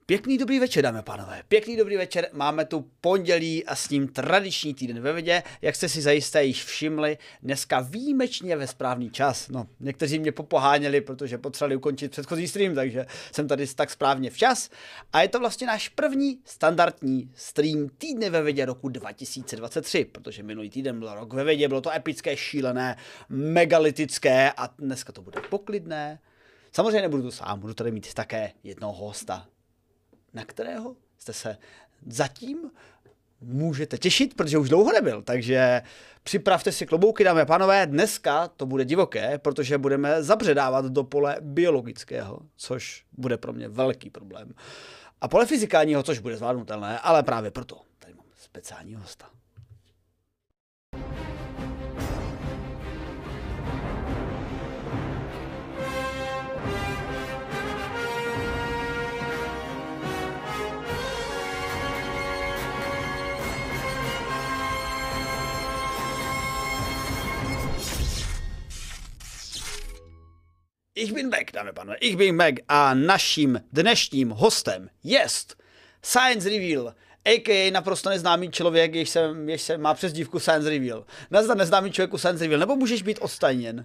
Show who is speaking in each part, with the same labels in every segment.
Speaker 1: Pěkný dobrý večer, dámy a pánové. Pěkný dobrý večer, máme tu pondělí a s ním tradiční týden ve vědě. Jak jste si zajisté již všimli, dneska výjimečně ve správný čas. No, někteří mě popoháněli, protože potřebovali ukončit předchozí stream, takže jsem tady tak správně včas. A je to vlastně náš první standardní stream týdny ve vědě roku 2023, protože minulý týden byl rok ve vědě, bylo to epické, šílené, megalitické a dneska to bude poklidné. Samozřejmě nebudu tu sám, budu tady mít také jednoho hosta, na kterého jste se zatím můžete těšit, protože už dlouho nebyl, takže připravte si klobouky, dámy a pánové, dneska to bude divoké, protože budeme zabředávat do pole biologického, což bude pro mě velký problém, a pole fyzikálního, což bude zvládnutelné, ale právě proto tady mám speciálního hosta. Ich bin back, dámy a pánové, ich bin back a naším dnešním hostem jest Science Reveal, a.k.a. naprosto neznámý člověk, jež se má přezdívku Science Reveal. Nazdar neznámý člověku Science Reveal, nebo můžeš být odtajněn?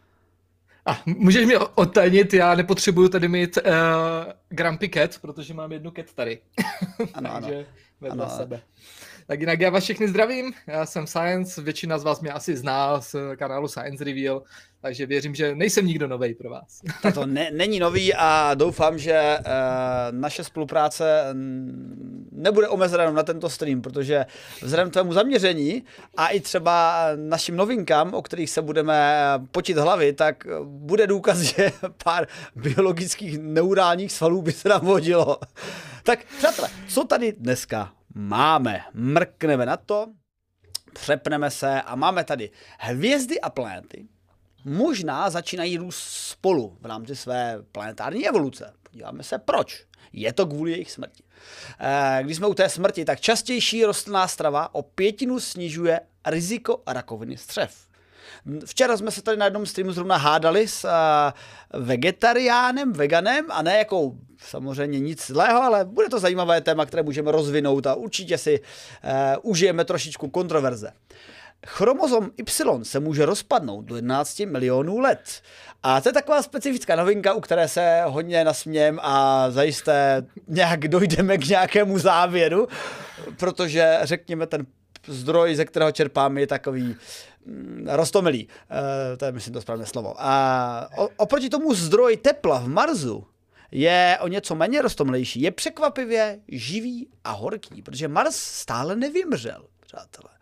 Speaker 2: Můžeš mě odtajnit, já nepotřebuju tady mít Grumpy Cat, protože mám jednu cat tady.
Speaker 1: Ano,
Speaker 2: takže vedle
Speaker 1: ano.
Speaker 2: sebe. Tak jinak já vás všechny zdravím, já jsem Science, většina z vás mě asi zná z kanálu Science Reveal, takže věřím, že nejsem nikdo novej pro vás.
Speaker 1: To není nový a doufám, že naše spolupráce nebude omezena na tento stream, protože vzhledem k tvému zaměření a i třeba našim novinkám, o kterých se budeme počít hlavy, tak bude důkaz, že pár biologických neurálních svalů by se nám hodilo. Tak přátelé, co tady dneska máme? Mrkneme na to, přepneme se a máme tady hvězdy a planety. Možná začínají růst spolu v rámci své planetární evoluce. Podíváme se, proč. Je to kvůli jejich smrti. Když jsme u té smrti, tak častější rostlinná strava o 1/5 snižuje riziko rakoviny střev. Včera jsme se tady na jednom streamu zrovna hádali s vegetariánem, veganem, a ne jako samozřejmě nic zlého, ale bude to zajímavé téma, které můžeme rozvinout a určitě si užijeme trošičku kontroverze. Chromozom Y se může rozpadnout do 11 milionů let. A to je taková specifická novinka, u které se hodně nasmějem a zajisté nějak dojdeme k nějakému závěru, protože řekněme ten zdroj, ze kterého čerpám, je takový roztomilý. To je, myslím, to správné slovo. A oproti tomu zdroj tepla v Marsu je o něco méně roztomilejší. Je překvapivě živý a horký, protože Mars stále nevymřel, přátelé.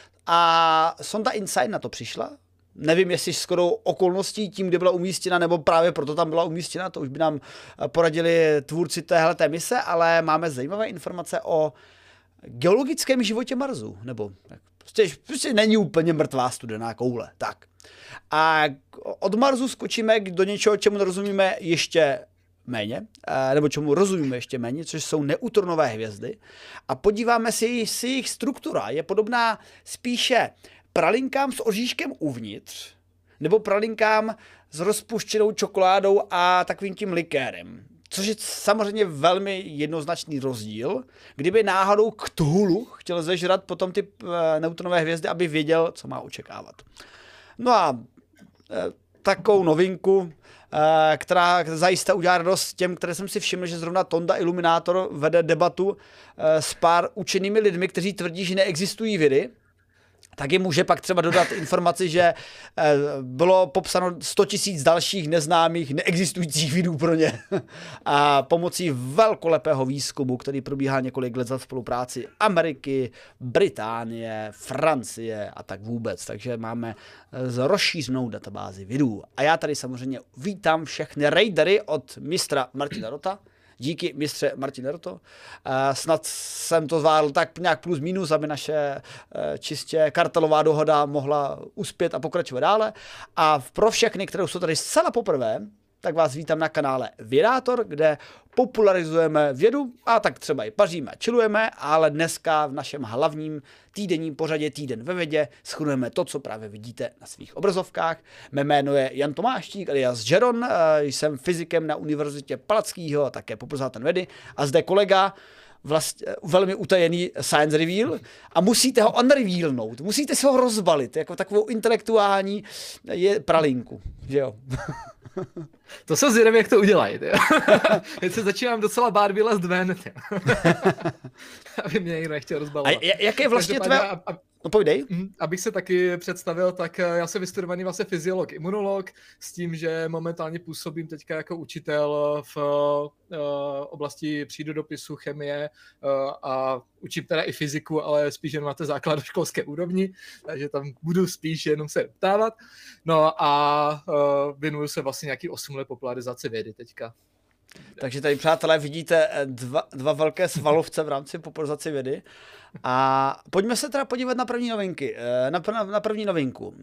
Speaker 1: A sonda InSight na to přišla. Nevím, jestli shodou okolností tím, kde byla umístěna, nebo právě proto tam byla umístěna, to už by nám poradili tvůrci téhleté mise, ale máme zajímavé informace o geologickém životě Marsu, nebo prostě není úplně mrtvá studená koule. Tak. A od Marsu skočíme do něčeho, čemu nerozumíme ještě méně, nebo čemu rozumíme ještě méně, což jsou neutronové hvězdy. A podíváme si, jestli jejich struktura je podobná spíše pralinkám s oříškem uvnitř, nebo pralinkám s rozpuštěnou čokoládou a takovým tím likérem. Což je samozřejmě velmi jednoznačný rozdíl. Kdyby náhodou Cthulhu chtěl zežrat potom ty neutronové hvězdy, aby věděl, co má očekávat. No a takovou novinku, která zajisté udělá radost těm, které jsem si všiml, že zrovna Tonda Iluminátor vede debatu s pár učenými lidmi, kteří tvrdí, že neexistují viry, tak jim může pak třeba dodat informaci, že bylo popsáno 100 000 dalších neznámých, neexistujících vidů pro ně. A pomocí velkolepého výzkumu, který probíhá několik let za spolupráci Ameriky, Británie, Francie a tak vůbec. Takže máme rozšířenou databázi vidů. A já tady samozřejmě vítám všechny raidery od mistra Martina Rota. Díky, mistře Martine Roto. Snad jsem to zvládl tak nějak plus minus, aby naše čistě kartelová dohoda mohla uspět a pokračovat dále. A pro všechny, které jsou tady zcela poprvé, tak vás vítám na kanále Vědátor, kde popularizujeme vědu a tak třeba i paříme, chillujeme, ale dneska v našem hlavním týdenním pořadě Týden ve vědě shrnujeme to, co právě vidíte na svých obrazovkách. Mé jméno je Jan Tomáštík, alias Jeron, jsem fyzikem na Univerzitě Palackého a také popularizátor vědy a zde kolega, velmi utajený science reveal a musíte ho unrevealnout, musíte se ho rozbalit, jako takovou intelektuální pralinku, že jo.
Speaker 2: To se zvědavím, jak to udělají. Teď se začínám docela bát vylézt ven. Aby mě někdo nechtěl rozbalovat.
Speaker 1: A jak je vlastně tvé... No povídej.
Speaker 2: Abych se taky představil, tak já jsem vystudovaný vlastně fyziolog, imunolog, s tím, že momentálně působím teďka jako učitel v oblasti přírodopisu, chemie a učím teda i fyziku, ale spíš jenom na té základoškolské úrovni, takže tam budu spíš jenom se ptávat. No a věnuju se vlastně nějaký 8 let popularizaci vědy teďka.
Speaker 1: Takže tady, přátelé, vidíte dva velké svalovce v rámci popularizace vědy. A pojďme se teda podívat na první novinky. Na první novinku.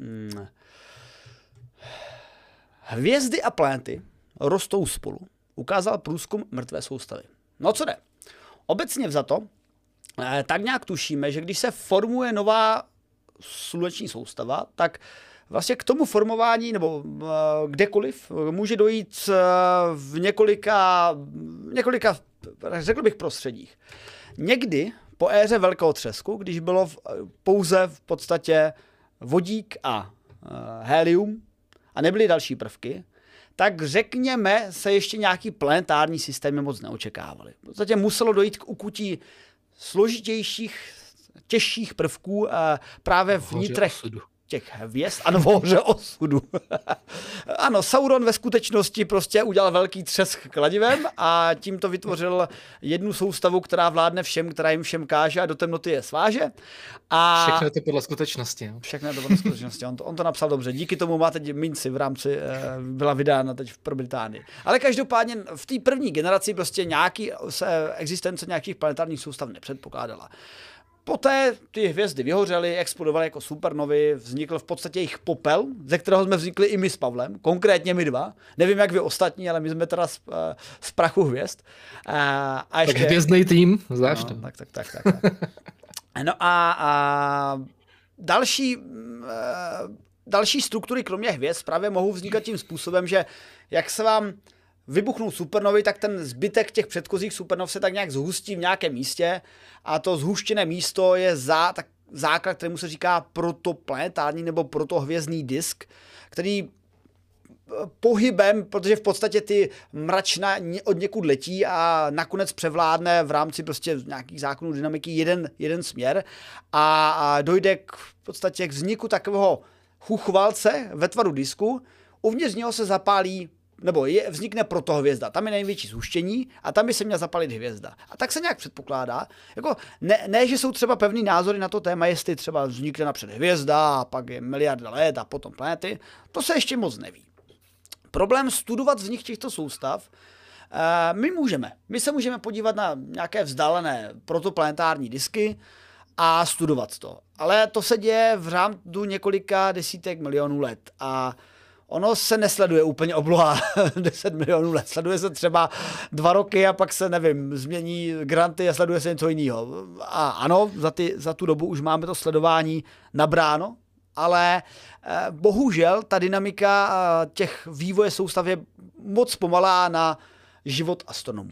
Speaker 1: Hvězdy a planety rostou spolu. Ukázal průzkum mrtvé soustavy. No co jde? Obecně vzato, tak nějak tušíme, že když se formuje nová sluneční soustava, tak vlastně k tomu formování, nebo kdekoliv, může dojít v několika, řekl bych, prostředích. Někdy po éře velkého třesku, když bylo pouze v podstatě vodík a helium a nebyly další prvky, tak řekněme se ještě nějaký planetární systémy moc neočekávaly. V podstatě muselo dojít k ukutí složitějších, těžších prvků právě v nitrech těch hvězd a v hoře osudu. Ano, Sauron ve skutečnosti prostě udělal velký třesk kladivem a tímto vytvořil jednu soustavu, která vládne všem, která jim všem káže a do temnoty je sváže. A
Speaker 2: všechno je to podle skutečnosti. No?
Speaker 1: Všechno je to podle skutečnosti. On to napsal dobře. Díky tomu má teď minci v rámci, byla vydána teď pro Británii. Ale každopádně v té první generaci prostě nějaký existence nějakých planetárních soustav nepředpokládala. Poté ty hvězdy vyhořely, explodovaly jako supernovy, vznikl v podstatě jejich popel, ze kterého jsme vznikli i my s Pavlem, konkrétně my dva. Nevím, jak vy ostatní, ale my jsme teda z prachu hvězd. A ještě...
Speaker 2: Tak hvězdnej tým, znáš to.
Speaker 1: No, tak. No a další struktury kromě hvězd právě mohou vznikat tím způsobem, že jak se vám vybuchnou supernovy, tak ten zbytek těch předchozích supernov se tak nějak zhustí v nějakém místě a to zhuštěné místo je základ, kterému se říká protoplanetární nebo protohvězdný disk, který pohybem, protože v podstatě ty mračna od někud letí a nakonec převládne v rámci prostě nějakých zákonů dynamiky jeden směr a dojde v podstatě k vzniku takového chuchvalce ve tvaru disku, uvnitř něho se zapálí nebo vznikne protohvězda, tam je největší zhuštění a tam by se měla zapalit hvězda. A tak se nějak předpokládá, jako ne, že jsou třeba pevný názory na to téma, jestli třeba vznikne napřed hvězda a pak je miliarda let a potom planety, to se ještě moc neví. Problém studovat vznik těchto soustav, my se můžeme podívat na nějaké vzdálené protoplanetární disky a studovat to. Ale to se děje v řádu několika desítek milionů let a ono se nesleduje úplně obloha 10 milionů let. Sleduje se třeba 2 roky a pak se, nevím, změní granty a sleduje se něco jiného. A ano, za tu dobu už máme to sledování nabráno, ale bohužel ta dynamika těch vývoje soustav je moc pomalá na život astronomů.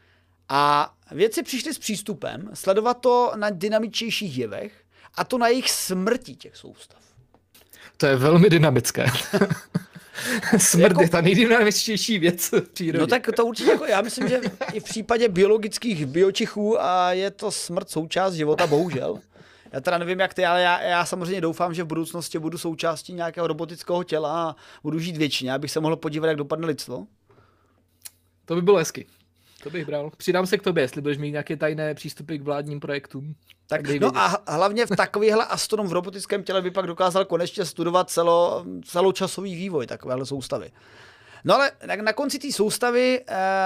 Speaker 1: A vědci přišli s přístupem sledovat to na dynamičtějších jevech a to na jejich smrti těch soustav.
Speaker 2: To je velmi dynamické. Smrt je ta nejdynamičtější věc v přírodě.
Speaker 1: No tak to určitě, jako já myslím, že i v případě biologických biočichů a je to smrt součást života, bohužel. Já teda nevím, jak ty, ale já samozřejmě doufám, že v budoucnosti budu součástí nějakého robotického těla a budu žít věčně, abych se mohl podívat, jak dopadne lidstvo.
Speaker 2: To by bylo hezky. To bych bral. Přidám se k tobě, jestli budeš mít nějaké tajné přístupy k vládním projektům.
Speaker 1: Tak no a hlavně v takovýhle astronom v robotickém těle by pak dokázal konečně studovat celočasový vývoj takovéhle soustavy. No ale na konci té soustavy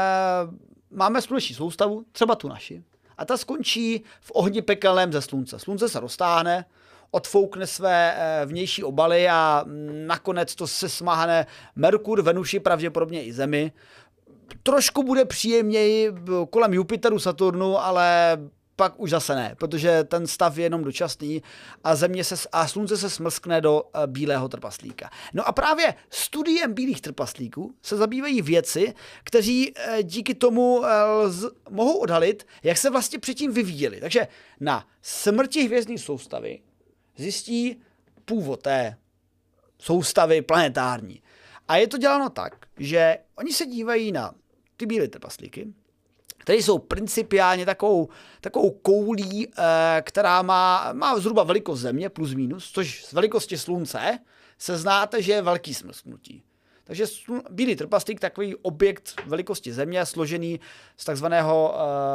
Speaker 1: máme sluneční soustavu, třeba tu naši, a ta skončí v ohni pekelném ze slunce. Slunce se roztáhne, odfoukne své vnější obaly a nakonec to se smáhne Merkur, Venuši, pravděpodobně i Zemi. Trošku bude příjemněji kolem Jupiteru, Saturnu, ale pak už zase ne, protože ten stav je jenom dočasný a Slunce se smrskne do bílého trpaslíka. No a právě studiem bílých trpaslíků se zabývají vědci, kteří díky tomu mohou odhalit, jak se vlastně předtím vyvíjeli. Takže na smrti hvězdné soustavy zjistí původ té soustavy planetární. A je to děláno tak, že oni se dívají na ty bílé trpaslíky, které jsou principiálně takovou koulí, která má zhruba velikost Země plus minus, což z velikosti Slunce se znáte, že je velký smrsknutí. Takže bílý trpaslík, takový objekt velikosti Země, složený z takzvaného,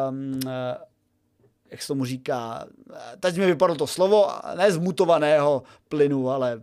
Speaker 1: jak se tomu říká, teď mi vypadlo to slovo, ne zmutovaného plynu, ale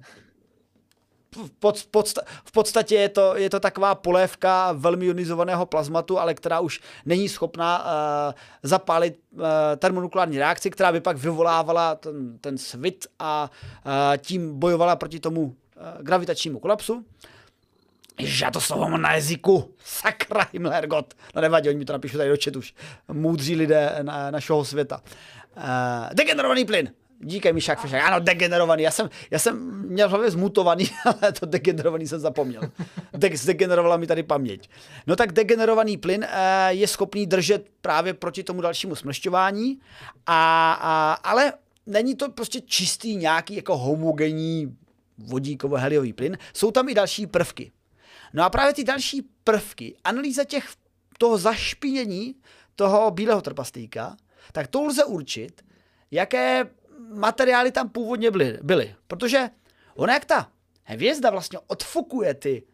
Speaker 1: v podstatě je to taková polévka velmi ionizovaného plazmatu, ale která už není schopná zapálit termonukleární reakci, která by pak vyvolávala ten svit a tím bojovala proti tomu gravitačnímu kolapsu. Ježiš, já to slovo mám na jazyku. Sakra, Himmelherrgott. No nevadí, oni mi to napíšu tady do chatu už. Moudří lidé našeho světa. Degenerovaný plyn. Díky, Mišák Fešák. Ano, degenerovaný. Já jsem měl v hlavě zmutovaný, ale to degenerovaný jsem zapomněl. Zdegenerovala mi tady paměť. No tak degenerovaný plyn je schopný držet právě proti tomu dalšímu smršťování, ale není to prostě čistý nějaký jako homogenní vodíkovo-heliový plyn. Jsou tam i další prvky. No a právě ty další prvky, analýza toho zašpinění toho bílého trpaslíka, tak to lze určit, jaké materiály tam původně byly. Protože ona jak ta hvězda vlastně odfukuje ty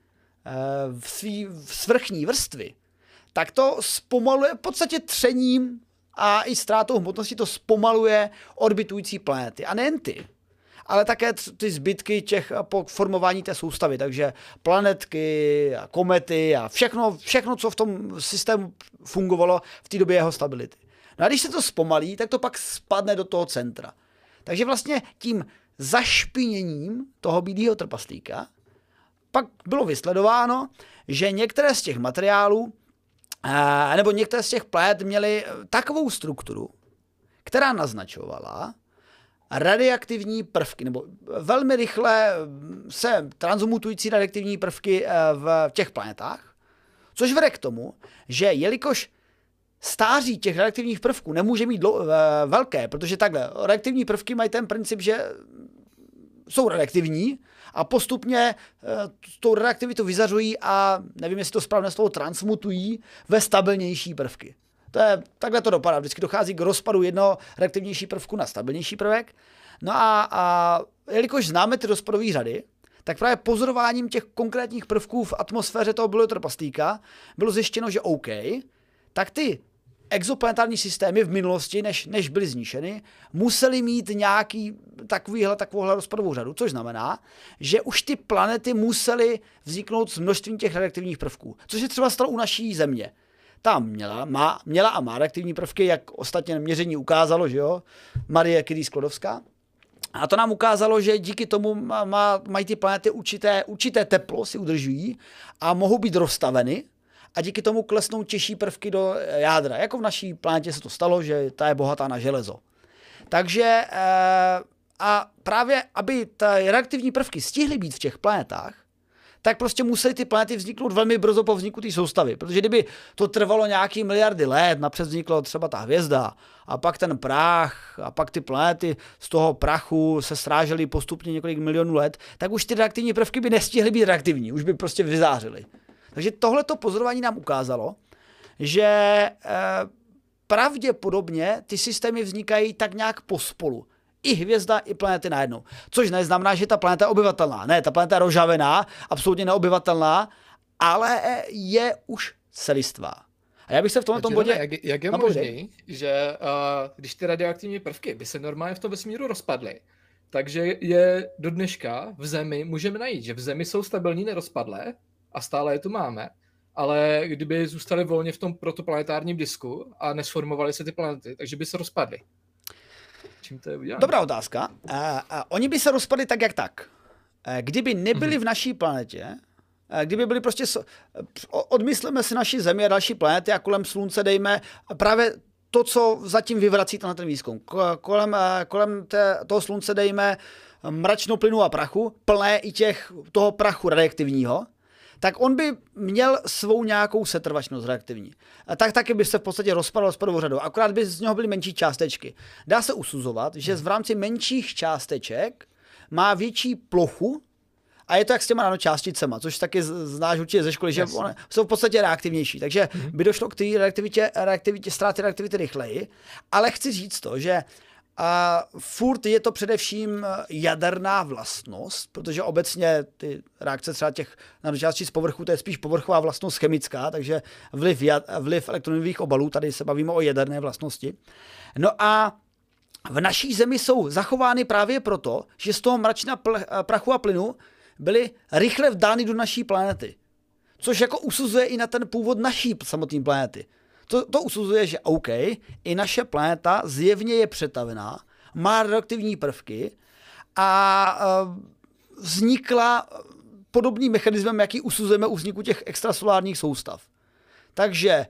Speaker 1: svrchní vrstvy, tak to zpomaluje v podstatě třením a i ztrátou hmotnosti to zpomaluje orbitující planety. A nejen ty, ale také ty zbytky po formování té soustavy. Takže planetky a komety a všechno, co v tom systému fungovalo v té době jeho stability. No a když se to zpomalí, tak to pak spadne do toho centra. Takže vlastně tím zašpiněním toho bílého trpaslíka pak bylo vysledováno, že některé z těch materiálů nebo některé z těch planet měly takovou strukturu, která naznačovala radioaktivní prvky, nebo velmi rychle se transmutující radioaktivní prvky v těch planetách, což vede k tomu, že jelikož stáří těch radioaktivních prvků nemůže mít velké, protože takhle, radioaktivní prvky mají ten princip, že jsou radioaktivní a postupně tou radioaktivitu vyzařují a nevím, jestli to správné slovo, transmutují ve stabilnější prvky. Takhle to dopadá. Vždycky dochází k rozpadu jednoho radioaktivnější prvku na stabilnější prvek. No a jelikož známe ty rozpadové řady, tak právě pozorováním těch konkrétních prvků v atmosféře toho bílého trpaslíka bylo zjištěno, že OK, tak ty exoplanetární systémy v minulosti, než byly zničeny, musely mít nějaký takovouhle rozpadovou řadu, což znamená, že už ty planety musely vzniknout s množstvím těch radioaktivních prvků, což se třeba stalo u naší Země. Tam měla a má radioaktivní prvky, jak ostatně měření ukázalo, že jo, Marie Curie-Sklodowská. A to nám ukázalo, že díky tomu mají ty planety určité teplo, si udržují a mohou být rozstaveny a díky tomu klesnou těžší prvky do jádra. Jako v naší planetě se to stalo, že ta je bohatá na železo. Takže a právě, aby ty radioaktivní prvky stihly být v těch planetách, tak prostě musely ty planety vzniknout velmi brzo po vzniku té soustavy. Protože kdyby to trvalo nějaký miliardy let, napřed vznikla třeba ta hvězda a pak ten prach a pak ty planety z toho prachu se srážely postupně několik milionů let, tak už ty reaktivní prvky by nestihly být reaktivní, už by prostě vyzářily. Takže tohleto pozorování nám ukázalo, že pravděpodobně ty systémy vznikají tak nějak pospolu. I hvězda, i planety najednou. Což neznamená, že ta planeta je obyvatelná. Ne, ta planeta je rožavená, absolutně neobyvatelná, ale je už celistvá. A já bych se v tomto bodě...
Speaker 2: Jak je možné, že když ty radioaktivní prvky by se normálně v tom vesmíru rozpadly, takže je do dneška v Zemi můžeme najít, že v Zemi jsou stabilní nerozpadlé a stále je tu máme, ale kdyby zůstaly volně v tom protoplanetárním disku a nesformovaly se ty planety, takže by se rozpadly. čím to je udělané.
Speaker 1: Dobrá otázka. Oni by se rozpadli tak, jak tak. Kdyby nebyli v naší planetě, kdyby byli prostě, odmysleme si naši Zemi a další planety a kolem Slunce dejme právě to, co zatím vyvrací na ten výzkum. Kolem toho Slunce dejme mračnou plynu a prachu, plné i toho prachu radioaktivního, tak on by měl svou nějakou setrvačnost radioaktivní. Tak taky by se v podstatě rozpadl řadou, akorát by z něho byly menší částečky. Dá se usuzovat, že v rámci menších částeček má větší plochu a je to jak s těma nanočásticema, což taky znáš určitě ze školy, že one jsou v podstatě reaktivnější. Takže by došlo k té ztráty reaktivity rychleji, ale chci říct to, že furt je to především jaderná vlastnost, protože obecně ty reakce třeba těch nanočástic z povrchu, to je spíš povrchová vlastnost chemická, takže vliv elektronových obalů, tady se bavíme o jaderné vlastnosti. No a v naší Zemi jsou zachovány právě proto, že z toho mračna prachu a plynu byly rychle vdány do naší planety. Což jako usuzuje i na ten původ naší samotné planety. To usuzuje, že OK, i naše planeta zjevně je přetavená, má radioaktivní prvky a vznikla podobným mechanismem, jaký usuzujeme u vzniku těch extrasolárních soustav. Takže,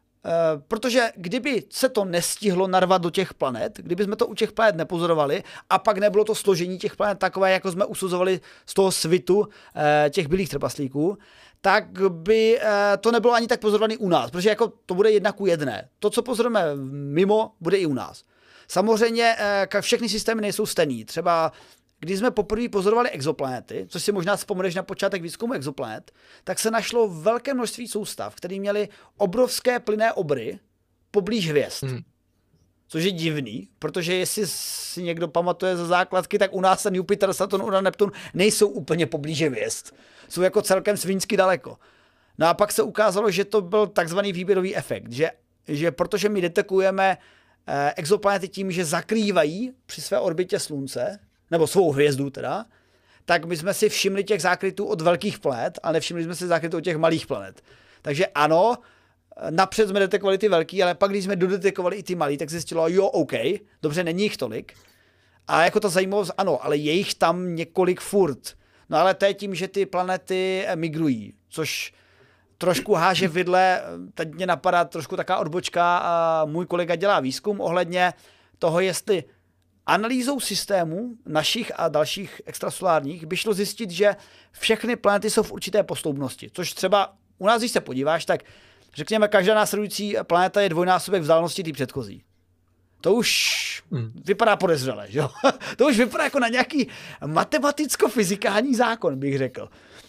Speaker 1: protože kdyby se to nestihlo narvat do těch planet, kdyby jsme to u těch planet nepozorovali a pak nebylo to složení těch planet takové, jako jsme usuzovali z toho svitu těch bílých trpaslíků, tak by to nebylo ani tak pozorované u nás, protože jako to bude 1:1. To, co pozorujeme mimo, bude i u nás. Samozřejmě všechny systémy nejsou stejný. Třeba když jsme poprvé pozorovali exoplanety, což si možná vzpomeneš na počátek výzkumu exoplanet, tak se našlo velké množství soustav, které měly obrovské plynné obry poblíž hvězd. Což je divný, protože jestli si někdo pamatuje ze základky, tak u nás ten Jupiter, Saturn, Uran, Neptun nejsou úplně poblíž hvězd. Jsou jako celkem svinsky daleko. No a pak se ukázalo, že to byl takzvaný výběrový efekt, že protože my detekujeme exoplanety tím, že zakrývají při své orbitě Slunce, nebo svou hvězdu teda, tak my jsme si všimli těch zákrytů od velkých planet, ale nevšimli jsme si zákrytů od těch malých planet. Takže ano, napřed jsme detekovali ty velký, ale pak, když jsme dodetekovali i ty malý, tak zjistilo, jo, OK, dobře, není jich tolik. A jako ta zajímavost, ano, ale je jich tam několik furt. No ale to je tím, že ty planety migrují, což trošku háže vidle, teď mě napadá trošku taková odbočka, a můj kolega dělá výzkum ohledně toho, jestli analýzou systémů našich a dalších extrasolárních by šlo zjistit, že všechny planety jsou v určité posloupnosti, což třeba u nás, když se podíváš, tak řekněme, každá následující planeta je dvojnásobek vzdálenosti té předchozí. To už vypadá podezřele, že jo? To už vypadá jako na nějaký matematicko-fyzikální zákon, bych řekl.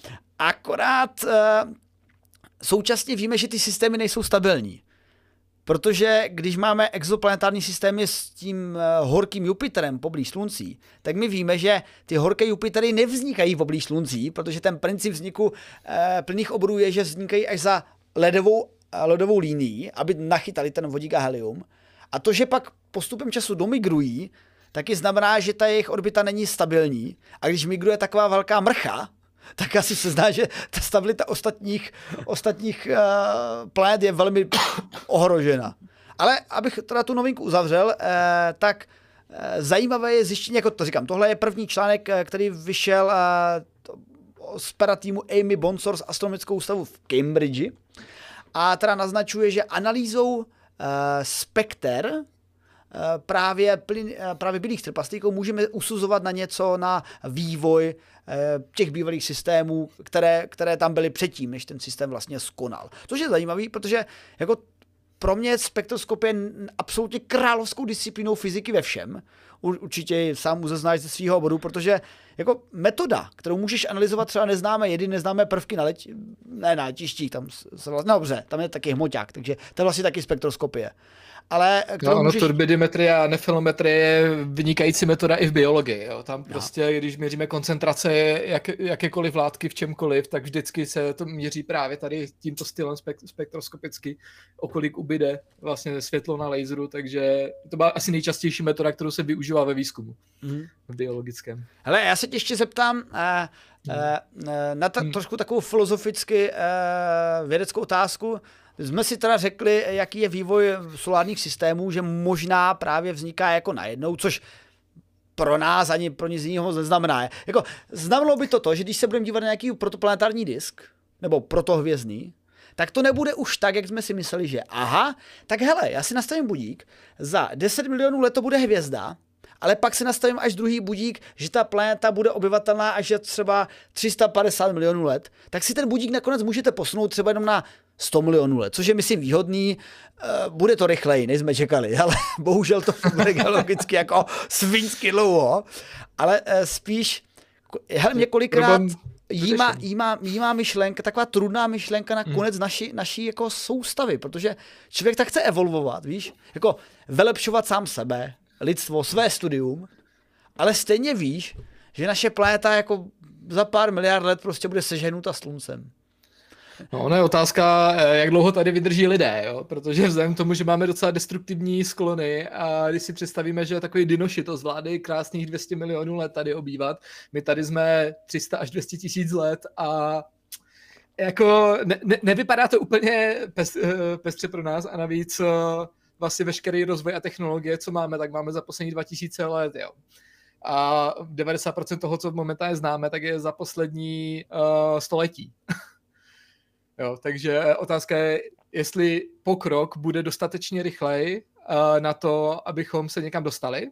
Speaker 1: Akorát současně víme, že ty systémy nejsou stabilní. Protože když máme exoplanetární systémy s tím horkým Jupiterem poblíž Sluncí, tak my víme, že ty horké Jupitery nevznikají poblíž Sluncí, protože ten princip vzniku plynných oborů je, že vznikají až za ledovou linií, aby nachytali ten vodík a helium. A to, že pak postupem času domigrují, taky znamená, že ta jejich orbita není stabilní. A když migruje taková velká mrcha, tak asi se zná, že ta stabilita ostatních planet je velmi ohrožena. Ale abych teda tu novinku uzavřel, tak zajímavé je zjištění, jako to říkám, tohle je první článek, který vyšel z pera týmu Amy Bonsor z Astronomického ústavu v Cambridge a teda naznačuje, že analýzou spekter právě bílých trpaslíků můžeme usuzovat na něco, na vývoj těch bývalých systémů, které tam byly předtím, než ten systém vlastně skonal. Což je zajímavý, protože jako pro mě spektroskopie je absolutně královskou disciplínou fyziky ve všem. Určitě sám uznáš ze svého oboru, protože jako metoda, kterou můžeš analyzovat třeba neznámé jedy, neznámé prvky na letištích, tam dobře, tam je taky hmoťák, takže to je vlastně taky spektroskopie. Ale
Speaker 2: turbidimetrie a nefilometrie je vynikající metoda i v biologii. Jo. Tam prostě, když měříme koncentrace jakékoliv látky v čemkoliv, tak vždycky se to měří právě tady tímto stylem spektroskopicky, o kolik ubyde vlastně světlo na laseru, takže to byla asi nejčastější metoda, kterou se využívá ve výzkumu v biologickém.
Speaker 1: Hele, já se tě ještě zeptám na trošku takovou filozoficky vědeckou otázku. jsme si teda řekli, jaký je vývoj solárních systémů, že možná právě vzniká jako najednou, což pro nás ani pro nic jiného neznamená. Jako, znamenalo by to, že když se budeme dívat na nějaký protoplanetární disk, nebo protohvězdný, tak to nebude už tak, jak jsme si mysleli, že aha, tak hele, já si nastavím budík, za 10 milionů let to bude hvězda, ale pak si nastavím až druhý budík, že ta planeta bude obyvatelná až je třeba 350 milionů let, tak si ten budík nakonec můžete posunout třeba jenom na 100 milionů let, což je, myslím, výhodný, bude to rychleji, než jsme čekali, ale bohužel to bude geologicky jako svinsky dlouho, ale spíš, hele, mě kolikrát jí má myšlenka, taková trudná myšlenka na konec naší jako soustavy, protože člověk tak chce evolvovat, víš, jako vylepšovat sám sebe, lidstvo, své studium, ale stejně víš, že naše planeta jako za pár miliard let prostě bude seženuta sluncem.
Speaker 2: No, ono je otázka, jak dlouho tady vydrží lidé, jo? Protože vzhledem k tomu, že máme docela destruktivní sklony a když si představíme, že takový dinoši to zvládají krásných 200 milionů let tady obývat, my tady jsme 300 až 200 tisíc let a jako nevypadá to úplně pestře pro nás a navíc vlastně veškerý rozvoj a technologie, co máme, tak máme za poslední 2000 let, jo. A 90% toho, co momentálně známe, tak je za poslední století. Jo, takže otázka je, jestli pokrok bude dostatečně rychlej na to, abychom se někam dostali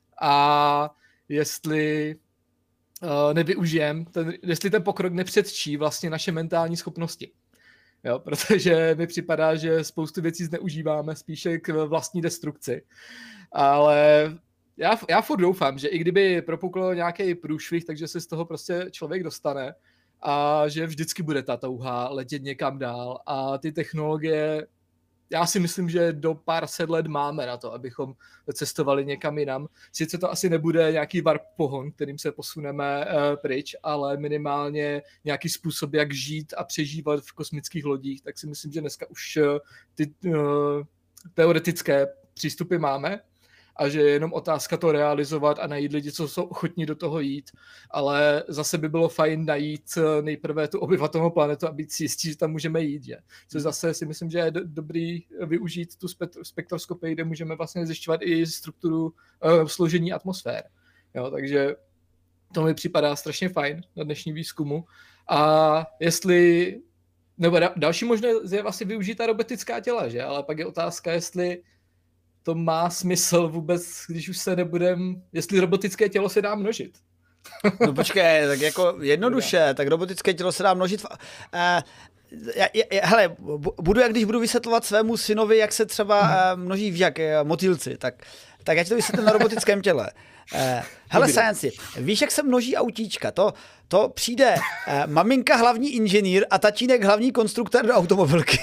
Speaker 2: a jestli nevyužijeme, jestli ten pokrok nepředčí vlastně naše mentální schopnosti. Jo, protože mi připadá, že spoustu věcí zneužíváme spíše k vlastní destrukci. Ale já furt doufám, že i kdyby propuklo nějaký průšvih, takže se z toho prostě člověk dostane a že vždycky bude ta touha letět někam dál a ty technologie, já si myslím, že do pár set let máme na to, abychom cestovali někam jinam. Sice to asi nebude nějaký warp pohon, kterým se posuneme pryč, ale minimálně nějaký způsob, jak žít a přežívat v kosmických lodích, tak si myslím, že dneska už ty teoretické přístupy máme a že je jenom otázka to realizovat a najít lidi, co jsou ochotní do toho jít, ale zase by bylo fajn najít nejprve tu obyvatelnou planetu a být si jistí, že tam můžeme jít, že? Což zase si myslím, že je dobrý využít tu spektroskopii, kde můžeme vlastně zjišťovat i strukturu složení atmosfér. Jo, takže to mi připadá strašně fajn na dnešním výzkumu a jestli, nebo další možnost je vlastně využít ta robotická těla, že? Ale pak je otázka, jestli to má smysl vůbec, když už se nebudem, jestli robotické tělo se dá množit.
Speaker 1: No počkej, tak jako jednoduše, tak robotické tělo se dá množit. Hele, když budu vysvětlovat svému synovi, jak se třeba množí motýlci, tak já ti to vysvětlím na robotickém těle. Hele, Science, víš, jak se množí autíčka? To přijde maminka hlavní inženýr a tatínek hlavní konstruktor do automobilky.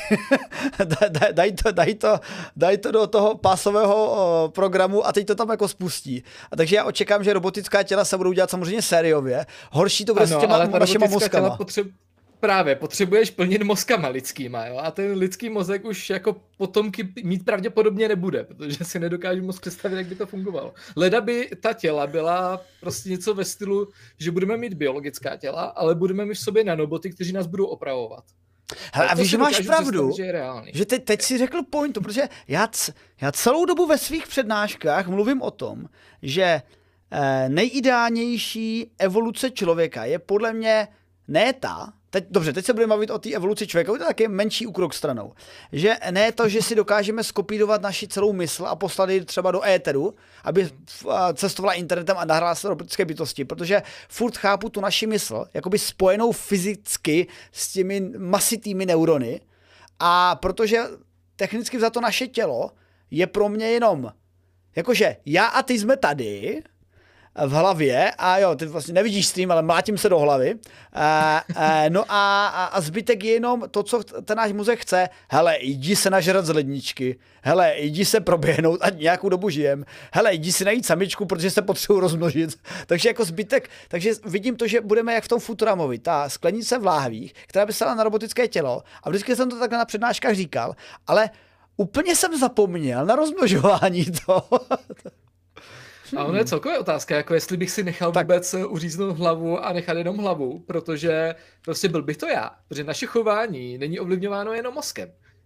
Speaker 1: Daj to do toho pásového programu a teď to tam jako spustí. A takže já očekám, že robotická těla se budou dělat samozřejmě sériově. Horší to bude s těma našima mozkama.
Speaker 2: Právě, potřebuješ plnit mozkama lidskýma, jo? A ten lidský mozek už jako potomky mít pravděpodobně nebude, protože si nedokážu moc představit, jak by to fungovalo. Leda by ta těla byla prostě něco ve stylu, že budeme mít biologická těla, ale budeme mít v sobě nanoboty, kteří nás budou opravovat.
Speaker 1: Hele, a víš, že máš pravdu, že teď si řekl pointu, protože já celou dobu ve svých přednáškách mluvím o tom, že nejideálnější evoluce člověka je podle mě ne ta, teď se budeme bavit o té evoluci člověka, to je taky menší úkrok stranou. Že ne to, že si dokážeme skopírovat naši celou mysl a poslat ji třeba do éteru, aby cestovala internetem a nahrála se robotické bytosti, protože furt chápu tu naši mysl, jakoby spojenou fyzicky s těmi masitými neurony a protože technicky za to naše tělo je pro mě jenom, jakože já a ty jsme tady, v hlavě a jo, ty vlastně nevidíš stream, ale mlátím se do hlavy. No a zbytek je jenom to, co ten náš mozek chce. Hele, jdi se nažrat z ledničky. Hele, jdi se proběhnout, ať nějakou dobu žijem. Hele, jdi si najít samičku, protože se potřebuji rozmnožit. Takže jako zbytek, takže vidím to, že budeme jak v tom Futuramovi. Ta sklenice v láhvích, která by stala na robotické tělo. A vždycky jsem to takhle na přednáškách říkal, ale úplně jsem zapomněl na rozmnožování toho.
Speaker 2: A ono je celkově otázka, jako jestli bych si nechal vůbec uříznout hlavu a nechat jenom hlavu, protože prostě byl bych to já, protože naše chování není ovlivňováno jenom mozkem.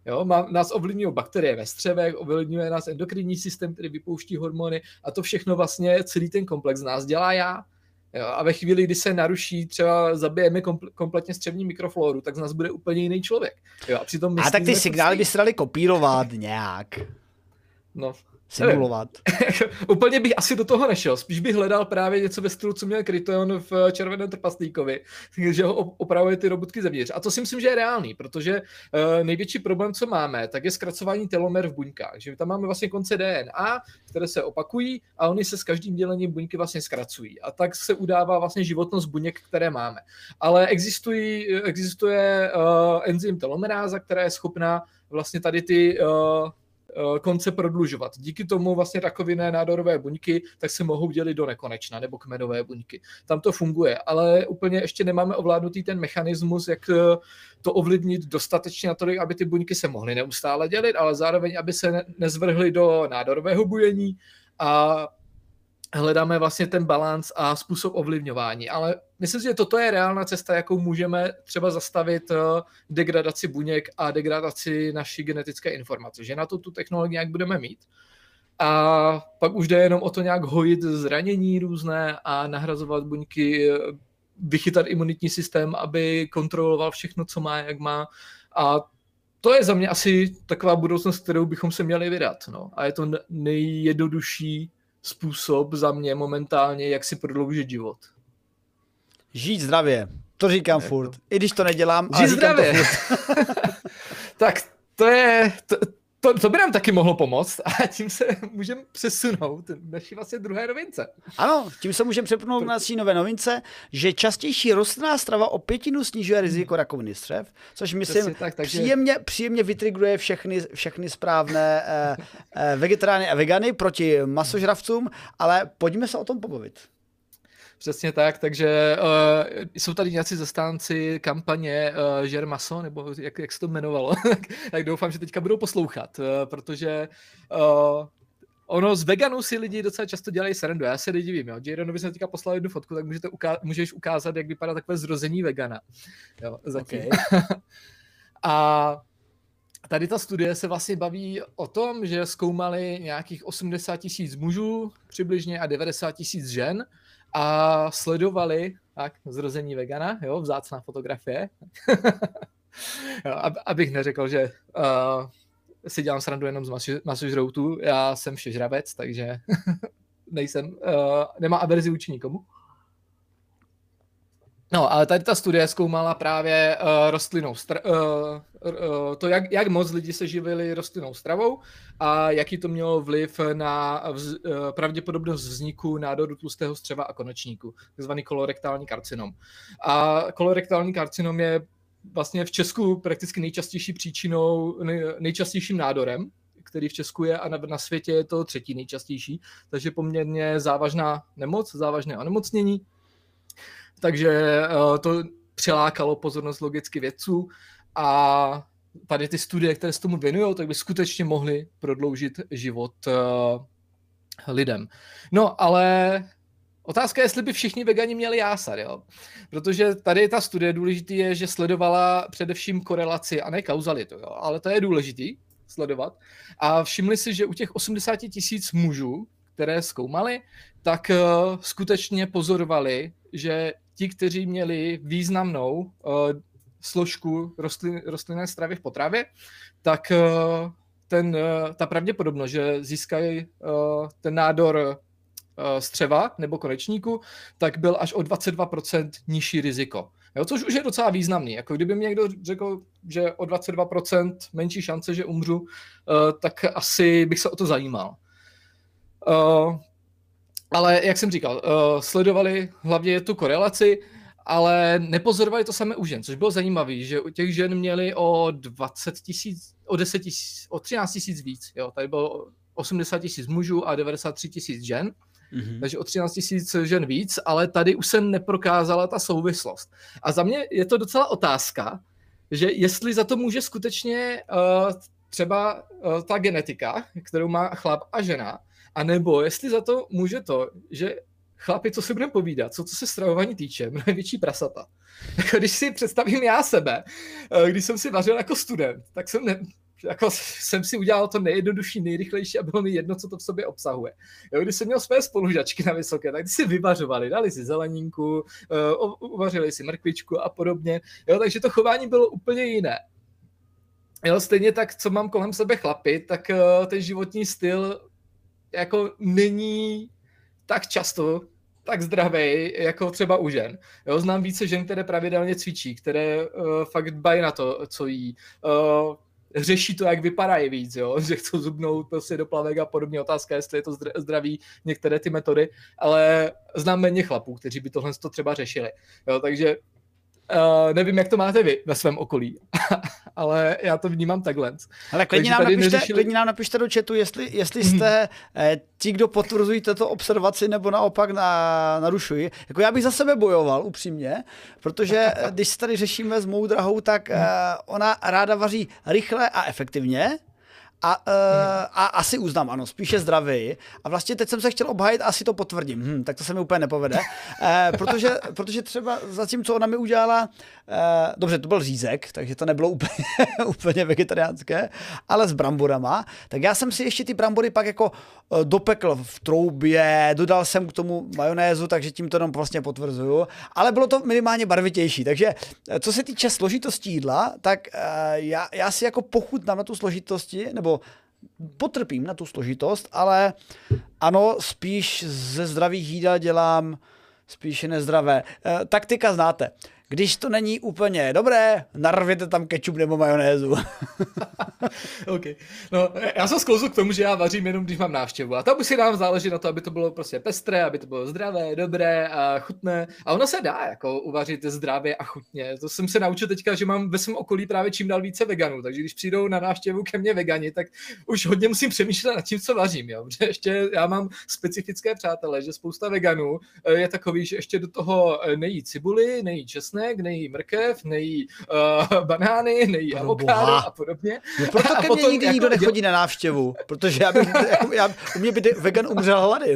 Speaker 2: Jo, nás ovlivňují bakterie ve střevech, ovlivňuje nás endokrinní systém, který vypouští hormony a to všechno vlastně celý ten komplex nás dělá já. Jo, a ve chvíli, kdy se naruší, třeba zabijeme kompletně střevní mikrofloru, tak z nás bude úplně jiný člověk. Jo, a přitom
Speaker 1: a tak ty signály by se dali kopírovat nějak.
Speaker 2: No,
Speaker 1: simulovat.
Speaker 2: Úplně bych asi do toho nešel, spíš bych hledal právě něco ve stylu, co měl Kryton v Červeném trpaslíkovi, že ho opravuje ty robotky zevnitř. A to si myslím, že je reálný, protože největší problém, co máme, tak je zkracování telomer v buňkách. Že tam máme vlastně konce DNA, které se opakují a oni se s každým dělením buňky vlastně zkracují. A tak se udává vlastně životnost buněk, které máme. Ale existuje enzym telomeráza, která je schopná vlastně tady ty konce prodlužovat. Díky tomu vlastně rakovinné nádorové buňky tak se mohou dělit do nekonečna, nebo kmenové buňky. Tam to funguje, ale úplně ještě nemáme ovládnutý ten mechanismus, jak to ovlivnit dostatečně na to, aby ty buňky se mohly neustále dělit, ale zároveň, aby se nezvrhly do nádorového bujení a hledáme vlastně ten balanc a způsob ovlivňování. Ale myslím si, že toto je reálná cesta, jakou můžeme třeba zastavit degradaci buněk a degradaci naší genetické informace. Že na to tu technologii nějak budeme mít. A pak už jde jenom o to nějak hojit zranění různé a nahrazovat buňky, vychytat imunitní systém, aby kontroloval všechno, co má, jak má. A to je za mě asi taková budoucnost, kterou bychom se měli vydat. No. A je to nejjednodušší způsob za mě momentálně, jak si prodloužit život.
Speaker 1: Žít zdravě, to říkám furt. I když to nedělám, ale
Speaker 2: žít
Speaker 1: říkám
Speaker 2: zdravě.
Speaker 1: to furt.
Speaker 2: Tak to by nám taky mohlo pomoct a tím se můžeme přesunout naší vlastně druhé novince.
Speaker 1: Ano, tím se můžeme přepnout na naší nové novince, že častější rostlinná strava o 5 snižuje riziko rakoviny střev, což myslím příjemně vytrigruje všechny správné vegetariány a vegany proti masožravcům, ale pojďme se o tom pobavit.
Speaker 2: Přesně tak, takže jsou tady nějací zastánci kampaně Žer maso, nebo jak se to jmenovalo, tak doufám, že teďka budou poslouchat, protože ono z veganů si lidi docela často dělají srandu, já se nedivím, jo. Jaronovi jsem teďka poslal jednu fotku, tak můžeš ukázat, jak vypadá takové zrození vegana. Jo, zatím. Okay. A tady ta studie se vlastně baví o tom, že zkoumali nějakých 80 000 mužů přibližně a 90 000 žen, a sledovali tak, zrození vegana, jo, vzácná fotografie. Jo, abych neřekl, že si dělám srandu jenom z masožroutů, já jsem všežravec, takže nemá averzi vůči nikomu. No, ale tady ta studie zkoumala právě to, jak moc lidi se živili rostlinnou stravou a jaký to mělo vliv na pravděpodobnost vzniku nádoru tlustého střeva a konečníku, takzvaný kolorektální karcinom. A kolorektální karcinom je vlastně v Česku prakticky nejčastějším nádorem, který v Česku je, a na světě je to 3. nejčastější, takže poměrně závažná nemoc, závažné onemocnění. Takže to přilákalo pozornost logicky vědců a tady ty studie, které se tomu věnují, tak by skutečně mohly prodloužit život lidem. No, ale otázka je, jestli by všichni vegani měli jásat, jo? Protože tady ta studie důležitý je, že sledovala především korelaci a ne kauzalitu, jo? Ale to je důležitý sledovat. A všimli si, že u těch 80 000 mužů, které zkoumali, tak skutečně pozorovali, že ti, kteří měli významnou složku rostlinné stravy v potravě, tak ta pravděpodobnost, že získají ten nádor střeva nebo konečníku, tak byl až o 22% nižší riziko. Jo, což už je docela významný. Jako kdyby mi někdo řekl, že o 22% menší šance, že umřu, tak asi bych se o to zajímal. Ale jak jsem říkal, sledovali hlavně tu korelaci, ale nepozorovali to samé u žen, což bylo zajímavé, že u těch žen měli o 13 000 víc. Jo? Tady bylo 80 000 mužů a 93 000 žen, takže o 13 000 žen víc, ale tady už se neprokázala ta souvislost. A za mě je to docela otázka, že jestli za to může skutečně třeba ta genetika, kterou má chlap a žena, a nebo jestli za to může to, že chlapi, co si budeme povídat, co se stravování týče, mnohem větší prasata. Jako když si představím já sebe, když jsem si vařil jako student, tak jsem jako jsem si udělal to nejjednodušší, nejrychlejší a bylo mi jedno, co to v sobě obsahuje. Jo, když jsem měl své spolužačky na vysoké, tak si vyvařovali, dali si zeleninku, uvařili si mrkvičku a podobně. Jo, takže to chování bylo úplně jiné. Jo, stejně tak, co mám kolem sebe chlapy, tak ten životní styl jako není tak často tak zdravý, jako třeba u žen. Jo, znám více žen, které pravidelně cvičí, které fakt dbají na to, co jí. Řeší to, jak vypadají víc, jo? Že chcou zubnout prostě do plavek a podobně. Otázka, jestli je to zdraví některé ty metody, ale znám méně chlapů, kteří by tohle třeba řešili. Jo? Takže nevím, jak to máte vy ve svém okolí, ale já to vnímám takhle.
Speaker 1: Ale klidně nám napište do chatu, jestli jste ti, kdo potvrzují tato observaci, nebo naopak narušují. Jako já bych za sebe bojoval, upřímně, protože když se tady řešíme s mou drahou, tak ona ráda vaří rychle a efektivně. A asi uznám, ano, spíše zdravý. A vlastně teď jsem se chtěl obhájit, asi to potvrdím. Tak to se mi úplně nepovede. Protože třeba zatímco ona mi udělala, dobře, to byl řízek, takže to nebylo úplně vegetariánské, ale s bramborama, tak já jsem si ještě ty brambory pak jako dopekl v troubě, dodal jsem k tomu majonézu, takže tím to jenom vlastně potvrzuju, ale bylo to minimálně barvitější. Takže co se týče složitosti jídla, tak já si jako pochutnám na tu složitosti, nebo potrpím na tu složitost, ale ano, spíš ze zdravých jídel dělám spíše nezdravé. Taktika znáte. Když to není úplně dobré, narvěte tam kečup nebo majonézu.
Speaker 2: OK. No, já jsem sklouzl k tomu, že já vařím jenom, když mám návštěvu. A tam už si dám záleží na to, aby to bylo prostě pestré, aby to bylo zdravé, dobré a chutné. A ono se dá jako uvařit zdravě a chutně. To jsem se naučil teďka, že mám ve svém okolí právě čím dál více veganů. Takže když přijdou na návštěvu ke mně vegani, tak už hodně musím přemýšlet nad tím, co vařím. Jo? Protože ještě já mám specifické přátele, že spousta veganů je takový, že ještě do toho nejí cibuli, nejí česnek, nejí mrkev, nejí banány, nejí avokádo a podobně.
Speaker 1: No proto ke mně nikdy nikdo nechodí na návštěvu, protože u mě by vegan umřel hlady.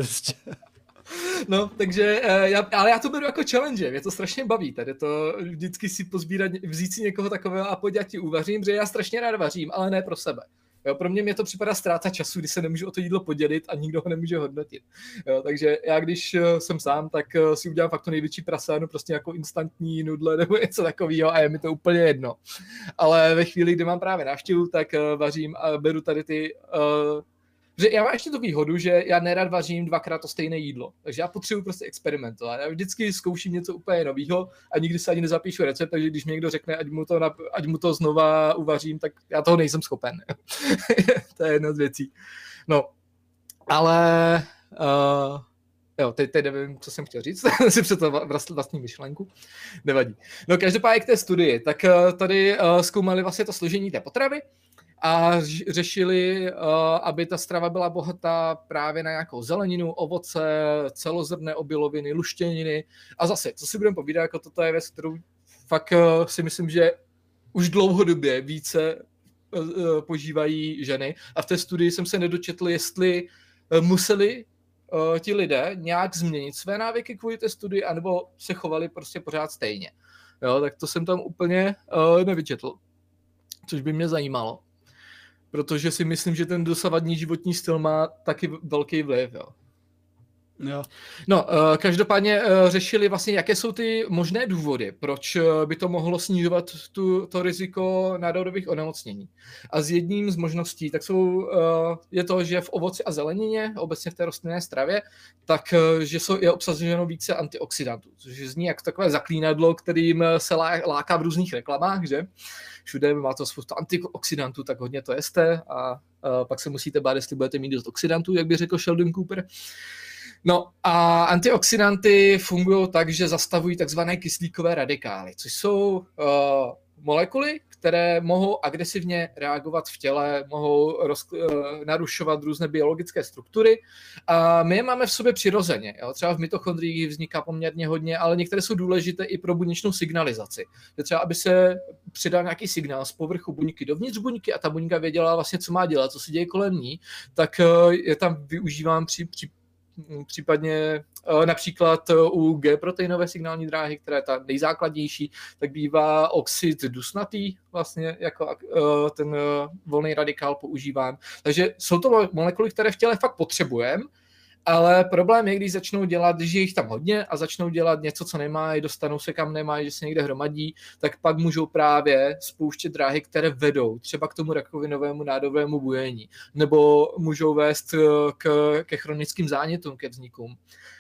Speaker 2: No, takže, ale já to beru jako challenge, mě to strašně baví, tady to vždycky si pozbírat, vzít si někoho takového a pojď, já ti uvařím, protože já strašně rád vařím, ale ne pro sebe. Jo, pro mě to připadá ztráta času, kdy se nemůžu o to jídlo podělit a nikdo ho nemůže hodnotit. Jo, takže já, když jsem sám, tak si udělám fakt to největší prasáno, prostě jako instantní nudle nebo něco takového a je mi to úplně jedno. Ale ve chvíli, kdy mám právě návštěvu, tak vařím a beru tady ty... Že já mám ještě tu výhodu, že já nerad vařím dvakrát to stejné jídlo. Takže já potřebuji prostě experimentovat. Já vždycky zkouším něco úplně nového a nikdy se ani nezapíšu recept, takže když mi někdo řekne, ať mu to znova uvařím, tak já toho nejsem schopen. To je jedna z věcí. No, ale jo, teď nevím, co jsem chtěl říct, si přeto vlastní myšlenku. Nevadí. No, každopádně k té studii, tak tady zkoumali vlastně to složení té potravy a řešili, aby ta strava byla bohatá právě na nějakou zeleninu, ovoce, celozrnné obiloviny, luštěniny. A zase, co si budeme povídat, jako toto je věc, kterou fakt si myslím, že už dlouhodobě více požívají ženy. A v té studii jsem se nedočetl, jestli museli ti lidé nějak změnit své návyky kvůli té studii, anebo se chovali prostě pořád stejně. Jo, tak to jsem tam úplně nevyčetl, což by mě zajímalo. Protože si myslím, že ten dosavadní životní styl má taky velký vliv. Jo.
Speaker 1: Jo.
Speaker 2: No, každopádně řešili vlastně, jaké jsou ty možné důvody, proč by to mohlo snižovat to riziko nádorových onemocnění. A z jedním z možností tak je to, že v ovoci a zelenině, obecně v té rostlinné stravě, tak že je obsaženo více antioxidantů, což zní jako takové zaklínadlo, kterým se láká v různých reklamách, že? Všude má to spoustu antioxidantů, tak hodně to jeste a pak se musíte bát, jestli budete mít dost oxidantů, jak by řekl Sheldon Cooper. No a antioxidanty fungují tak, že zastavují takzvané kyslíkové radikály, což jsou molekuly, které mohou agresivně reagovat v těle, mohou narušovat různé biologické struktury a my je máme v sobě přirozeně. Jo? Třeba v mitochondriích vzniká poměrně hodně, ale některé jsou důležité i pro buněčnou signalizaci. Že třeba, aby se přidal nějaký signál z povrchu buňky dovnitř buňky a ta buňka věděla vlastně, co má dělat, co se děje kolem ní, tak je tam využívám při Případně například u G-proteinové signální dráhy, která je ta nejzákladnější, tak bývá oxid dusnatý vlastně jako ten volný radikál používán. Takže jsou to molekuly, které v těle fakt potřebujeme, ale problém je, když začnou dělat, když je jich tam hodně a začnou dělat něco, co nemají, dostanou se kam nemají, že se někde hromadí, tak pak můžou právě spouštět dráhy, které vedou třeba k tomu rakovinovému nádorovému bujení, nebo můžou vést ke chronickým zánětům, ke vznikům.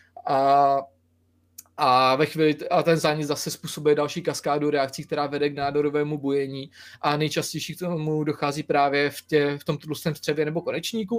Speaker 2: A ten zánět zase způsobuje další kaskádu reakcí, která vede k nádorovému bujení a nejčastější k tomu dochází právě v tom tlustém střevě nebo konečníku.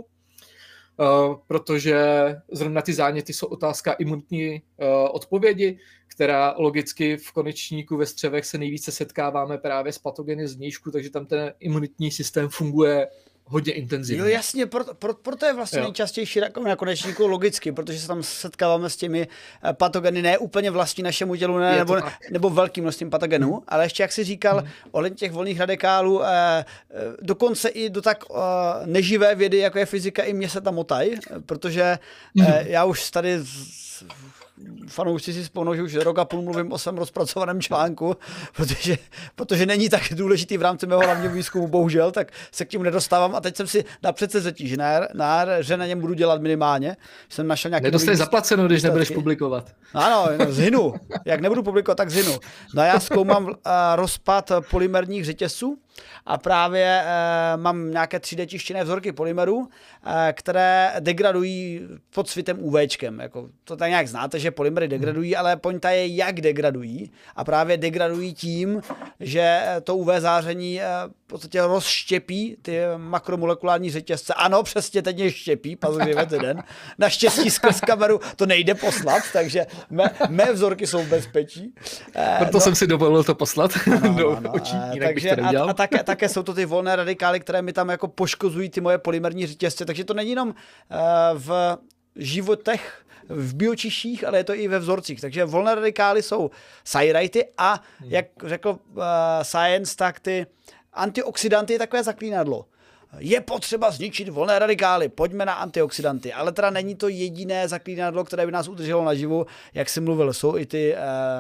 Speaker 2: Protože zrovna ty záněty jsou otázka imunitní odpovědi, která logicky v konečníku ve střevech se nejvíce setkáváme právě s patogeny zvnějšku, takže tam ten imunitní systém funguje hodně intenzivně.
Speaker 1: Jo, jasně, proto je vlastně nejčastější rakovina konečníku logicky, protože se tam setkáváme s těmi patogeny, ne úplně vlastní našemu tělu, nebo velkým množstvím patogenů, ale ještě, jak jsi říkal, ohledně těch volných radikálů, dokonce i do tak neživé vědy, jako je fyzika, i mě se tam motají, protože já už tady fanoušci si vzpomnou, že už rok a půl mluvím o svém rozpracovaném článku, protože není tak důležitý v rámci mého hlavního výzkumu, bohužel, tak se k tím nedostávám a teď jsem si na předsevzetí, že na něm budu dělat minimálně. Jsem našel nějaký
Speaker 2: nedostaneš zaplaceno, když nebudeš publikovat.
Speaker 1: Ano, zhynu. Jak nebudu publikovat, tak zhynu. No a já zkoumám rozpad polymerních řetězců a právě mám nějaké 3D tištěné vzorky polymerů, které degradují pod svitem UVčkem. Jako, to tak nějak znáte, že polymery degradují, ale pointa je, jak degradují. A právě degradují tím, že to UV záření v podstatě rozštěpí ty makromolekulární řetězce. Ano, přesně teď mě štěpí, pazlivý den. Naštěstí skrz kameru to nejde poslat, takže mé vzorky jsou v bezpečí.
Speaker 2: Proto jsem si dovolil to poslat do očí, jinak bych to neudělal.
Speaker 1: A také jsou to ty volné radikály, které mi tam jako poškozují ty moje polymerní řetězce, takže to není jenom v životech, v biočiších, ale je to i ve vzorcích. Takže volné radikály jsou sajrajty a jak řekl Science, tak ty antioxidanty je takové zaklínadlo. Je potřeba zničit volné radikály, pojďme na antioxidanty, ale teda není to jediné zaklínadlo, které by nás udrželo naživu, jak jsi mluvil, jsou i ty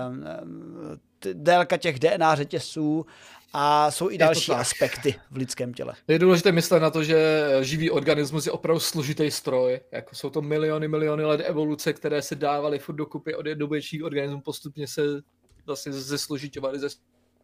Speaker 1: délka těch DNA řetězců a jsou i další aspekty v lidském těle.
Speaker 2: Je důležité myslet na to, že živý organismus je opravdu složitý stroj. Jako jsou to miliony let evoluce, které se dávaly furt dokupy od jednobějších organismů, postupně se vlastně zesložiťovaly ze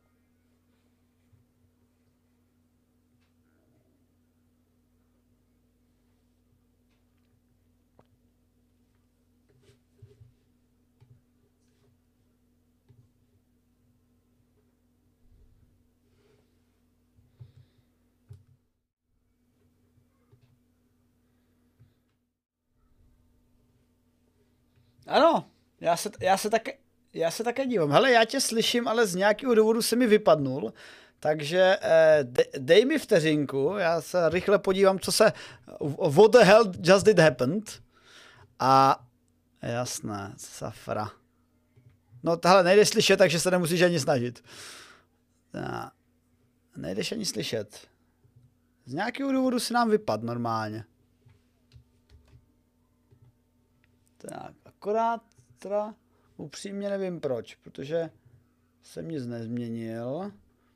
Speaker 1: Ano, já se také dívám. Hele, já tě slyším, ale z nějakého důvodu se mi vypadnul, takže dej mi vteřinku, já se rychle podívám, what the hell just did happened. A jasné, safra. No tahle nejdeš slyšet, takže se nemusíš ani snažit. Nejdeš ani slyšet. Z nějakého důvodu si nám vypad normálně. Tak, akorát teda upřímně nevím proč, protože jsem nic nezměnil.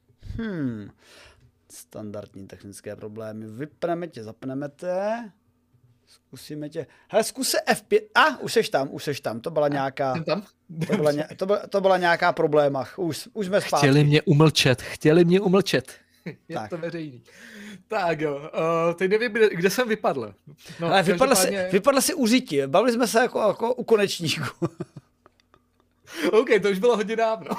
Speaker 1: Standardní technické problémy. Vypneme tě, zapneme tě. Zkusíme tě. Hele, zkus se F5. Už seš tam. To byla nějaká... To byla nějaká probléma. Už jsme zpátky.
Speaker 2: Chtěli mě umlčet. Je to veřejný. Tak jo, teď nevím, kde jsem vypadl.
Speaker 1: No, ale vypadl si u řiti, bavili jsme se jako u konečníku.
Speaker 2: OK, to už bylo hodně dávno.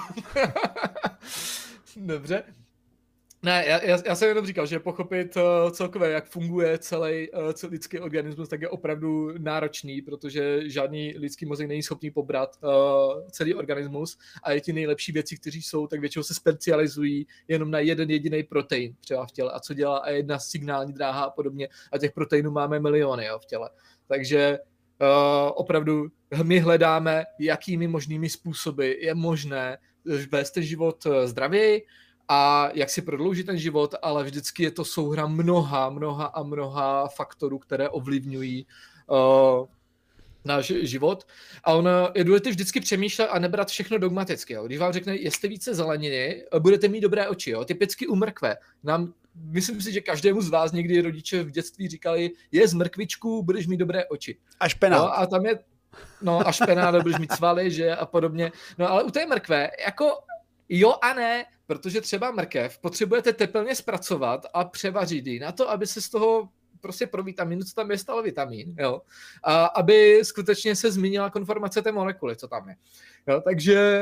Speaker 2: Dobře. Ne, já jsem jenom říkal, že pochopit celkově, jak funguje celý lidský organismus, tak je opravdu náročný, protože žádný lidský mozek není schopný pobrat celý organismus a i ti nejlepší věci, kteří jsou, tak většinou se specializují jenom na jeden jediný protein třeba v těle a co dělá a jedna signální dráha a podobně a těch proteinů máme miliony v těle. Takže opravdu my hledáme, jakými možnými způsoby je možné vést ten život zdravěji a jak si prodloužit ten život, ale vždycky je to souhra mnoha faktorů, které ovlivňují náš život. A on je důležité vždycky přemýšlet a nebrat všechno dogmaticky. Jo. Když vám řekne, jestli více zeleniny, budete mít dobré oči. Jo. Typicky u mrkve. Myslím si, že každému z vás někdy rodiče v dětství říkali, je z mrkvičku, budeš mít dobré oči.
Speaker 1: A špenát.
Speaker 2: No, a tam je, a špenát, budeš mít svaly, že a podobně. No ale u té mrkve, jako jo a ne, protože třeba mrkev potřebujete tepelně zpracovat a převařit ji na to, aby se z toho prostě pro vitamínu, co tam je, stalo vitamin, jo. A aby skutečně se změnila konformace té molekuly, co tam je. Jo, takže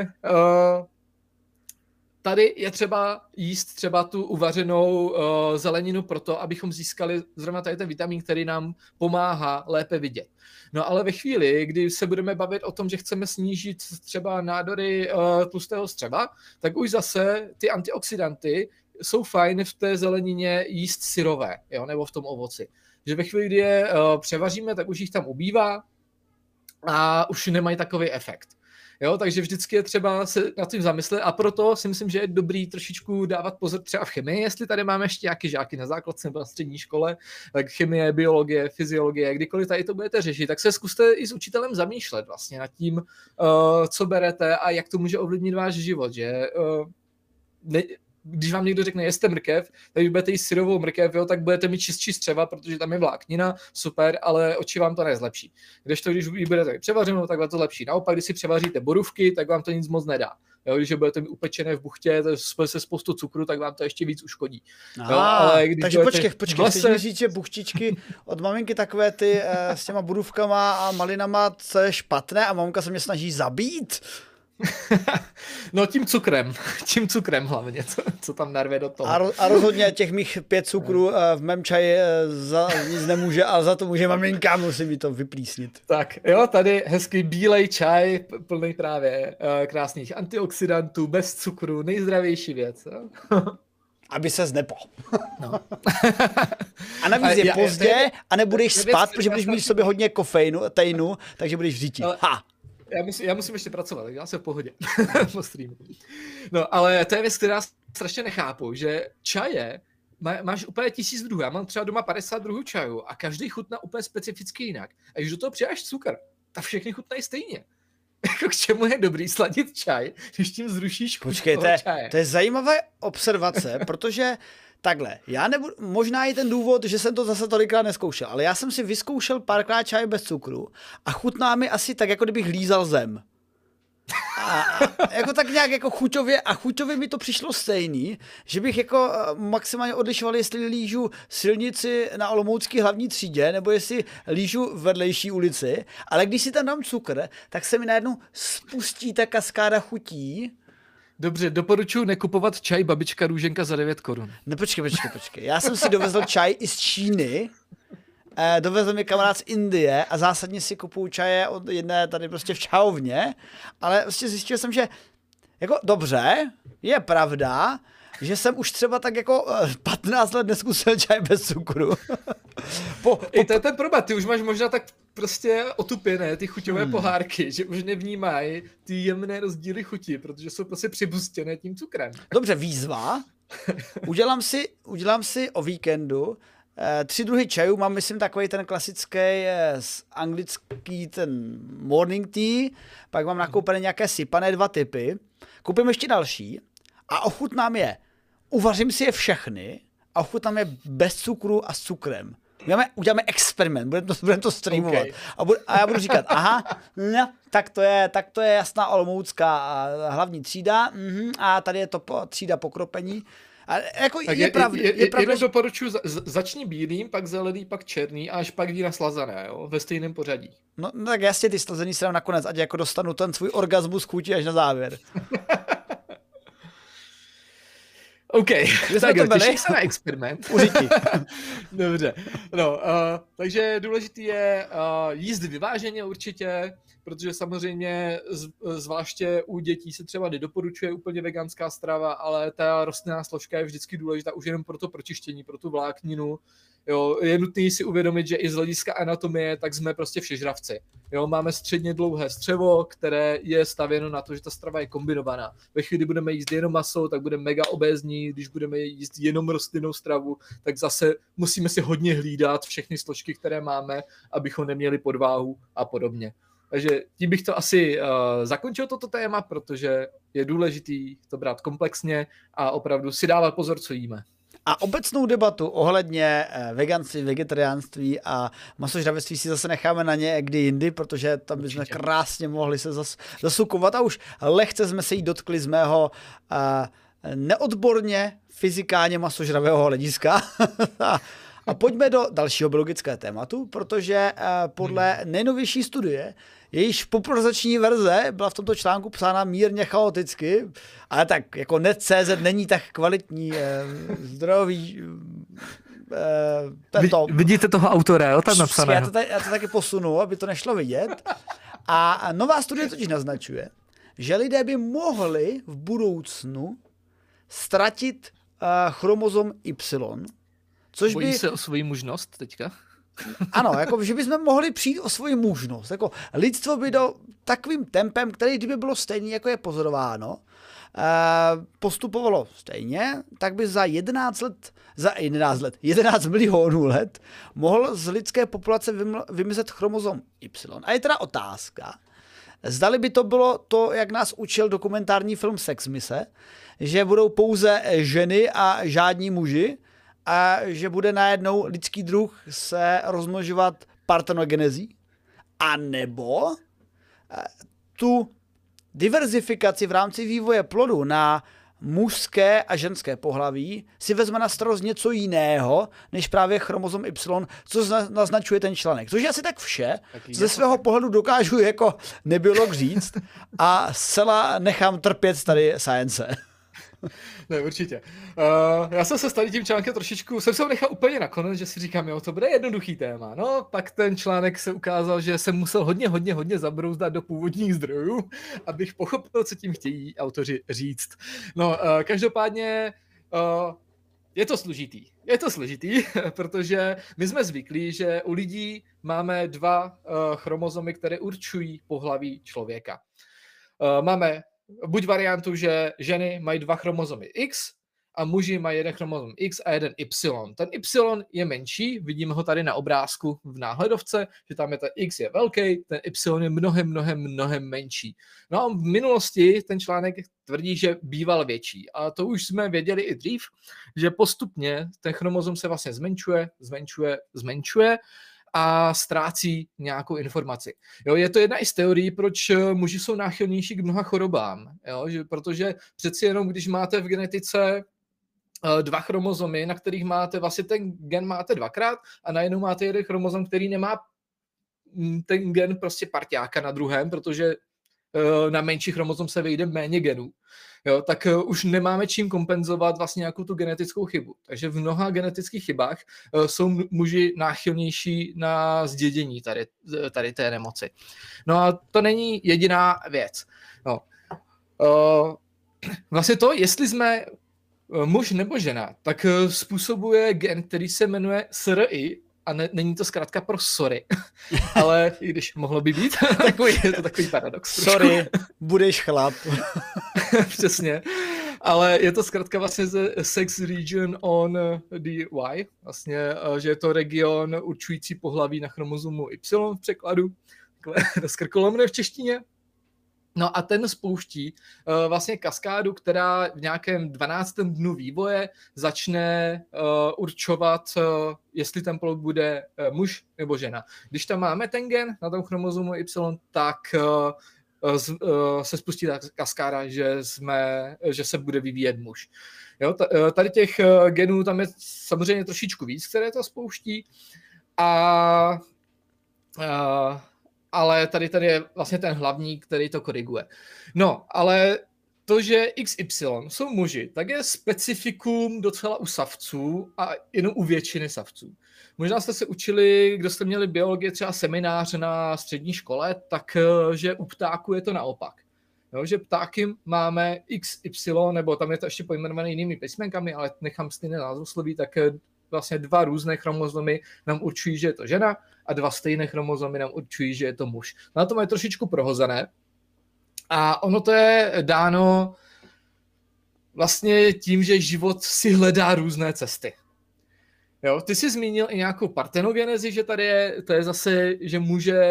Speaker 2: tady je třeba jíst třeba tu uvařenou zeleninu proto, abychom získali zrovna tady ten vitamin, který nám pomáhá lépe vidět. No ale ve chvíli, kdy se budeme bavit o tom, že chceme snížit třeba nádory tlustého střeva, tak už zase ty antioxidanty jsou fajn v té zelenině jíst syrové, jo, nebo v tom ovoci. Že ve chvíli, kdy je převaříme, tak už jich tam ubývá a už nemají takový efekt. Jo, takže vždycky je třeba se nad tím zamyslet a proto si myslím, že je dobrý trošičku dávat pozor třeba v chemii, jestli tady máme ještě nějaké žáky na základce nebo na střední škole, tak chemie, biologie, fyziologie, kdykoliv tady to budete řešit, tak se zkuste i s učitelem zamýšlet vlastně nad tím, co berete a jak to může ovlivnit váš život, že když vám někdo řekne, jeste mrkev, tak když budete jíst syrovou mrkev, jo, tak budete mít čistší střeva, protože tam je vláknina, super, ale oči vám to nezlepší. Kdežto, když ji budete převařenou, tak vám to lepší. Naopak, když si převaříte borůvky, tak vám to nic moc nedá. Jo, když je budete mít upečené v buchtě, se spoustu cukru, tak vám to ještě víc uškodí. Jo, ale když
Speaker 1: takže počkej, chceš mi říct, že buchtičky od maminky takové ty s těma borůvkama a malinama, co je špatné a mamka se mě snaží zabít?
Speaker 2: No tím cukrem hlavně, co tam narve do toho.
Speaker 1: A rozhodně těch mých 5 cukrů v mém čaji za nic nemůže, ale za to může maminka, musí mi to vyplísnit.
Speaker 2: Tak jo, tady hezký bílej čaj, plný právě krásných antioxidantů, bez cukru, nejzdravější věc. Jo?
Speaker 1: Aby se znepo. No. A navíc je pozdě a nebudeš spát, protože budeš mít v sobě hodně kofeinu, tejnu, takže budeš v řítí. Ha!
Speaker 2: Já musím ještě pracovat, tak já jsem v pohodě po streamu. No, ale to je věc, která strašně nechápu, že čaje máš úplně 1000 druhů. Já mám třeba doma 50 druhů čajů a každý chutná úplně specificky jinak. A když do toho přidáš cukr, tak všechny chutnají stejně. Jako k čemu je dobrý sladit čaj, když tím zrušíš chuť toho čaje?
Speaker 1: To je zajímavá observace, protože takhle, já nebudu, možná je ten důvod, že jsem to zase tolikrát neskoušel, ale já jsem si vyzkoušel párkrát čaj bez cukru a chutná mi asi tak, jako kdybych lízal zem. A jako tak nějak jako chuťově mi to přišlo stejný, že bych jako maximálně odlišoval, jestli lížu silnici na Olomoucké hlavní třídě, nebo jestli lížu vedlejší ulici, ale když si tam dám cukr, tak se mi najednou spustí ta kaskáda chutí.
Speaker 2: Dobře, doporučuji nekupovat čaj babička Růženka za 9 korun.
Speaker 1: Ne, počkej. Já jsem si dovezl čaj i z Číny, dovezl mi kamarád z Indie a zásadně si kupuju čaje od jedné tady prostě v čajovně, ale prostě zjistil jsem, že jako dobře, je pravda, že jsem už třeba tak jako 15 let neskusil čaj bez cukru.
Speaker 2: I to je ten problém, ty už máš možná tak prostě otupěné ty chuťové pohárky, že už nevnímají ty jemné rozdíly chuti, protože jsou prostě přibustěné tím cukrem.
Speaker 1: Dobře, výzva. Udělám si o víkendu 3 druhy čajů, mám myslím takový ten klasický anglický ten morning tea, pak mám nakoupené nějaké sypané 2 typy, koupím ještě další a ochutnám je. Uvařím si je všechny a ochutnám je bez cukru a s cukrem. Uděláme experiment, budeme to streamovat. Okay. A já budu říkat, aha, no, tak to je jasná olomoucká hlavní třída, a tady je to třída pokropení. A jako je pravda,
Speaker 2: že doporučuji, začni bílým, pak zelený, pak černý a až pak vína slazené, jo, ve stejném pořadí.
Speaker 1: No tak jasně, ty slazený se dám nakonec, ať jako dostanu ten svůj orgasmus chutí až na závěr.
Speaker 2: OK, tak těším se na experiment.
Speaker 1: Užití.
Speaker 2: Dobře, no, takže důležitý je jíst vyváženě určitě, protože samozřejmě zvláště u dětí se třeba nedoporučuje úplně veganská strava, ale ta rostlinná složka je vždycky důležitá už jenom pro to pročištění, pro tu vlákninu, Jo, je nutné si uvědomit, že i z hlediska anatomie, tak jsme prostě všežravci. Jo, máme středně dlouhé střevo, které je stavěno na to, že ta strava je kombinovaná. Ve chvíli, kdy budeme jíst jenom maso, tak budeme mega obézní, když budeme jíst jenom rostlinnou stravu, tak zase musíme si hodně hlídat všechny složky, které máme, abychom neměli podváhu a podobně. Takže tím bych to asi zakončil toto téma, protože je důležitý to brát komplexně a opravdu si dávat pozor, co jíme.
Speaker 1: A obecnou debatu ohledně veganství, vegetariánství a masožravectví si zase necháme na někdy jindy, protože tam bychom krásně mohli se zasukovat a už lehce jsme se jí dotkli z mého neodborně fyzikálně masožravého hlediska. A pojďme do dalšího biologického tématu, protože podle nejnovější studie, jejíž popularizační verze byla v tomto článku psána mírně chaoticky, ale tak jako net.cz není tak kvalitní zdrojový tento...
Speaker 2: Vidíte toho autora, jo, tam napsaného.
Speaker 1: Já to taky posunu, aby to nešlo vidět. A nová studie totiž naznačuje, že lidé by mohli v budoucnu ztratit chromozom Y, což
Speaker 2: Bojí
Speaker 1: by...
Speaker 2: se o svoji mužnost teďka?
Speaker 1: Ano, jako, že bychom mohli přijít o svoji mužnost. Jako, lidstvo by do takovým tempem, který kdyby bylo stejný, jako je pozorováno, postupovalo stejně, tak by za 11 milionů let mohl z lidské populace vymizet chromozom Y. A je teda otázka, zdali by to bylo to, jak nás učil dokumentární film Sex Mise, že budou pouze ženy a žádní muži, a že bude najednou lidský druh se rozmnožovat partenogenezí, a nebo tu diverzifikaci v rámci vývoje plodu na mužské a ženské pohlaví si vezme na starost něco jiného, než právě chromozom Y, co naznačuje ten článek. Což je asi tak vše, co ze svého pohledu dokážu jako nebiolog říct a zcela nechám trpět tady science.
Speaker 2: Ne, určitě. Já jsem se tady tím článkem trošičku, jsem se ho nechal úplně nakonec, že si říkám, jo, to bude jednoduchý téma. No, pak ten článek se ukázal, že jsem musel hodně zabrouzdat do původních zdrojů, abych pochopil, co tím chtějí autoři říct. No, každopádně je to složitý, protože my jsme zvyklí, že u lidí máme 2 chromozomy, které určují pohlaví člověka. Máme buď variantu, že ženy mají 2 chromozomy X a muži mají 1 chromozom X a 1 Y. Ten Y je menší, vidíme ho tady na obrázku v náhledovce, že tam je ten X je velký, ten Y je mnohem menší. No a v minulosti ten článek tvrdí, že býval větší. A to už jsme věděli i dřív, že postupně ten chromozom se vlastně zmenšuje a ztrácí nějakou informaci. Jo, je to jedna i z teorií, proč muži jsou náchylnější k mnoha chorobám. Jo, protože přeci jenom, když máte v genetice 2 chromozomy, na kterých máte, vlastně ten gen máte 2krát a najednou máte 1 chromozom, který nemá ten gen prostě parťáka na druhém, protože na menší chromozom se vejde méně genů. Jo, tak už nemáme čím kompenzovat vlastně nějakou tu genetickou chybu. Takže v mnoha genetických chybách jsou muži náchylnější na zdědění tady té nemoci. No a to není jediná věc. No. Vlastně to, jestli jsme muž nebo žena, tak způsobuje gen, který se jmenuje SRI, a není to zkrátka pro sorry, ale i když mohlo by být, je to takový paradox.
Speaker 1: Sorry, budeš chlap.
Speaker 2: Přesně, ale je to zkrátka vlastně ze Sex Region on the Y, vlastně, že je to region určující pohlaví na chromozomu Y v překladu, takhle skrkolomné v češtině. No a ten spouští vlastně kaskádu, která v nějakém 12. dnu vývoje začne určovat, jestli ten plod bude muž nebo žena. Když tam máme ten gen na tom chromozomu Y, tak se spustí ta kaskáda, že se bude vyvíjet muž. Jo, tady těch genů tam je samozřejmě trošičku víc, které to spouští, ale tady je vlastně ten hlavní, který to koriguje. No, ale to, že XY jsou muži, tak je specifikum docela u savců a jenom u většiny savců. Možná jste se učili, kdo jste měli biologie, třeba seminář na střední škole, tak že u ptáků je to naopak. Jo, že ptáky máme XY, nebo tam je to ještě pojmenované jinými písmenkami, ale nechám stejné názvosloví, tak vlastně 2 různé chromozomy nám určují, že je to žena a 2 stejné chromozomy nám určují, že je to muž. Na to je trošičku prohozené a ono to je dáno vlastně tím, že život si hledá různé cesty. Jo, ty jsi zmínil i nějakou partenogenezi, že tady je, to je zase, že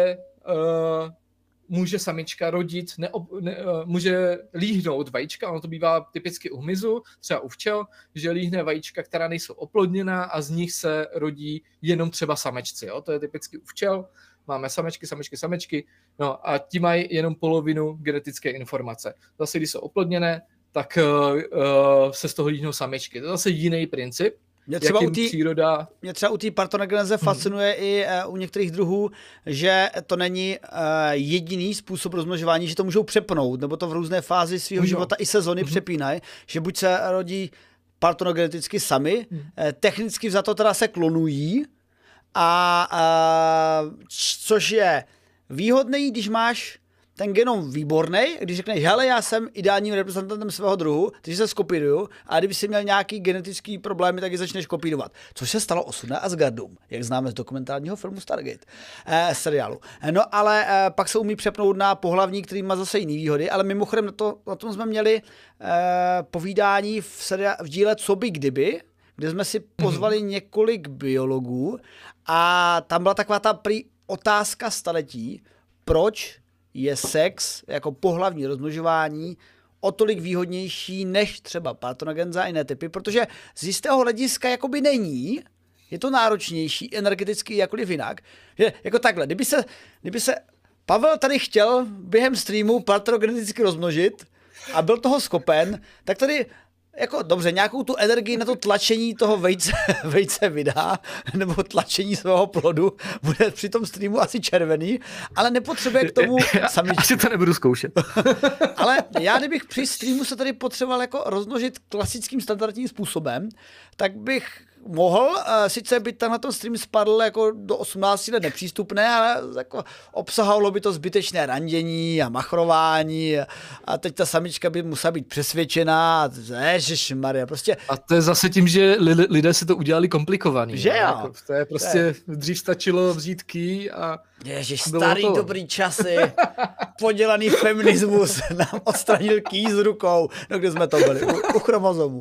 Speaker 2: může samička rodit, může líhnout vajíčka, ono to bývá typicky u hmyzu, třeba u včel, že líhne vajíčka, která nejsou oplodněná a z nich se rodí jenom třeba samečci. Jo? To je typicky u včel, máme samečky, no a ti mají jenom polovinu genetické informace. Zase, když jsou oplodněné, tak se z toho líhnou samičky. To je zase jiný princip.
Speaker 1: Mě třeba u té partenogeneze fascinuje i u některých druhů, že to není jediný způsob rozmnožování, že to můžou přepnout, nebo to v různé fázi svého života i sezony přepínají, že buď se rodí partenogeneticky sami, technicky vzato teda se klonují, což je výhodný, když máš ten genom výborný, když řekneš, hele, já jsem ideálním reprezentantem svého druhu, takže se skopíruju, a kdyby si měl nějaký genetický problémy, tak je začneš kopírovat. Což se stalo osudné Asgardům, jak známe z dokumentárního filmu Stargate, seriálu. No ale pak se umí přepnout na pohlavní, který má zase jiný výhody, ale mimochodem na tom jsme měli povídání v díle Co by kdyby, kde jsme si pozvali několik biologů a tam byla taková ta otázka staletí, proč je sex jako pohlavní rozmnožování o tolik výhodnější než třeba partenogeneza a jiné typy, protože z jistého hlediska jakoby není, je to náročnější energeticky jakkoliv jinak. Že, jako takhle, kdyby se Pavel tady chtěl během streamu parthenogeneticky rozmnožit a byl toho schopen, tak tady jako dobře, nějakou tu energii na to tlačení toho vejce vydá, nebo tlačení svého plodu, bude při tom streamu asi červený, ale nepotřebuje k tomu samičku.
Speaker 2: Asi to nebudu zkoušet.
Speaker 1: Ale já, kdybych při streamu se tady potřeboval jako rozmnožit klasickým standardním způsobem, tak bych mohl, sice by tam na tom stream spadl jako do 18 let nepřístupné, ale jako obsahovalo by to zbytečné randění a machrování a teď ta samička by musela být přesvědčená. Ježišmarja, prostě.
Speaker 2: A to je zase tím, že lidé si to udělali komplikovaný.
Speaker 1: Že jo?
Speaker 2: Jako, to je prostě, dřív stačilo vzít ký a
Speaker 1: Ježiš, starý to. Dobrý časy, podělaný feminismus nám odstranil ký z rukou. No kde jsme to byli? U chromozomu.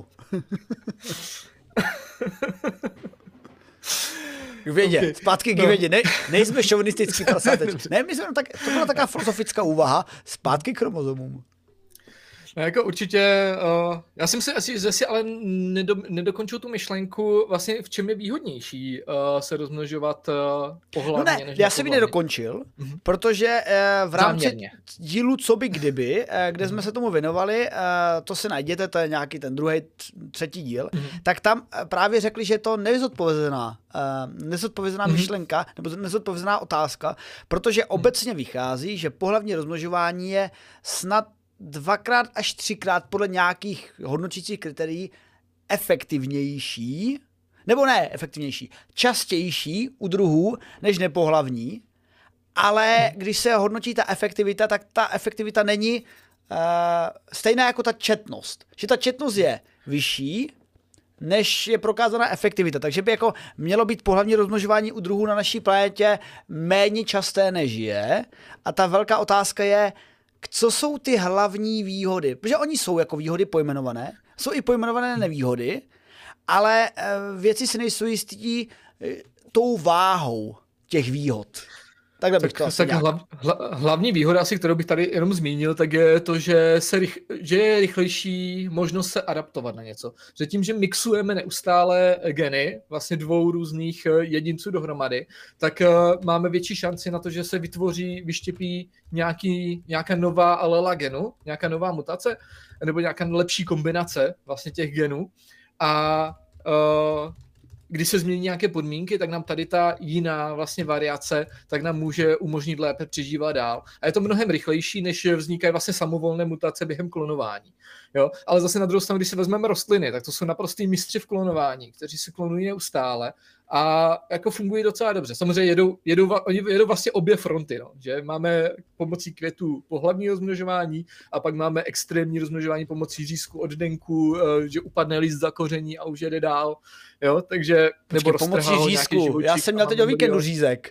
Speaker 1: K vědě, okay. Zpátky k vědě, nejsme šovinistický prasáteč. Ne, my jsme to byla taková filozofická úvaha, zpátky k chromozomům.
Speaker 2: No, jako určitě, já jsem si asi ale nedokončil tu myšlenku, vlastně v čem je výhodnější se rozmnožovat pohlavně.
Speaker 1: No ne, já jsem ji nedokončil, protože v rámci dílu Co by kdyby, kde jsme se tomu věnovali, to si najděte, to je nějaký ten druhý, třetí díl, tak tam právě řekli, že je to nezodpovězená myšlenka, nebo nezodpovězená otázka, protože obecně vychází, že pohlavní rozmnožování je snad 2x až 3x podle nějakých hodnotících kritérií efektivnější, nebo ne efektivnější, častější u druhů než nepohlavní, ale když se hodnotí ta efektivita, tak ta efektivita není stejná jako ta četnost. Že ta četnost je vyšší, než je prokázaná efektivita. Takže by jako mělo být pohlavní rozmnožování u druhů na naší planetě méně časté než je. A ta velká otázka je, co jsou ty hlavní výhody? Protože oni jsou jako výhody pojmenované, jsou i pojmenované nevýhody, ale věci si nejsou jistí tou váhou těch výhod. Takhle bych to asi
Speaker 2: hlavní výhoda, asi, kterou bych tady jenom zmínil, tak je to, že je rychlejší možnost se adaptovat na něco. Že tím, že mixujeme neustále geny, vlastně 2 různých jedinců dohromady, tak máme větší šanci na to, že se vyštěpí nějaká nová alela genu, nějaká nová mutace, nebo nějaká lepší kombinace vlastně těch genů. A když se změní nějaké podmínky, tak nám tady ta jiná vlastně variace, tak nám může umožnit lépe přežívat dál. A je to mnohem rychlejší, než vznikají vlastně samovolné mutace během klonování. Jo? Ale zase na druhou stranu, když si vezmeme rostliny, tak to jsou naprostý mistři v klonování, kteří se klonují neustále a jako fungují docela dobře. Samozřejmě oni jedou vlastně obě fronty, no, že máme pomocí květů pohlavní rozmnožování a pak máme extrémní rozmnožování pomocí řízku od denku, že upadne list za koření a už jede dál, jo, takže
Speaker 1: nebo pomocí řízku, já jsem měl teď o víkendu řízek.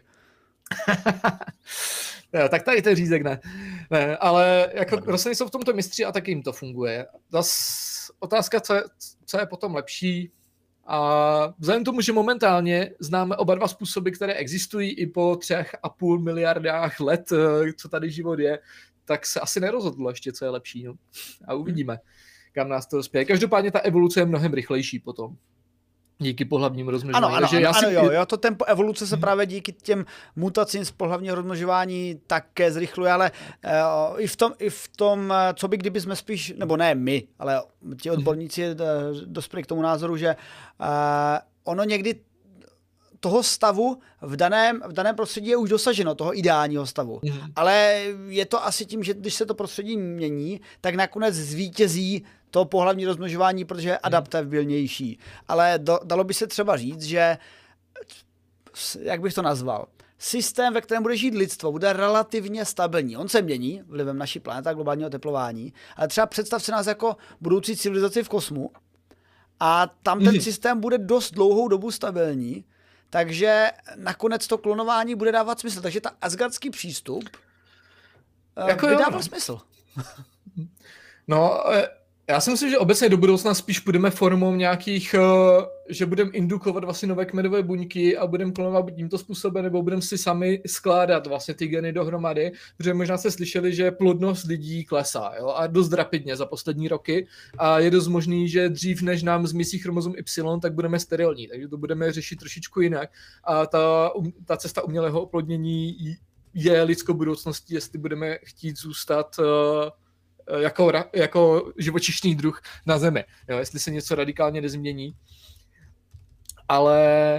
Speaker 2: Jo, tak tady ten řízek ne, ale jako rostliny jsou v tomto mistři a taky jim to funguje. Otázka, co je potom lepší, a vzhledem tomu, že momentálně známe oba dva způsoby, které existují i po 3,5 miliardách let, co tady život je, tak se asi nerozhodlo ještě, co je lepší. No. A uvidíme, kam nás to spěje. Každopádně ta evoluce je mnohem rychlejší potom. Díky pohlavnímu rozmnožování.
Speaker 1: Ano, to tempo evoluce se právě díky těm mutacím z pohlavního rozmnožování také zrychluje, ale i v tom, co by kdyby jsme spíš, nebo ne my, ale ti odborníci dospěli k tomu názoru, že ono někdy toho stavu v daném prostředí je už dosaženo, toho ideálního stavu. Ale je to asi tím, že když se to prostředí mění, tak nakonec zvítězí to pohlavní rozmnožování, protože je adaptabilnější. Ale dalo by se třeba říct, že, jak bych to nazval, systém, ve kterém bude žít lidstvo, bude relativně stabilní. On se mění vlivem naší planety a globálního oteplování, ale třeba představ si nás jako budoucí civilizaci v kosmu a tam ten systém bude dost dlouhou dobu stabilní, takže nakonec to klonování bude dávat smysl. Takže ta asgardský přístup by dával smysl.
Speaker 2: No, já si myslím, že obecně do budoucna spíš půjdeme formou nějakých, že budeme indukovat vlastně nové kmenové buňky a budeme klonovat tímto způsobem, nebo budeme si sami skládat vlastně ty geny dohromady, protože možná jste slyšeli, že plodnost lidí klesá, jo, a dost rapidně za poslední roky a je dost možný, že dřív, než nám zmizí chromozom Y, tak budeme sterilní, takže to budeme řešit trošičku jinak a ta cesta umělého oplodnění je lidskou budoucností, jestli budeme chtít zůstat jako živočišný druh na Zemi, jo, jestli se něco radikálně nezmění. Ale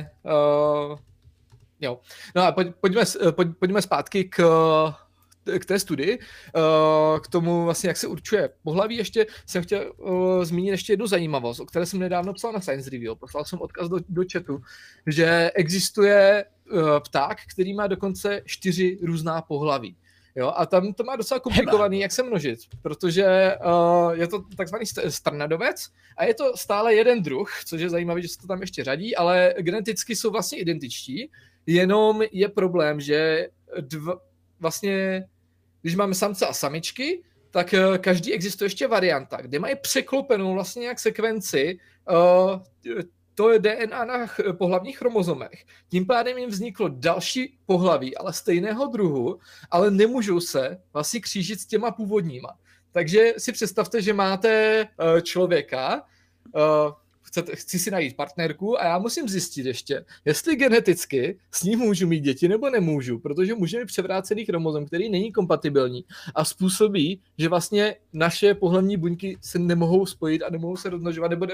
Speaker 2: jo. No a pojďme zpátky k té studii, k tomu vlastně, jak se určuje pohlaví. Ještě jsem chtěl zmínit ještě jednu zajímavost, o které jsem nedávno psal na Science Review. Poslal jsem odkaz do chatu, že existuje pták, který má dokonce 4 různá pohlaví. Jo, a tam to má docela komplikovaný, jak se množit, protože je to takzvaný strnadovec a je to stále jeden druh, což je zajímavé, že se to tam ještě řadí, ale geneticky jsou vlastně identičtí, jenom je problém, že vlastně, když máme samce a samičky, tak každý existuje ještě varianta, kde mají překlopenou vlastně nějak sekvenci to je DNA na pohlavních chromozomech. Tím pádem jim vzniklo další pohlaví, ale stejného druhu, ale nemůžou se vlastně křížit s těma původníma. Takže si představte, že máte člověka, chci si najít partnerku a já musím zjistit ještě, jestli geneticky s ním můžu mít děti nebo nemůžu, protože může mít převrácený chromozom, který není kompatibilní a způsobí, že vlastně naše pohlavní buňky se nemohou spojit a nemohou se rozmnožovat nebo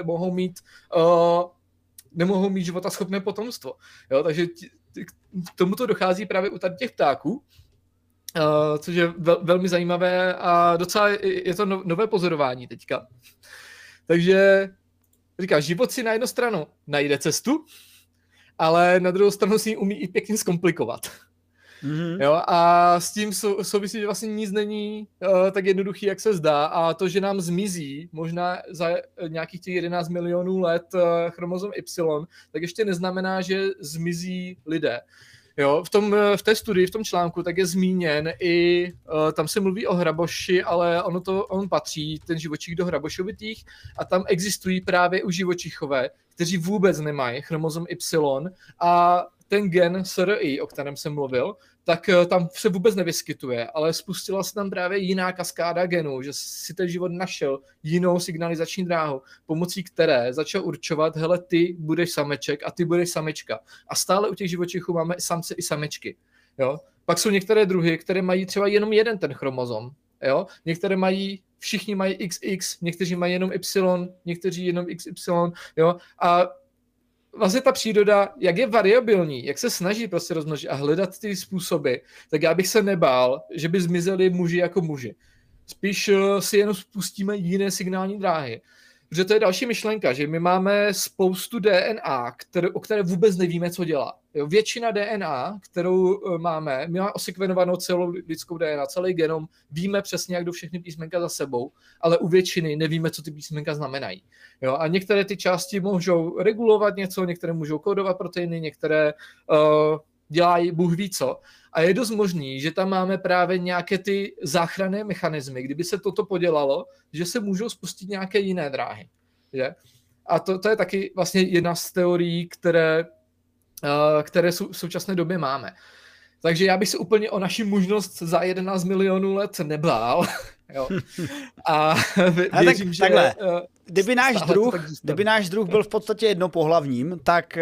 Speaker 2: nemohou mít životaschopné potomstvo. Jo, takže k tomuto dochází právě u tady těch ptáků, což je velmi zajímavé a docela je to nové pozorování teďka. Takže říká, život si na jednu stranu najde cestu, ale na druhou stranu si ji umí i pěkně zkomplikovat. Mm-hmm. Jo, a s tím souvisí, že vlastně nic není tak jednoduchý, jak se zdá, a to, že nám zmizí možná za nějakých těch 11 milionů let chromozom Y, tak ještě neznamená, že zmizí lidé. Jo, v té studii, v tom článku, tak je zmíněn i, tam se mluví o hraboši, ale on patří, ten živočich, do hrabošovitých a tam existují právě už živočichové, kteří vůbec nemají chromozom Y a ten gen SRI, o kterém jsem mluvil, tak tam se vůbec nevyskytuje, ale spustila se tam právě jiná kaskáda genů, že si ten život našel jinou signalizační dráhu, pomocí které začal určovat, hele, ty budeš sameček a ty budeš samička. A stále u těch živočichů máme samce i samečky. Jo? Pak jsou některé druhy, které mají třeba jenom jeden ten chromozom. Jo? Některé všichni mají XX, někteří mají jenom Y, někteří jenom XY. Jo? A vlastně ta příroda, jak je variabilní, jak se snaží prostě rozmnožit a hledat ty způsoby, tak já bych se nebál, že by zmizeli muži jako muži. Spíš si jenom spustíme jiné signální dráhy. Protože to je další myšlenka, že my máme spoustu DNA, o které vůbec nevíme, co dělá. Jo, většina DNA, kterou máme, my máme osekvenovanou celou lidskou DNA, celý genom, víme přesně, jak jdou všechny písmenka za sebou, ale u většiny nevíme, co ty písmenka znamenají. Jo, a některé ty části můžou regulovat něco, některé můžou kódovat proteiny, některé dělají Bůh ví co. A je dost možný, že tam máme právě nějaké ty záchranné mechanismy, kdyby se toto podělalo, že se můžou spustit nějaké jiné dráhy. Že? A to je taky vlastně jedna z teorií, které v současné době máme. Takže já bych se úplně o naši možnost za 11 milionů let nebál. Jo. A věřím, že...
Speaker 1: Takhle. Kdyby náš druh byl v podstatě jednopohlavním, tak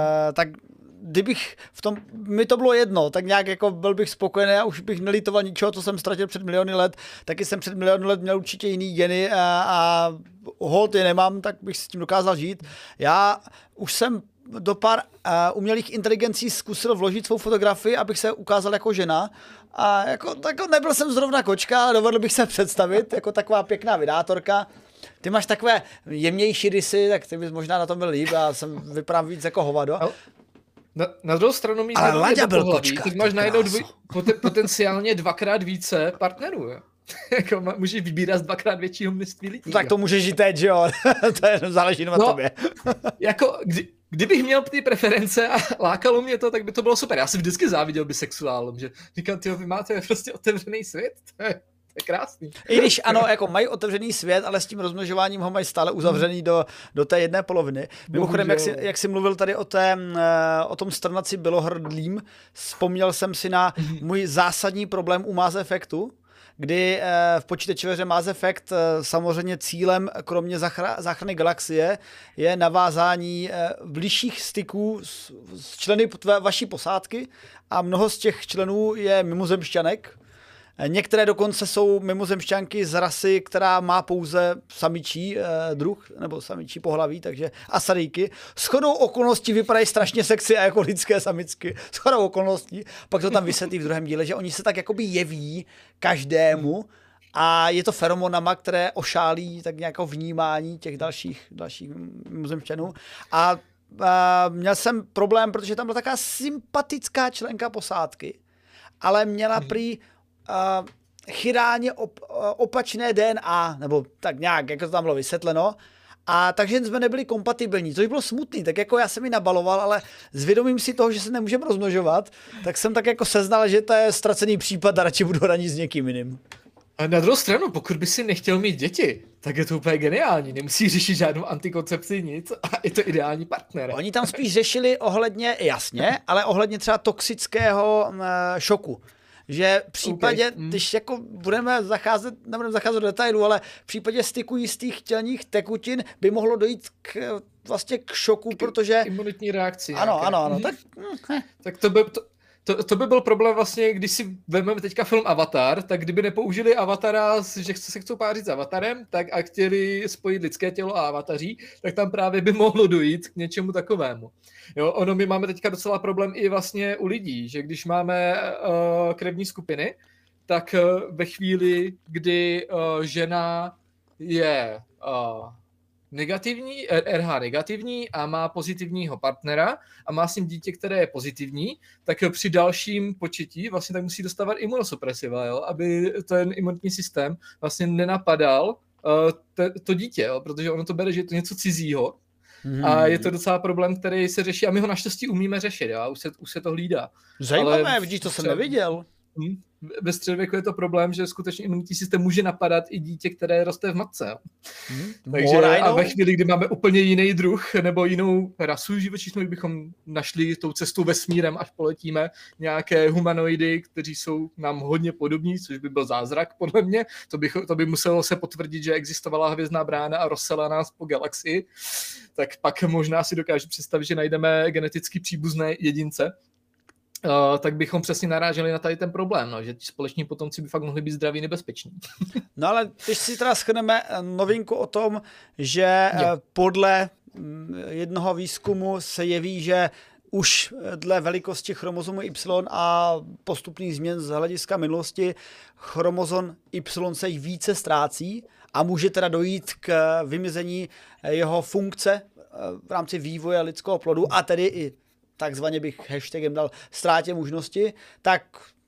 Speaker 1: kdybych v tom, mi to bylo jedno, tak nějak jako byl bych spokojený a už bych nelitoval ničeho, co jsem ztratil před miliony let, taky jsem před miliony let měl určitě jiný geny a holt je nemám, tak bych s tím dokázal žít. Já už jsem do pár umělých inteligencí zkusil vložit svou fotografii, abych se ukázal jako žena a jako nebyl jsem zrovna kočka, ale dovedl bych se představit jako taková pěkná vydátorka. Ty máš takové jemnější rysy, tak ty bys možná na tom byl líp, já jsem vypadám víc jako hovado.
Speaker 2: Na druhou stranu mít pohlaví, tak máš najednou potenciálně dvakrát více partnerů. Jo? Jako můžeš vybírat z dvakrát většího množství lidí.
Speaker 1: Tak to můžeš žít teď, jo. To je záleží na tobě.
Speaker 2: Jako, kdybych měl ty preference a lákalo mě to, tak by to bylo super. Já si vždycky záviděl bisexuálům, že říkám, tyjo, vy máte prostě otevřený svět. To je krásný.
Speaker 1: I když ano, jako mají otevřený svět, ale s tím rozmnožováním ho mají stále uzavřený do té jedné poloviny. Mimochodem, jak jsi mluvil tady o tom strnaci bělohrdlím, vzpomněl jsem si na můj zásadní problém u Mass Effectu, kdy v počítačové hře Mass Effect samozřejmě cílem, kromě záchrany galaxie, je navázání bližších styků s členy vaší posádky a mnoho z těch členů je mimozemšťanek. Některé dokonce jsou mimozemšťanky z rasy, která má pouze samičí druh, nebo samičí pohlaví, takže asaríky. Shodou okolností vypadají strašně sexy a jako lidské samičky. Shodou okolností. Pak to tam vysvětlí v druhém díle, že oni se tak jakoby jeví každému a je to feromonama, které ošálí tak nějakou vnímání těch dalších mimozemšťanů. A měl jsem problém, protože tam byla taková sympatická členka posádky, ale měla prý chirálně opačné DNA, nebo tak nějak, jak to tam bylo vysvětleno. A takže jsme nebyli kompatibilní, což bylo smutný, tak jako já jsem ji nabaloval, ale s vědomím si toho, že se nemůžeme rozmnožovat, tak jsem tak jako seznal, že to je ztracený případ a radši budu hranit s někým jiným.
Speaker 2: A na druhou stranu, pokud by si nechtěl mít děti, tak je to úplně geniální. Nemusí řešit žádnou antikoncepci, nic a je to ideální partner.
Speaker 1: Oni tam spíš řešili ohledně, jasně, ale ohledně třeba toxického šoku. Že v případě, když jako nebudeme zacházet do detailů, ale v případě styku jistých tělních tekutin by mohlo dojít k šoku, protože...
Speaker 2: Imunitní reakci.
Speaker 1: Ano.
Speaker 2: Tak to by byl problém vlastně, když si vezmeme teďka film Avatar, tak kdyby nepoužili Avatara, že se chcou pářit s Avatarem, tak a chtěli spojit lidské tělo a avataří, tak tam právě by mohlo dojít k něčemu takovému. Jo, my máme teďka docela problém i vlastně u lidí, že když máme krevní skupiny, tak ve chvíli, kdy žena je negativní, RH negativní a má pozitivního partnera a má s ním dítě, které je pozitivní, tak při dalším početí vlastně tak musí dostávat imunosupresiva, jo, aby ten imunitní systém vlastně nenapadal to dítě, jo, protože ono to bere, že je to něco cizího. A je to docela problém, který se řeší a my ho naštěstí umíme řešit, jo? Už se to hlídá.
Speaker 1: Zajímavé, vidíš, to jsem neviděl.
Speaker 2: Ve středověku je to problém, že skutečně imunitní systém může napadat i dítě, které roste v matce. Jo? Takže a ve chvíli, kdy máme úplně jiný druh nebo jinou rasu živočišnou, bychom našli tou cestou vesmírem, až poletíme nějaké humanoidy, kteří jsou nám hodně podobní, což by byl zázrak podle mě. To by muselo se potvrdit, že existovala hvězdná brána a rozsela nás po galaxii. Tak pak možná si dokážu představit, že najdeme geneticky příbuzné jedince. Tak bychom přesně naráželi na tady ten problém, no, že ti společní potomci by fakt mohli být zdraví nebezpeční.
Speaker 1: No ale když si teda shrneme novinku o tom, že podle jednoho výzkumu se jeví, že už dle velikosti chromozomu Y a postupných změn z hlediska minulosti chromozom Y se více ztrácí a může teda dojít k vymizení jeho funkce v rámci vývoje lidského plodu a tedy i takzvaně bych hashtagem dal ztrátě možnosti, tak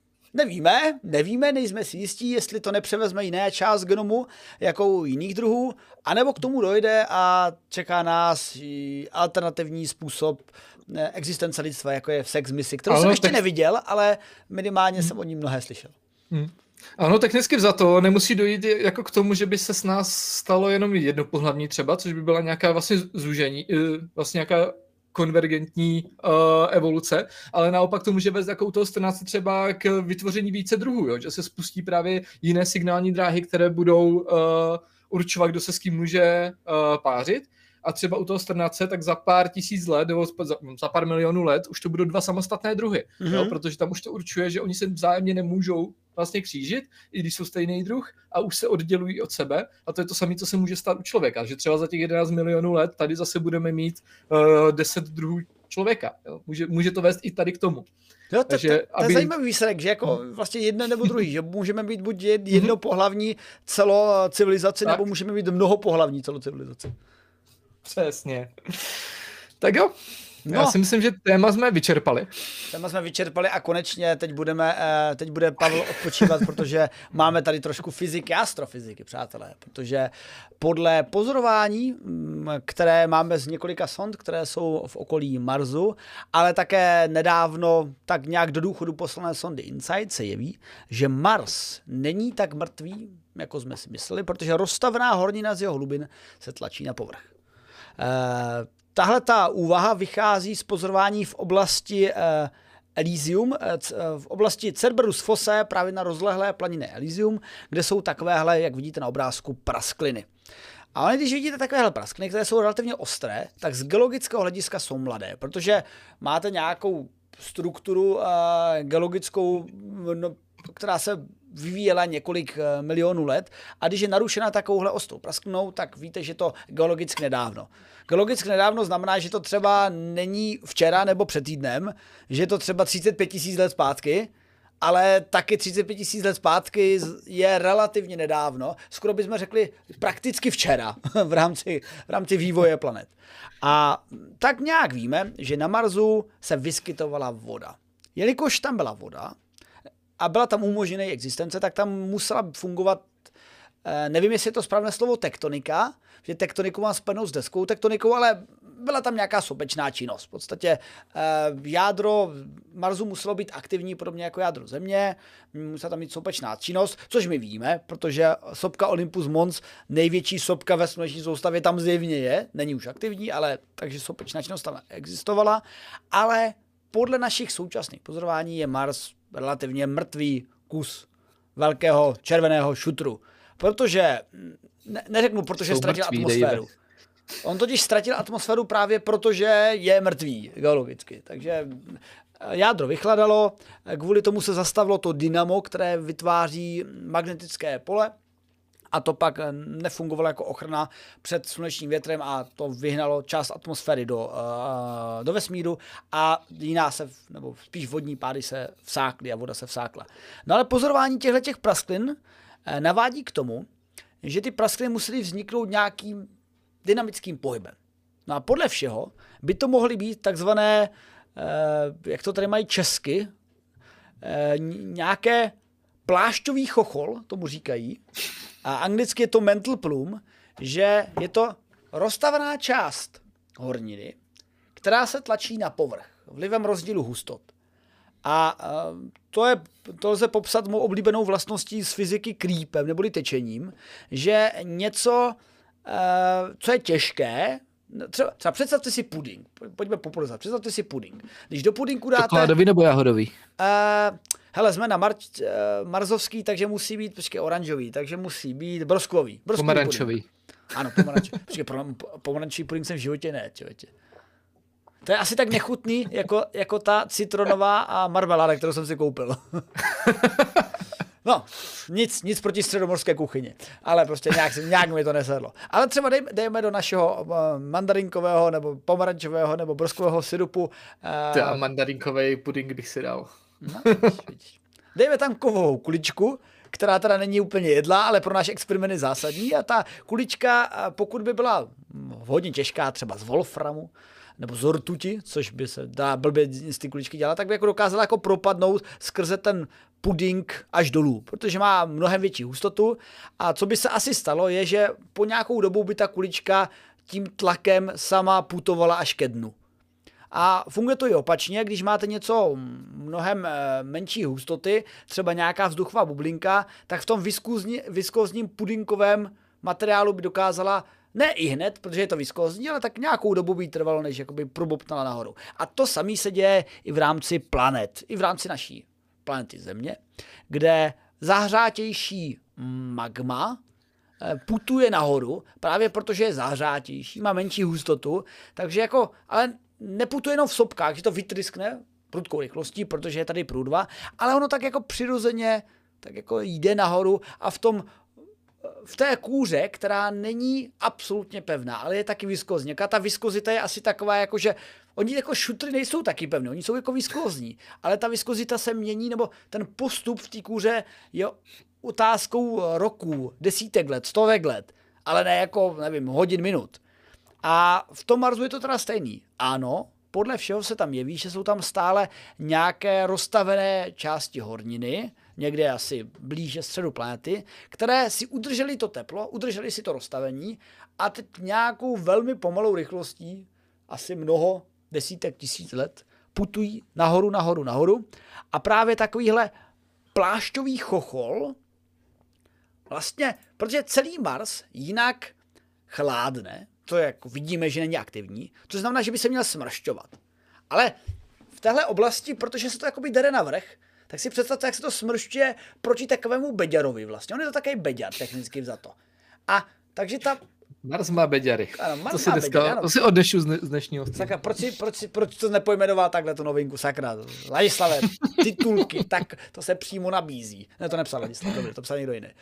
Speaker 1: nevíme, nejsme si jistí, jestli to nepřevezme jiné část genomu, jako u jiných druhů, anebo k tomu dojde a čeká nás alternativní způsob existence lidstva, jako je v Sex misi, kterou jsem ještě neviděl, ale minimálně jsem o ní mnohé slyšel.
Speaker 2: Ano, technicky vzato nemusí dojít jako k tomu, že by se s nás stalo jenom jednopohlavní třeba, což by byla nějaká vlastně zúžení, vlastně nějaká konvergentní evoluce, ale naopak to může vést jako u toho 14 třeba k vytvoření více druhů, jo? Že se spustí právě jiné signální dráhy, které budou určovat, kdo se s kým může pářit. A třeba u toho 14 tak za pár tisíc let, nebo za pár milionů let, už to budou dva samostatné druhy, jo? Protože tam už to určuje, že oni se vzájemně nemůžou vlastně křížit, i když jsou stejný druh a už se oddělují od sebe. A to je to samé, co se může stát u člověka, že třeba za těch 11 milionů let tady zase budeme mít 10 druhů člověka. Jo? Může to vést i tady k tomu.
Speaker 1: Jo, to je zajímavý výsledek, že jako vlastně jedna nebo druhý, že můžeme být buď jednopohlavní celocivilizaci, nebo můžeme být mnohopohlavní celocivilizaci.
Speaker 2: Přesně. Tak jo. Já si myslím, že téma jsme vyčerpali.
Speaker 1: A konečně teď bude Pavel odpočívat, protože máme tady trošku fyziky, astrofyziky, přátelé, protože podle pozorování, které máme z několika sond, které jsou v okolí Marsu, ale také nedávno tak nějak do důchodu poslané sondy InSight se jeví, že Mars není tak mrtvý, jako jsme si mysleli, protože roztavená hornina z jeho hlubin se tlačí na povrch. Tahle ta úvaha vychází z pozorování v oblasti Elysium, v oblasti Cerberus Fossae, právě na rozlehlé planině Elysium, kde jsou takovéhle, jak vidíte na obrázku, praskliny. Ale když vidíte takovéhle praskliny, které jsou relativně ostré, tak z geologického hlediska jsou mladé, protože máte nějakou strukturu geologickou, která se vyvíjela několik milionů let a když je narušena takovouhle ostrou prasklinou, tak víte, že to geologicky nedávno. Geologicky nedávno znamená, že to třeba není včera nebo před týdnem, že je to třeba 35 000 let zpátky, ale taky 35 000 let zpátky je relativně nedávno. Skoro bychom řekli prakticky včera v rámci vývoje planet. A tak nějak víme, že na Marsu se vyskytovala voda. Jelikož tam byla voda, a byla tam umožněna existence, tak tam musela fungovat, nevím, jestli je to správné slovo tektonika, že tektoniku mám spojenou s deskou tektonikou, ale byla tam nějaká sopečná činnost. V podstatě jádro Marsu muselo být aktivní, podobně jako jádro Země, musela tam mít sopečná činnost, což my víme, protože sopka Olympus Mons, největší sopka ve sluneční soustavě, tam zjevně je, není už aktivní, ale takže sopečná činnost tam existovala, ale podle našich současných pozorování je Mars relativně mrtvý kus velkého červeného šutru. Protože, neřeknu, protože ztratil atmosféru. On totiž ztratil atmosféru právě protože je mrtvý geologicky. Takže jádro vychladalo, kvůli tomu se zastavilo to dynamo, které vytváří magnetické pole, a to pak nefungovalo jako ochrana před slunečním větrem a to vyhnalo část atmosféry do vesmíru a nebo spíš vodní pády se vsákly a voda se vsákla. No ale pozorování těchto prasklin navádí k tomu, že ty praskliny musely vzniknout nějakým dynamickým pohybem. No a podle všeho by to mohly být takzvané, jak to tady mají česky, nějaké plášťový chochol, tomu říkají, a anglicky je to mantle plume, že je to roztavená část horniny, která se tlačí na povrch vlivem rozdílu hustot. A to lze popsat mou oblíbenou vlastností z fyziky creepem, neboli tečením, že něco, co je těžké, třeba představte si puding. Pojďme poprozat. Představte si puding. Když do pudinku dáte...
Speaker 2: Čokoládový nebo jahodový?
Speaker 1: Hele, jsme na marzovský, takže musí být oranžový, takže musí být broskvový.
Speaker 2: Pomerančový.
Speaker 1: Puding. Ano, pomerančový. Pomerančový puding jsem v životě ne, člověče. To je asi tak nechutný, jako ta citronová a marmeláda, kterou jsem si koupil. No, nic proti středomorské kuchyni, ale prostě nějak mi to nesedlo. Ale třeba dejme do našeho mandarinkového, nebo pomerančového, nebo broskového syrupu.
Speaker 2: A mandarinkový puding bych si dal.
Speaker 1: No, vidíš. Dejme tam kovovou kuličku, která teda není úplně jedlá, ale pro náš experiment je zásadní. A ta kulička, pokud by byla hodně těžká, třeba z wolframu, nebo z rtuti, což by se dá blbě z ty kuličky dělat, tak by jako dokázala jako propadnout skrze ten puding až dolů, protože má mnohem větší hustotu. A co by se asi stalo, je, že po nějakou dobu by ta kulička tím tlakem sama putovala až ke dnu. A funguje to i opačně, když máte něco mnohem menší hustoty, třeba nějaká vzduchová bublinka, tak v tom viskózním pudinkovém materiálu by dokázala ne i hned, protože je to viskózní, ale tak nějakou dobu by trvalo, než jakoby proboptala nahoru. A to samé se děje i v rámci planet, i v rámci naší planety Země, kde zahřátější magma putuje nahoru, právě protože je zahřátější, má menší hustotu, takže jako, ale neputuje jenom v sopkách, že to vytryskne prudkou rychlostí, protože je tady průdva, ale ono tak jako přirozeně tak jako jde nahoru a v té kůře, která není absolutně pevná, ale je taky viskózní. Ta viskozita je asi taková, jako že oni jako šutry nejsou taky pevné, oni jsou jako viskózní, ale ta viskozita se mění, nebo ten postup v té kůře je otázkou roků, desítek let, stovek let, ale ne jako, nevím, hodin, minut. A v tom Marsu je to teda stejný. Ano, podle všeho se tam jeví, že jsou tam stále nějaké rozstavené části horniny, někde asi blíže středu planety, které si udrželi to teplo, udrželi si to rozstavení a teď nějakou velmi pomalou rychlostí, asi mnoho desítek tisíc let, putují nahoru. A právě takovýhle plášťový chochol, vlastně, protože celý Mars jinak chládne, to jako vidíme, že není aktivní, to znamená, že by se měl smršťovat. Ale v téhle oblasti, protože se to jakoby dere navrch, tak si představte, jak se to smršťuje proti takovému beďarovi vlastně. On je to takový beďar, technicky vzato. A takže ta...
Speaker 2: Mars má beďary.
Speaker 1: Ano, Mars
Speaker 2: to si
Speaker 1: má
Speaker 2: dneska,
Speaker 1: beďary, ano.
Speaker 2: To si odnešu z dnešního.
Speaker 1: Sakra, proč to nepojmenoval takhle tu novinku, sakra. Ladislave, titulky, tak to se přímo nabízí. Ne, to nepsal Ladislav, dobře, to psal někdo jiný.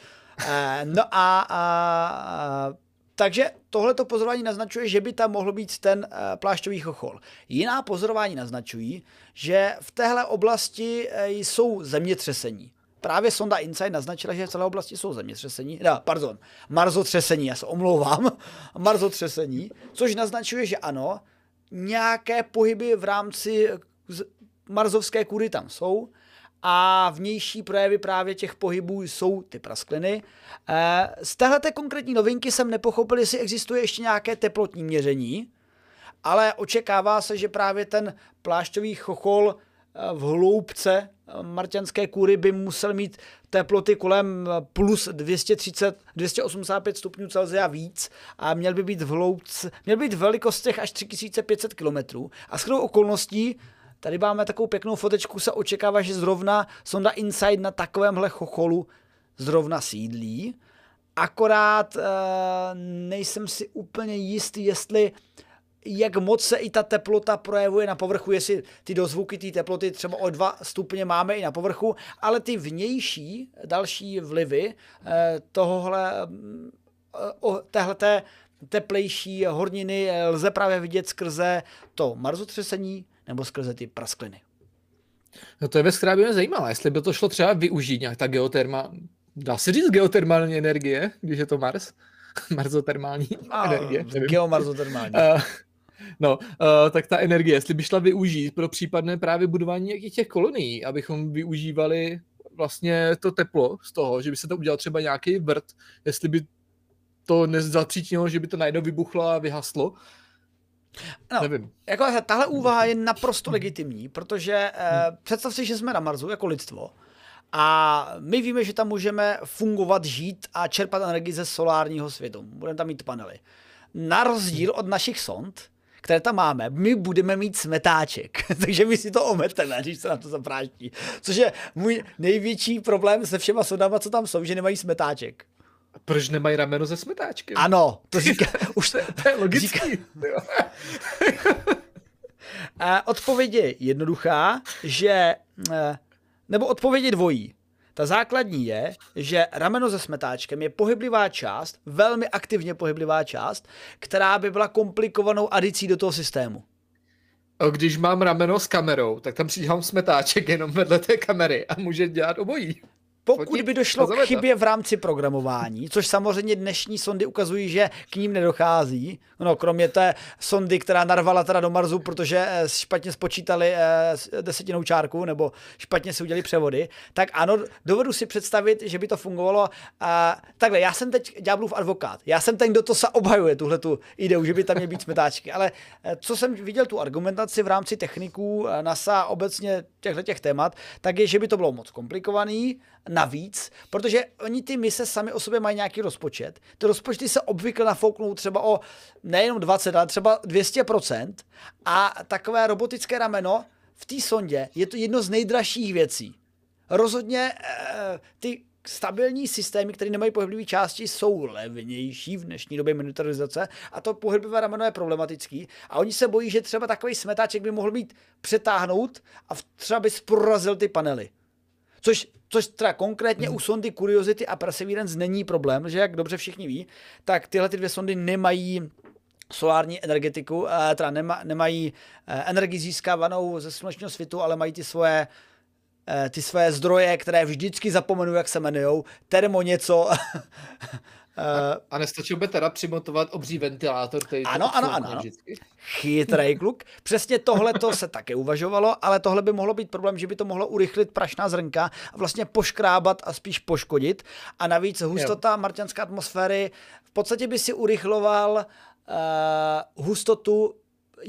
Speaker 1: Takže tohleto pozorování naznačuje, že by tam mohl být ten plášťový chochol. Jiná pozorování naznačují, že v téhle oblasti jsou zemětřesení. Právě sonda InSight naznačila, že v celé oblasti jsou zemětřesení. Marzotřesení, já se omlouvám. Marzotřesení, což naznačuje, že ano, nějaké pohyby v rámci marzovské kůry tam jsou. A vnější projevy právě těch pohybů jsou ty praskliny. Z téhleté konkrétní novinky jsem nepochopil, jestli existuje ještě nějaké teplotní měření, ale očekává se, že právě ten plášťový chochol v hloubce marťanské kůry by musel mít teploty kolem plus 285 stupňů Celsia víc a měl by být v velikostech až 3500 km. A shodou okolností tady máme takovou pěknou fotečku, se očekává, že zrovna sonda InSight na takovémhle chocholu zrovna sídlí. Akorát nejsem si úplně jistý, jestli jak moc se i ta teplota projevuje na povrchu, jestli ty dozvuky té teploty třeba o 2 stupně máme i na povrchu, ale ty vnější další vlivy téhleté teplejší horniny lze právě vidět skrze to marzotřesení nebo skrze ty praskliny.
Speaker 2: No to je věc, která by mě zajímala, jestli by to šlo třeba využít nějak ta dá se říct geotermální energie, když je to Mars? Marzotermální energie.
Speaker 1: Geomarzotermální.
Speaker 2: Tak ta energie, jestli by šla využít pro případné právě budování nějakých těch kolonií, abychom využívali vlastně to teplo z toho, že by se to udělal třeba nějaký vrt, jestli by to nezapříčinilo, že by to najednou vybuchlo a vyhaslo.
Speaker 1: No,
Speaker 2: nevím.
Speaker 1: Jako tahle úvaha je naprosto legitimní, protože představ si, že jsme na Marsu jako lidstvo a my víme, že tam můžeme fungovat, žít a čerpat energii ze solárního světu. Budeme tam mít panely. Na rozdíl od našich sond, které tam máme, my budeme mít smetáček, takže my si to ometeme, když se na to zapráští. Což je můj největší problém se všema sondama, co tam jsou, že nemají smetáček.
Speaker 2: Proč nemají rameno se smetáčkem?
Speaker 1: Ano, to říká, už
Speaker 2: to je logický.
Speaker 1: Odpověď je jednoduchá, nebo odpověď je dvojí. Ta základní je, že rameno se smetáčkem je pohyblivá část, velmi aktivně pohyblivá část, která by byla komplikovanou adicí do toho systému.
Speaker 2: Když mám rameno s kamerou, tak tam přidám smetáček jenom vedle té kamery a může dělat obojí.
Speaker 1: Pokud by došlo k chybě v rámci programování, což samozřejmě dnešní sondy ukazují, že k ním nedochází, no kromě té sondy, která narvala teda do Marsu, protože špatně spočítali desetinou čárku, nebo špatně si udělali převody, tak ano, dovedu si představit, že by to fungovalo. Takhle, já jsem teď ďáblův advokát, já jsem ten, kdo to se obhajuje, tuhletu ideu, že by tam měly být smetáčky, ale co jsem viděl tu argumentaci v rámci techniků NASA obecně těch témat, tak je, že by to bylo moc komplikovaný, navíc, protože oni ty mise sami o sobě mají nějaký rozpočet. Ty rozpočty se obvykle nafouknou třeba o nejenom 20, ale třeba 200%. A takové robotické rameno v té sondě je to jedno z nejdražších věcí. Rozhodně ty stabilní systémy, které nemají pohyblivé části, jsou levnější v dnešní době monitorizace a to pohyblivé rameno je problematický. A oni se bojí, že třeba takový smetáček by mohl být přetáhnout a třeba by prorazil ty panely. Což teda konkrétně u sondy Curiosity a Perseverance není problém, že jak dobře všichni ví, tak tyhle ty dvě sondy nemají solární energetiku, teda nemají energii získávanou ze slunečního svitu, ale mají ty svoje zdroje, které vždycky zapomenu, jak se jmenujou, termo něco.
Speaker 2: A nestačil by teda přimontovat obří ventilátor, který
Speaker 1: ano. Chytrej kluk. Přesně tohleto se také uvažovalo, ale tohle by mohlo být problém, že by to mohlo urychlit prašná zrnka a vlastně poškrábat a spíš poškodit. A navíc hustota marťanské atmosféry v podstatě by si urychloval hustotu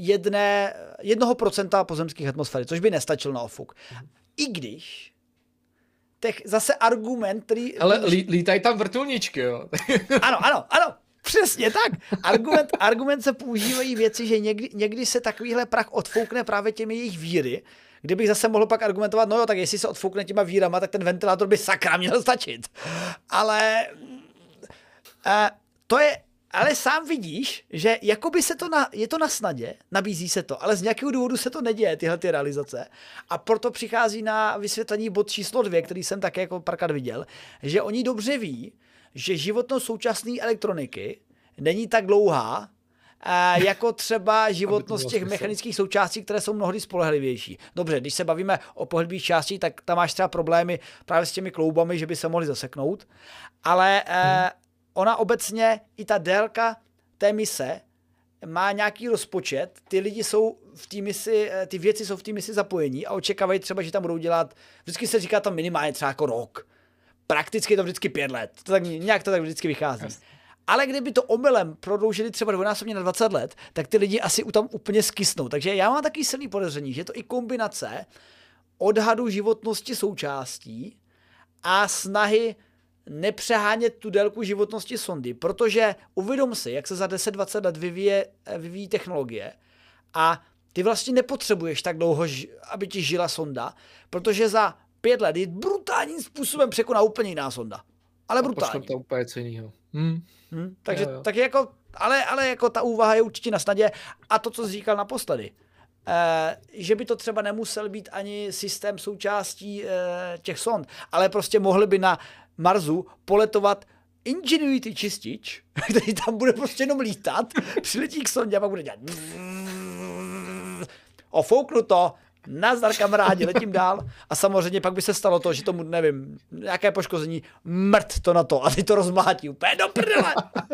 Speaker 1: 1% pozemských atmosféry, což by nestačilo na ofuk. I když zase argument, který...
Speaker 2: Ale lítají tam vrtulníčky, jo.
Speaker 1: Ano, přesně tak. Argument se používají věci, že někdy se takovýhle prach odfoukne právě těmi jejich víry, kdybych zase mohl pak argumentovat, no jo, tak jestli se odfoukne těma vírama, tak ten ventilátor by sakra měl stačit. Ale to je... Ale sám vidíš, že jakoby je to na snadě, nabízí se to, ale z nějakého důvodu se to neděje, tyhle ty realizace. A proto přichází na vysvětlení bod číslo 2, který jsem také jako párkrát viděl, že oni dobře ví, že životnost současné elektroniky není tak dlouhá, jako třeba životnost těch mechanických součástí, které jsou mnohdy spolehlivější. Dobře, když se bavíme o pohyblivých částí, tak tam máš třeba problémy právě s těmi kloubami, že by se mohly zaseknout, ale ona obecně, i ta délka té mise má nějaký rozpočet, ty lidi jsou v té misi, ty věci jsou v té misi zapojení a očekávají třeba, že tam budou dělat, vždycky se říká tam minimálně třeba jako rok. Prakticky je to vždycky 5 let, nějak to tak vždycky vychází. Ale kdyby to omylem prodloužili třeba dvojnásobně na 20 let, tak ty lidi asi tam úplně skysnou. Takže já mám takový silný podezření, že je to i kombinace odhadu životnosti součástí a snahy nepřehánět tu délku životnosti sondy, protože uvědom si, jak se za 10-20 let vyvíjí technologie a ty vlastně nepotřebuješ tak dlouho, aby ti žila sonda, protože za 5 let je brutálním způsobem překoná úplně jiná sonda. Ale brutálně.
Speaker 2: To úplně jinýho.
Speaker 1: Takže tak jako, ale jako ta úvaha je určitě na snadě a to, co jsi říkal naposledy, že by to třeba nemusel být ani systém součástí těch sond, ale prostě mohli by na Marsu poletovat Ingenuity čistič, který tam bude prostě jenom lítat, přiletí k sondě a pak bude dělat ofouknu to, nazdar kamarádi, letím dál a samozřejmě pak by se stalo to, že tomu, nevím, nějaké poškození, mrt to na to a ty to rozmlátí úplně do prdele.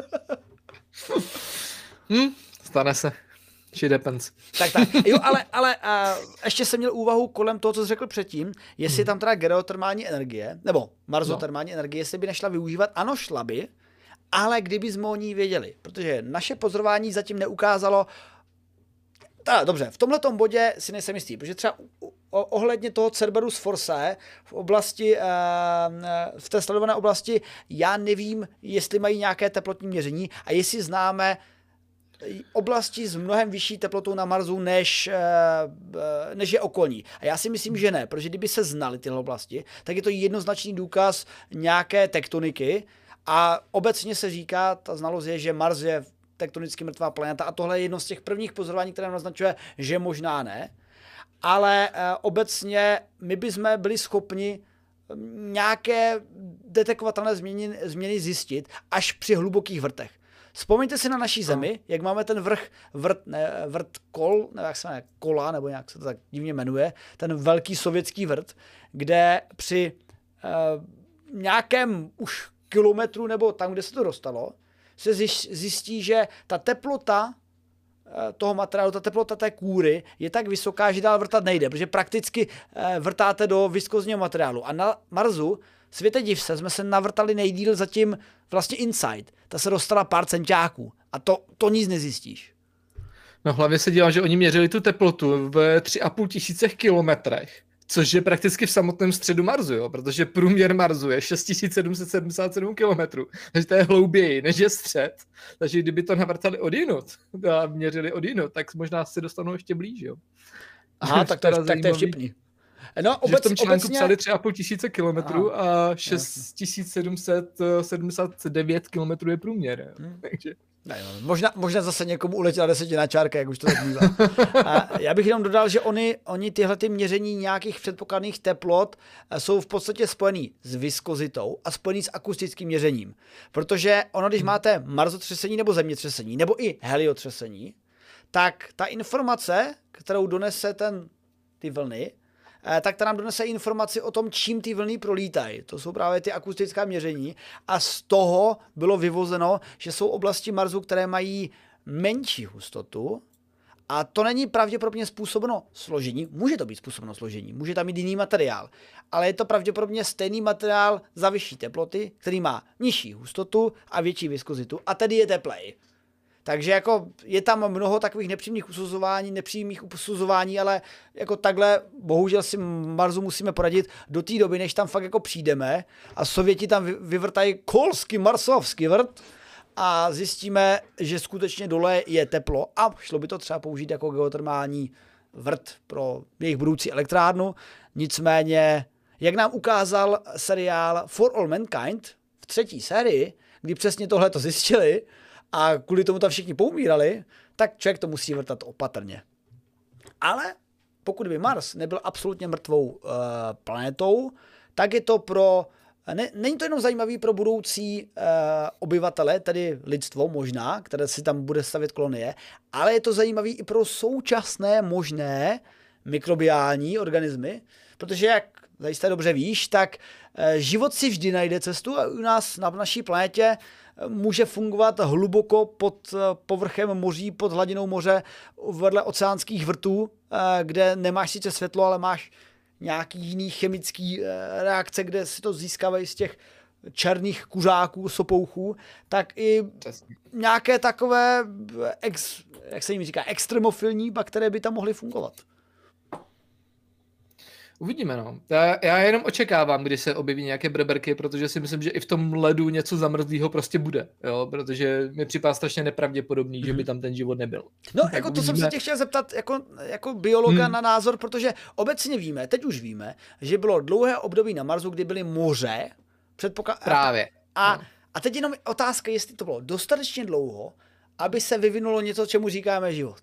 Speaker 2: Stane se. She depends.
Speaker 1: Tak. Jo, ale ještě jsem měl úvahu kolem toho, co jsi řekl předtím, jestli tam teda geotermální energie, nebo marsotermální energie, jestli by nešla využívat. Ano, šla by, ale kdyby jsme o ní věděli. Protože naše pozorování zatím neukázalo. Dobře, v tomhletom bodě si nejsem jistý, protože třeba ohledně toho Cerberus Force v oblasti, v té sledované oblasti, já nevím, jestli mají nějaké teplotní měření a jestli známe oblasti s mnohem vyšší teplotou na Marsu, než je okolní. A já si myslím, že ne, protože kdyby se znaly tyhle oblasti, tak je to jednoznačný důkaz nějaké tektoniky a obecně se říká, ta znalost je, že Mars je tektonicky mrtvá planeta a tohle je jedno z těch prvních pozorování, které naznačuje, že možná ne, ale obecně my bychom byli schopni nějaké detekovatelné změny zjistit až při hlubokých vrtech. Vzpomeňte si na naší Zemi, jak máme ten vrt kol, nebo jak se jmenuje, kola, nebo nějak se to tak divně jmenuje, ten velký sovětský vrt, kde při nějakém už kilometru nebo tam, kde se to dostalo, se zjistí, že ta teplota toho materiálu, ta teplota té kůry je tak vysoká, že dál vrtat nejde, protože prakticky vrtáte do viskozního materiálu. A na Marsu, světe div se, jsme se navrtali nejdýl zatím vlastně inside. Ta se dostala pár centiáků a to nic nezjistíš.
Speaker 2: No hlavně se dívám, že oni měřili tu teplotu v 3,5 tisícech kilometrech, což je prakticky v samotném středu Marsu, jo? Protože průměr Marsu je 6777 kilometrů, takže to je hlouběji, než je střed. Takže kdyby to navrtali odjinud a měřili odjinud, tak možná se dostanou ještě blíž, jo.
Speaker 1: Aha, tak to je vtipný. No,
Speaker 2: že v tom článku psali 3,5 tisíce kilometrů a 6779 kilometrů je průměr. Takže...
Speaker 1: Možná zase někomu uletěla desetina čárka, jak už to tak bývá. A já bych jenom dodal, že oni tyhle ty měření nějakých předpokladných teplot jsou v podstatě spojený s viskozitou a spojený s akustickým měřením. Protože když máte marzotřesení nebo zemětřesení, nebo i heliotřesení, tak ta informace, kterou donese ty vlny, tak ta nám donese informaci o tom, čím ty vlny prolítají. To jsou právě ty akustická měření a z toho bylo vyvozeno, že jsou oblasti Marsu, které mají menší hustotu a to není pravděpodobně způsobeno složení. Může to být způsobeno složení, může tam být jiný materiál, ale je to pravděpodobně stejný materiál za vyšší teploty, který má nižší hustotu a větší viskozitu a tedy je teplej. Takže jako je tam mnoho takových nepřímých usuzování, ale jako takhle bohužel si Marsu musíme poradit do té doby, než tam fakt jako přijdeme a Sověti tam vyvrtají kolský marsovský vrt a zjistíme, že skutečně dole je teplo a šlo by to třeba použít jako geotermální vrt pro jejich budoucí elektrárnu. Nicméně, jak nám ukázal seriál For All Mankind v 3. sérii, kdy přesně tohle to zjistili, a kvůli tomu tam všichni poumírali, tak člověk to musí vrtat opatrně. Ale pokud by Mars nebyl absolutně mrtvou planetou, tak je to není to jenom zajímavý pro budoucí obyvatele, tedy lidstvo možná, které si tam bude stavět kolonie, ale je to zajímavý i pro současné možné mikrobiální organismy, protože jak zajisté dobře víš, tak život si vždy najde cestu a u nás na naší planetě může fungovat hluboko pod povrchem moří, pod hladinou moře, vedle oceánských vrtů, kde nemáš sice světlo, ale máš nějaký jiný chemický reakce, kde si to získávají z těch černých kuřáků, sopouchů, tak i nějaké takové, jak se jim říká, extremofilní bakterie by tam mohly fungovat.
Speaker 2: Uvidíme, no. Já jenom očekávám, kdy se objeví nějaké breberky, protože si myslím, že i v tom ledu něco zamrzlého prostě bude, jo, protože mi připadá strašně nepravděpodobný, že by tam ten život nebyl.
Speaker 1: No, tak jako uvidíme. To jsem se tě chtěl zeptat jako biologa na názor, protože obecně víme, teď už víme, že bylo dlouhé období na Marsu, kdy byly moře,
Speaker 2: Právě.
Speaker 1: A teď jenom otázka, jestli to bylo dostatečně dlouho, aby se vyvinulo něco, čemu říkáme život.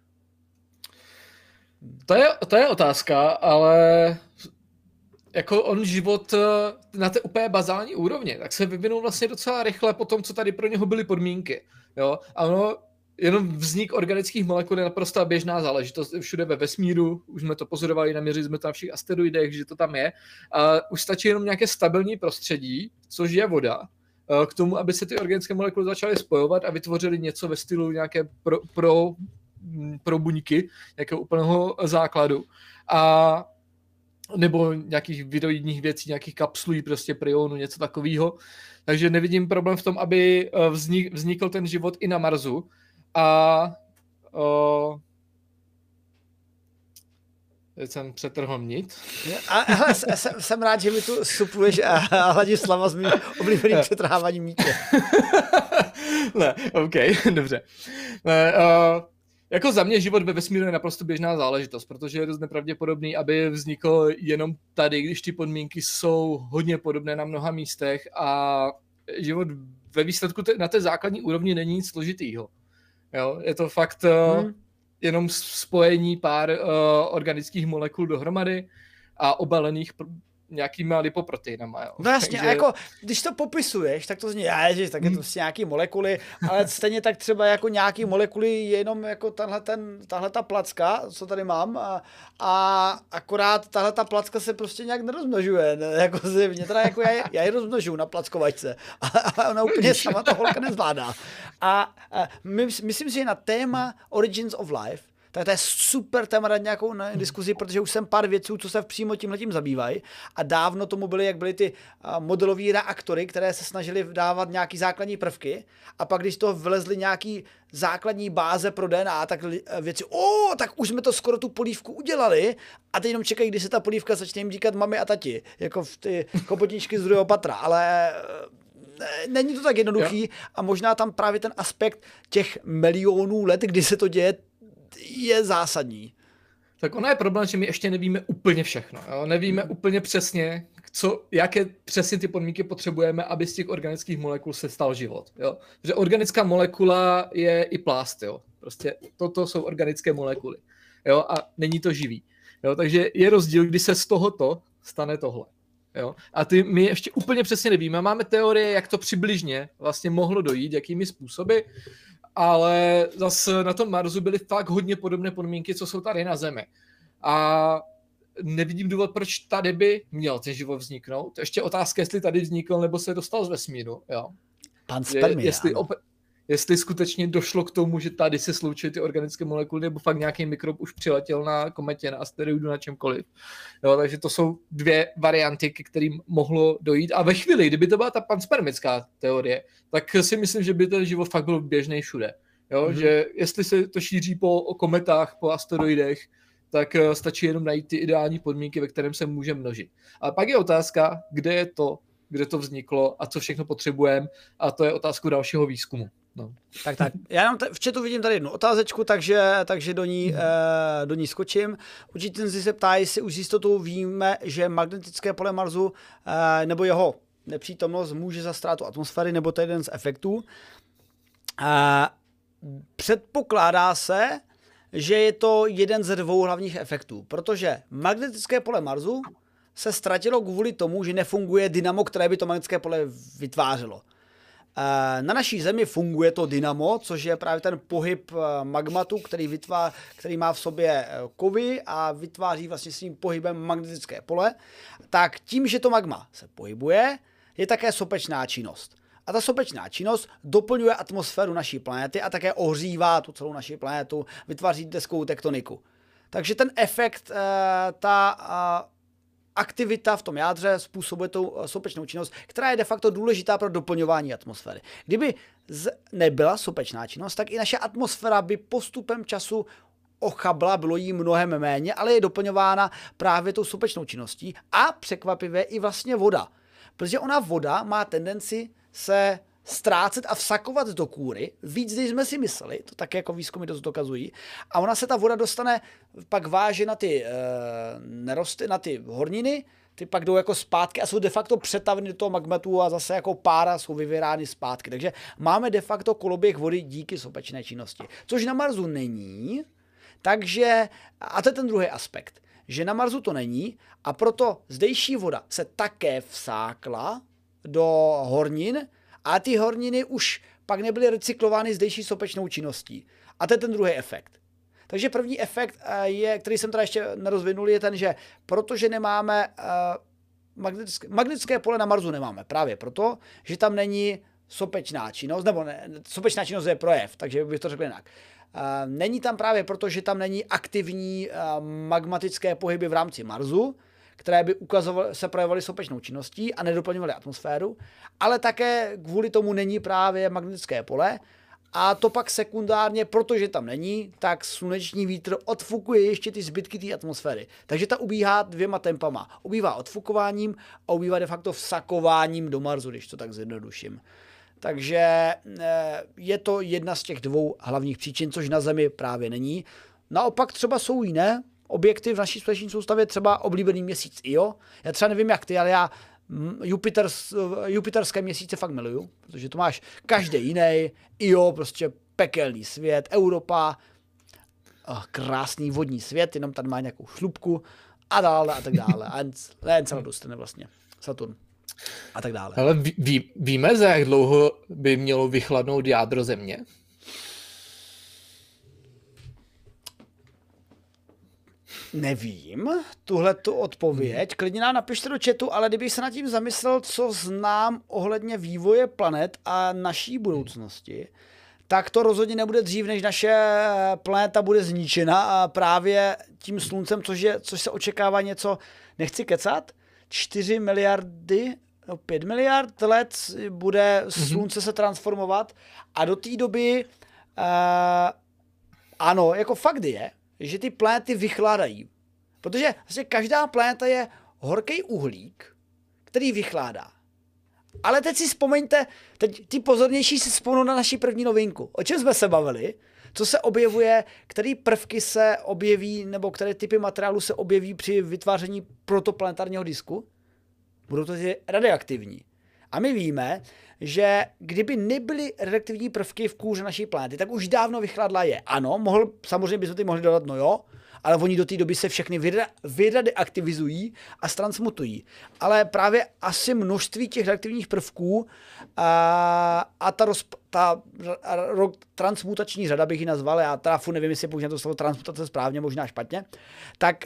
Speaker 2: To je otázka, ale jako on život na té úplně bazální úrovni, tak se vyvinul vlastně docela rychle po tom, co tady pro něho byly podmínky. Jo? A ono, jenom vznik organických molekul je naprosto běžná záležitost všude ve vesmíru, už jsme to pozorovali, naměřili jsme to na všech asteroidech, že to tam je. A už stačí jenom nějaké stabilní prostředí, což je voda, k tomu, aby se ty organické molekuly začaly spojovat a vytvořily něco ve stylu nějaké pro buňky, nějakého úplného základu. A nebo nějakých vidoidních věcí, nějakých kapslí, prostě prionů, něco takového. Takže nevidím problém v tom, aby vznikl ten život i na Marsu. A teď jsem přetrhl nit.
Speaker 1: Ale jsem rád, že mi tu supluješ a hladíš slava s mým oblíbeným přetrháváním mítě.
Speaker 2: Ne, OK, dobře. Ne, jako za mě život ve vesmíru je naprosto běžná záležitost, protože je dost nepravděpodobný, aby vznikl jenom tady, když ty podmínky jsou hodně podobné na mnoha místech a život ve výsledku na té základní úrovni není nic složitýho. Jo? Je to fakt jenom spojení pár organických molekul dohromady a obalených nějakýma lipoproteinama. Jo.
Speaker 1: No jasně, a jako, když to popisuješ, tak to zní, ježiš, tak je to prostě nějaký molekuly, ale stejně tak třeba jako nějaký molekuly jenom jako tahle ta placka, co tady mám, a akorát tahle ta placka se prostě nějak nerozmnožuje, ne? Jako mě teda jako já ji rozmnožuju na plackovačce, ale ona úplně sama ta holka nezvládá. A myslím si, že na téma Origins of Life, tak to je super téma dát nějakou diskuzi, protože už jsem pár věců, co se přímo tímhletím zabývají a dávno tomu byly, jak byly ty modelové reaktory, které se snažily dávat nějaký základní prvky a pak když z toho vylezly nějaký základní báze pro DNA, tak věci, tak už jsme to skoro tu polívku udělali a teď jenom čekají, když se ta polívka začne jim říkat mami a tati, jako v ty chobotničky z druhého patra, ale není to tak jednoduchý a možná tam právě ten aspekt těch milionů let, kdy se to děje, je zásadní.
Speaker 2: Tak ona je problém, že my ještě nevíme úplně všechno. Jo? Nevíme úplně přesně, jaké přesně ty podmínky potřebujeme, aby z těch organických molekul se stal život. Jo? Protože organická molekula je i plast. Jo? Prostě toto jsou organické molekuly. Jo? A není to živý. Jo? Takže je rozdíl, kdy se z tohoto stane tohle. Jo? A my ještě úplně přesně nevíme. Máme teorie, jak to přibližně vlastně mohlo dojít, jakými způsoby, ale zase na tom Marsu byly fakt hodně podobné podmínky, co jsou tady na Zemi. A nevidím důvod, proč tady by měl ten život vzniknout. Ještě otázka, jestli tady vznikl, nebo se dostal z vesmíru. Jo?
Speaker 1: Pan Spermia.
Speaker 2: Jestli skutečně došlo k tomu, že tady se sloučily ty organické molekuly, nebo fakt nějaký mikrob už přiletěl na kometě, na asteroidu, na čemkoliv. Jo, takže to jsou dvě varianty, ke kterým mohlo dojít. A ve chvíli, kdyby to byla ta panspermická teorie, tak si myslím, že by ten život fakt byl běžný všude. Jo, že jestli se to šíří po kometách, po asteroidech, tak stačí jenom najít ty ideální podmínky, ve kterém se může množit. A pak je otázka, kde to vzniklo a co všechno potřebujeme, a to je otázku dalšího výzkumu. No.
Speaker 1: Tak. Já jenom v chatu vidím tady jednu otázečku, takže do ní skočím. Učitelci se ptají, jestli už s jistotou víme, že magnetické pole Marsu nebo jeho nepřítomnost může za ztrátu atmosféry, nebo to je jeden z efektů. Předpokládá se, že je to jeden ze dvou hlavních efektů, protože magnetické pole Marsu se ztratilo kvůli tomu, že nefunguje dynamo, které by to magnetické pole vytvářelo. Na naší Zemi funguje to dynamo, což je právě ten pohyb magmatu, který má v sobě kovy a vytváří vlastně svým pohybem magnetické pole. Tak tím, že to magma se pohybuje, je také sopečná činnost. A ta sopečná činnost doplňuje atmosféru naší planety a také ohřívá tu celou naši planetu, vytváří deskovou tektoniku. Takže ten efekt, aktivita v tom jádře způsobuje tu sopečnou činnost, která je de facto důležitá pro doplňování atmosféry. Kdyby nebyla sopečná činnost, tak i naše atmosféra by postupem času ochabla, bylo jí mnohem méně, ale je doplňována právě tou sopečnou činností a překvapivě i vlastně voda. Protože ona voda má tendenci se ztrácet a vsakovat do kůry, víc, než jsme si mysleli, to také jako výzkumy dost dokazují, a ona se ta voda dostane, pak váže na ty nerosty, na ty horniny, ty pak jdou jako zpátky a jsou de facto přetaveny do toho magmatu a zase jako pára jsou vyvěrány zpátky. Takže máme de facto koloběh vody díky sopečné činnosti, což na Marsu není, takže, a to je ten druhý aspekt, že na Marsu to není a proto zdejší voda se také vsákla do hornin, a ty horniny už pak nebyly recyklovány zdejší sopečnou činností. A to je ten druhý efekt. Takže první efekt, který jsem teda ještě nerozvinul, je ten, že protože nemáme magnetické pole na Marsu nemáme právě proto, že tam není sopečná činnost, nebo ne, sopečná činnost je projev, takže bych to řekl jinak. Není tam právě proto, že tam není aktivní magmatické pohyby v rámci Marsu, které by se projevovaly sopečnou činností a nedoplňovaly atmosféru, ale také kvůli tomu není právě magnetické pole a to pak sekundárně, protože tam není, tak sluneční vítr odfukuje ještě ty zbytky té atmosféry. Takže ta ubíhá dvěma tempama. Ubývá odfukováním a ubývá de facto vsakováním do Marsu, když to tak zjednoduším. Takže je to jedna z těch dvou hlavních příčin, což na Zemi právě není. Naopak třeba jsou jiné objekty v naší sluneční soustavě, třeba oblíbený měsíc Io. Já třeba nevím jak ty, ale já jupiterské měsíce fakt miluju, protože to máš každý jiný. Io, prostě pekelný svět, Europa, krásný vodní svět, jenom tady má nějakou šlupku a dále a tak dále. A Enceladus, ten je vlastně Saturn a tak dále.
Speaker 2: Ale víme, za jak dlouho by mělo vychladnout jádro Země?
Speaker 1: Nevím, tuhle tu odpověď. Klidně nám napište do chatu, ale kdybych se nad tím zamyslel, co znám ohledně vývoje planet a naší budoucnosti, tak to rozhodně nebude dřív, než naše planeta bude zničena a právě tím sluncem, což se očekává něco, nechci kecat, 4 miliardy, 5 miliard let bude slunce se transformovat a do té doby ano, jako fakt je, že ty planety vychládají. Protože vlastně každá planeta je horký uhlík, který vychládá. Ale teď si vzpomeňte, teď ty pozornější si vzpomnou na naši první novinku. O čem jsme se bavili? Co se objevuje, které prvky se objeví, nebo které typy materiálu se objeví při vytváření protoplanetárního disku? Budou to radioaktivní. A my víme, že kdyby nebyly radioaktivní prvky v kůře naší planety, tak už dávno vychladla je. Ano, samozřejmě bychom ty mohli dodat, no jo, ale oni do té doby se všechny vyradioaktivizují a transmutují. Ale právě asi množství těch radioaktivních prvků a ta transmutační řada bych ji nazval, já teda nevím, jestli používám to slovo transmutace správně, možná špatně, tak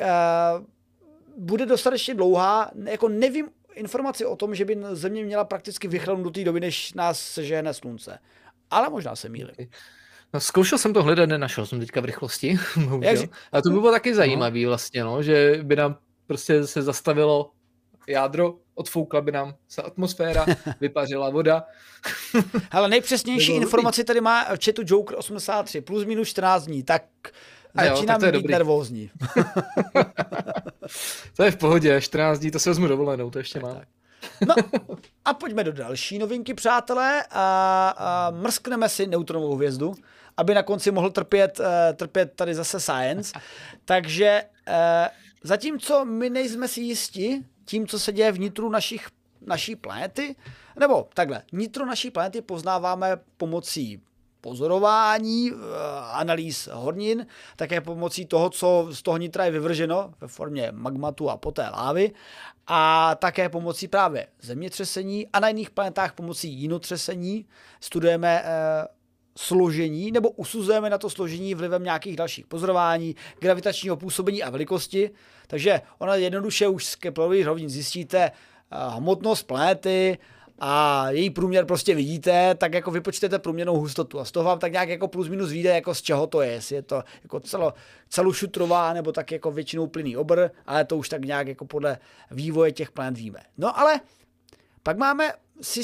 Speaker 1: bude dostatečně dlouhá, jako nevím informaci o tom, že by Země měla prakticky vychladnout do té doby, než nás sežehne slunce. Ale možná se mýlím.
Speaker 2: No, zkoušel jsem to hledat, nenašel jsem teďka v rychlosti. A to by bylo taky zajímavý vlastně, no, že by nám prostě se zastavilo jádro, odfoukla by nám se atmosféra, vypařila voda.
Speaker 1: Ale nejpřesnější informaci tady má v chatu Joker 83, plus minus 14 dní, tak začínám být nervózní.
Speaker 2: To je v pohodě, 14 dní, to se vezmu dovolenou, to ještě má.
Speaker 1: No a pojďme do další novinky, přátelé. Mrskneme si neutronovou hvězdu, aby na konci mohl trpět tady zase science. Takže zatímco my nejsme si jisti tím, co se děje vnitru naší planety, nebo takhle, vnitro naší planety poznáváme pomocí pozorování, analýz hornin, také pomocí toho, co z toho nitra je vyvrženo ve formě magmatu a poté lávy a také pomocí právě zemětřesení a na jiných planetách pomocí jinotřesení studujeme složení nebo usuzujeme na to složení vlivem nějakých dalších pozorování, gravitačního působení a velikosti. Takže ona jednoduše už z Keplerových rovnin zjistíte hmotnost planety a její průměr prostě vidíte, tak jako vypočtete průměrnou hustotu a z toho vám tak nějak jako plus minus vyjde, jako z čeho to je, jestli je to jako celošutrová nebo tak jako většinou plynný obr, ale to už tak nějak jako podle vývoje těch planet víme. No ale pak máme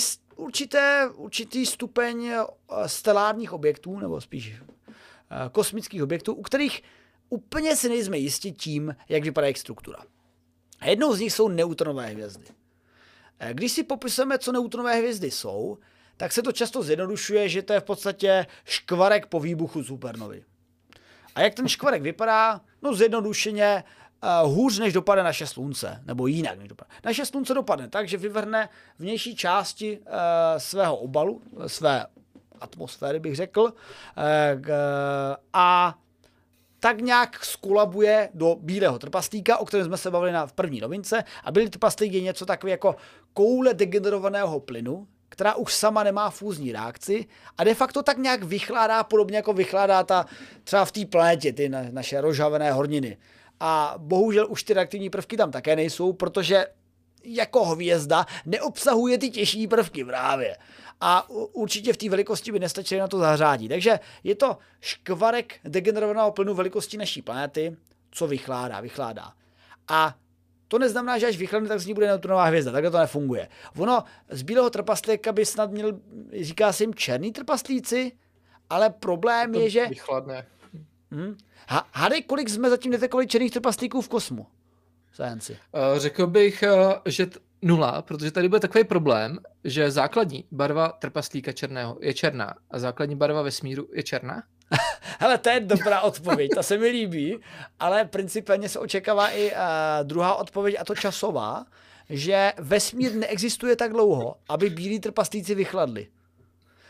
Speaker 1: určitý stupeň stelárních objektů, nebo spíš kosmických objektů, u kterých úplně si nejsme jistí tím, jak vypadá jejich struktura. A jednou z nich jsou neutronové hvězdy. Když si popisujeme, co neutronové hvězdy jsou, tak se to často zjednodušuje, že to je v podstatě škvarek po výbuchu supernovy. A jak ten škvarek vypadá? No zjednodušeně hůř, než dopadne naše slunce, nebo jinak než dopadne. Naše slunce dopadne tak, že vyvrhne vnější části svého obalu, své atmosféry bych řekl, a tak nějak skolabuje do bílého trpaslíka, o kterém jsme se bavili v první novince. A bílý trpaslík je něco takové jako koule degenerovaného plynu, která už sama nemá fúzní reakci a de facto tak nějak vychládá, podobně jako vychládá třeba v té planetě, ty naše rozžhavené horniny. A bohužel už ty reaktivní prvky tam také nejsou, protože jako hvězda neobsahuje ty těžší prvky právě. A určitě v té velikosti by nestačily na to zařádit. Takže je to škvarek degenerovaného plynu velikosti naší planety, co vychládá. A to neznamená, že až vychladne, tak z ní bude neutronová hvězda. Takhle to nefunguje. Ono z bílého trpaslíka by snad měl, říká se jim černý trpaslíci, ale problém je, že...
Speaker 2: Vychladne.
Speaker 1: Hádej, kolik jsme zatím detekovali černých trpaslíků v kosmu? Science.
Speaker 2: Řekl bych, že 0, protože tady bude takový problém, že základní barva trpaslíka černého je černá a základní barva vesmíru je černá.
Speaker 1: Hele, to je dobrá odpověď, ta se mi líbí, ale principálně se očekává i druhá odpověď, a to časová, že vesmír neexistuje tak dlouho, aby bílí trpaslíci vychladli.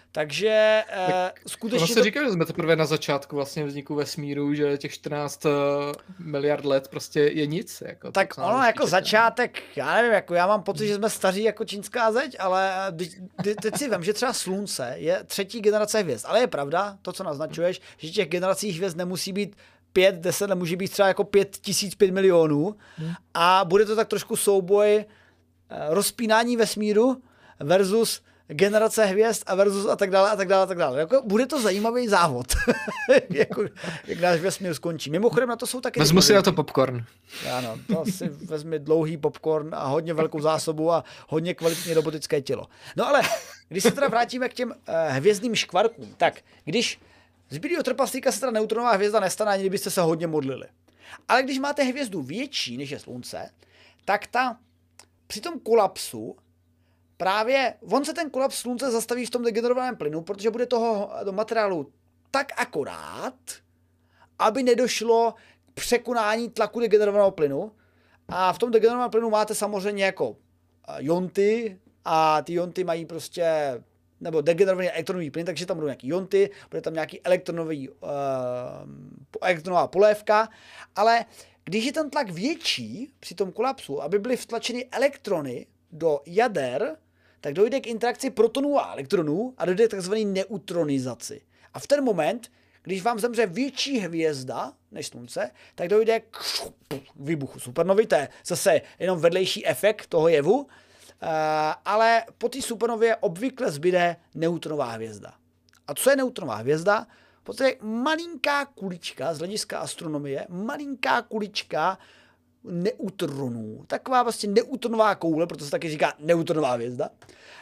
Speaker 1: Takže skutečně...
Speaker 2: Ono se říká, že jsme teprve na začátku vlastně vzniku vesmíru, že těch 14 miliard let prostě je nic. Jako,
Speaker 1: tak ono jako začátek, já nevím, jako já mám pocit, že jsme staří jako čínská zeď, ale teď si vem, že třeba Slunce je 3. generace hvězd. Ale je pravda, to, co naznačuješ, že těch generací hvězd nemusí být 5, 10, nemůže být třeba jako 5000, 5 milionů. A bude to tak trošku souboj rozpínání vesmíru versus generace hvězd a versus a tak dále, a tak dále, a tak dále. Jako, bude to zajímavý závod, jako, jak náš vesmír skončí. Mimochodem na to jsou taky...
Speaker 2: Vezmu si na to popcorn.
Speaker 1: Ano, to si vezmi dlouhý popcorn a hodně velkou zásobu a hodně kvalitní robotické tělo. No ale, když se teda vrátíme k těm hvězdným škvarkům, tak když z bílého trpaslíka se teda neutronová hvězda nestane, ani kdybyste se hodně modlili. Ale když máte hvězdu větší než je Slunce, tak ta při tom kolapsu právě, on se ten kolaps Slunce zastaví v tom degenerovaném plynu, protože bude toho do materiálu tak akorát, aby nedošlo k překonání tlaku degenerovaného plynu. A v tom degenerovaném plynu máte samozřejmě jako jonty a ty jonty mají prostě, nebo degenerovaný elektronový plyn, takže tam budou nějaký jonty, bude tam nějaký elektronová polévka, ale když je ten tlak větší při tom kolapsu, aby byly vtlačeny elektrony do jader, tak dojde k interakci protonů a elektronů a dojde k takzvané neutronizaci. A v ten moment, když vám zemře větší hvězda než Slunce, tak dojde k výbuchu supernovy. To je zase jenom vedlejší efekt toho jevu, ale po té supernově obvykle zbyde neutronová hvězda. A co je neutronová hvězda? V podstatě malinká kulička, z hlediska astronomie, malinká kulička neutronů. Taková vlastně neutronová koule, proto se taky říká neutronová hvězda.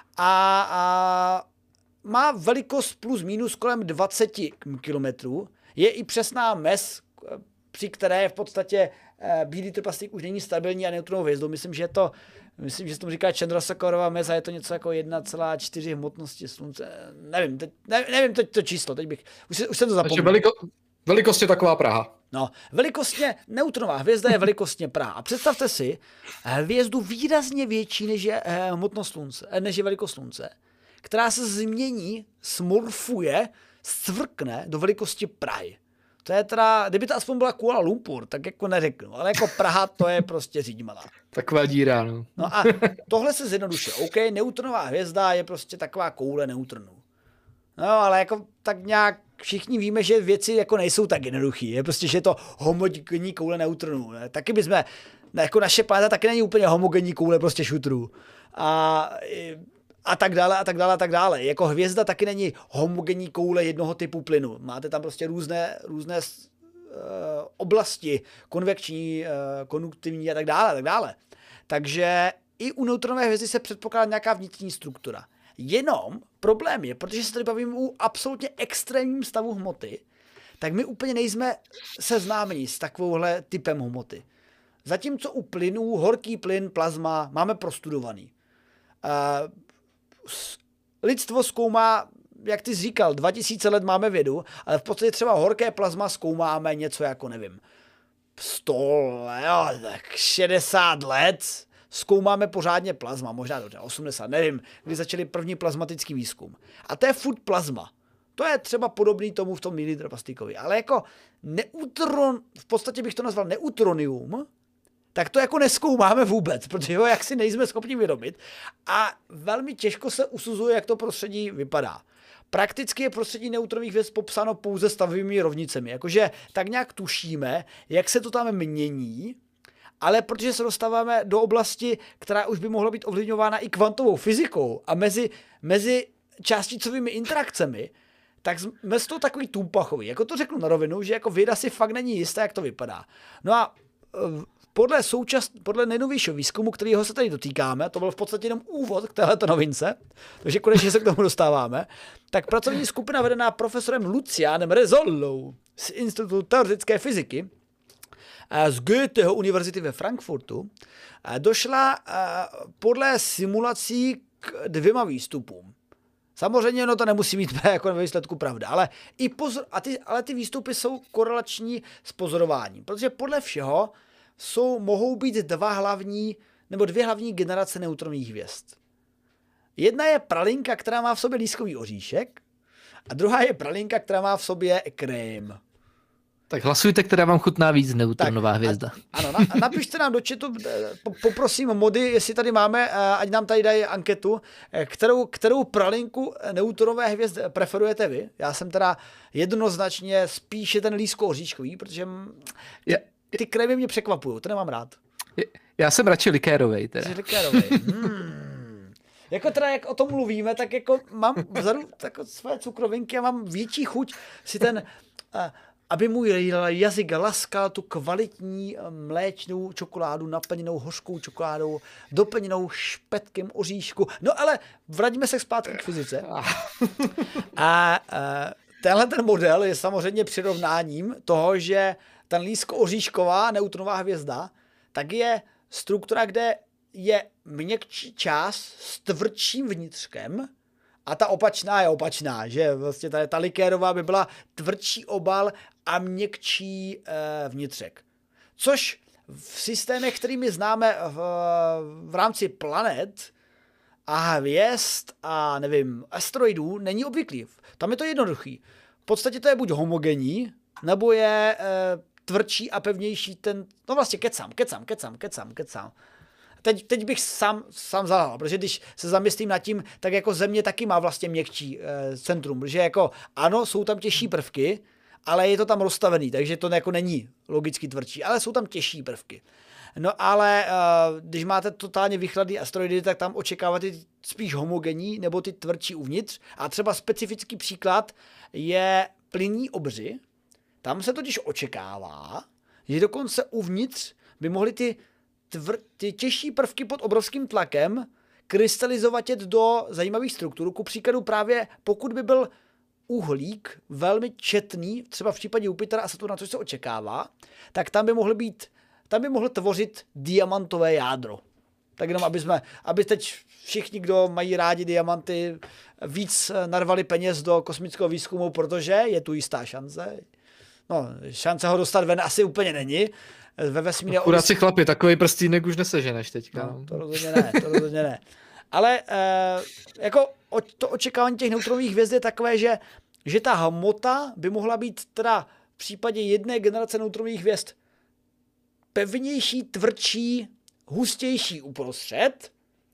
Speaker 1: A má velikost plus minus kolem 20 km. Je i přesná mez, při které v podstatě bílý trpaslík už není stabilní a neutronovou hvězdou. Myslím, že se tomu říká Chandrasekharova mez a je to něco jako 1,4 hmotnosti Slunce. Nevím teď to číslo, teď bych, už jsem to zapomněl.
Speaker 2: Velikost je taková Praha.
Speaker 1: No, velikostně neutronová hvězda je velikostně Praha. A představte si hvězdu výrazně větší než je hmotnost Slunce, než je velikost Slunce, která se změní, smorfuje, scvrkne do velikosti Prahy. To je teda, kdyby to aspoň byla Kuala Lumpur, tak jako neřeknu, ale jako Praha to je prostě řídímalá.
Speaker 2: Taková díra, no.
Speaker 1: No a tohle se zjednodušuje. OK, neutronová hvězda je prostě taková koule neutronů. No, ale jako tak nějak všichni víme, že věci jako nejsou tak jednoduchý. Je prostě, že je to homogenní koule neutronů. Ne? Taky bychom, jako naše planeta taky není úplně homogenní koule prostě šutrů. A tak dále, a tak dále, a tak dále. Jako hvězda taky není homogenní koule jednoho typu plynu. Máte tam prostě různé oblasti, konvekční, konuktivní a tak dále, a tak dále. Takže i u neutronové hvězdy se předpokládá nějaká vnitřní struktura. Jenom problém je, protože se tady bavíme u absolutně extrémním stavu hmoty, tak my úplně nejsme seznámeni s takovouhle typem hmoty. Zatímco u plynů, horký plyn, plazma, máme prostudovaný. Lidstvo zkoumá, jak ty jsi říkal, 2000 let máme vědu, ale v podstatě třeba horké plazma zkoumáme něco jako, nevím, 100 let, 60 let, zkoumáme pořádně plazma, možná dobře, 80, nevím, kdy začali první plazmatický výzkum. A to je furt plazma. To je třeba podobný tomu v tom bílém trpaslíkovi. Ale jako neutron, v podstatě bych to nazval neutronium, tak to jako nezkoumáme vůbec, protože ho jaksi nejsme schopni vyrobit a velmi těžko se usuzuje, jak to prostředí vypadá. Prakticky je prostředí neutronových hvězd popsáno pouze stavovými rovnicemi, jakože tak nějak tušíme, jak se to tam mění, ale protože se dostáváme do oblasti, která už by mohla být ovlivňována i kvantovou fyzikou a mezi částicovými interakcemi, tak jsme z toho takový tůmpachový. Jako to řeknu na rovinu, že jako věda si fakt není jistá, jak to vypadá. No a podle nejnovějšího výzkumu, kterého se tady dotýkáme, to byl v podstatě jenom úvod k téhleto novince, takže konečně se k tomu dostáváme, tak pracovní skupina vedená profesorem Lucianem Rezollou z Institutu teoretické fyziky z Goetheho univerzity ve Frankfurtu došla podle simulací k 2 výstupům. Samozřejmě to nemusí být jako ve výsledku pravda, ale ty výstupy jsou korelační s pozorováním, protože podle všeho mohou být 2 hlavní generace neutronových hvězd. Jedna je pralinka, která má v sobě lískový oříšek a druhá je pralinka, která má v sobě krém.
Speaker 3: Tak hlasujte, která vám chutná víc, neutronová hvězda.
Speaker 1: Ano, napište nám do chatu, poprosím mody, jestli tady máme, ať nám tady dají anketu, kterou pralinku neutronové hvězdy preferujete vy. Já jsem teda jednoznačně spíše ten lísko-oříškový, protože ty krémy mě překvapují, to nemám rád.
Speaker 3: Já jsem radši likérovej teda.
Speaker 1: Jako teda, jak o tom mluvíme, tak jako mám vzadu tak své cukrovinky a mám větší chuť si ten... aby můj jazyk laskal tu kvalitní mléčnou čokoládu naplněnou hořkou čokoládou, doplněnou špetkem oříšku. No ale vraťme se zpátky k fyzice. A tenhle ten model je samozřejmě přirovnáním toho, že ten lísko-oříšková neutronová hvězda, tak je struktura, kde je měkčí část s tvrdším vnitřkem, a ta opačná je opačná, že vlastně ta likérová by byla tvrdší obal a měkčí vnitřek. Což v systémech, kterými známe v rámci planet a hvězd a nevím, asteroidů, není obvyklý. Tam je to jednoduchý. V podstatě to je buď homogenní, nebo je tvrdší a pevnější ten, no vlastně kecám. Teď bych sám zalhal, protože když se zamyslím nad tím, tak jako Země taky má vlastně měkčí centrum, protože jako ano, jsou tam těžší prvky, ale je to tam rozstavený, takže to jako není logicky tvrdší, ale jsou tam těžší prvky. No ale když máte totálně vychladný asteroidy, tak tam očekáváte spíš homogenní nebo ty tvrdší uvnitř. A třeba specifický příklad je plynní obři. Tam se totiž očekává, že dokonce uvnitř by mohly ty těžší prvky pod obrovským tlakem krystalizovat do zajímavých struktur. Ku příkladu právě pokud by byl uhlík velmi četný, třeba v případě Jupitera a Saturna, což se očekává, tak tam by mohl tvořit diamantové jádro. Tak jenom, aby teď všichni, kdo mají rádi diamanty, víc narvali peněz do kosmického výzkumu, protože je tu jistá šance. No, šance ho dostat ven asi úplně není. Ve vesmíru...
Speaker 2: Chudáci chlapi, takový prstínek už neseženeš teďka.
Speaker 1: No, to rozhodně ne. Ale jako to očekávání těch neutronových hvězd je takové, že ta hmota by mohla být teda v případě jedné generace neutronových hvězd pevnější, tvrdší, hustější uprostřed,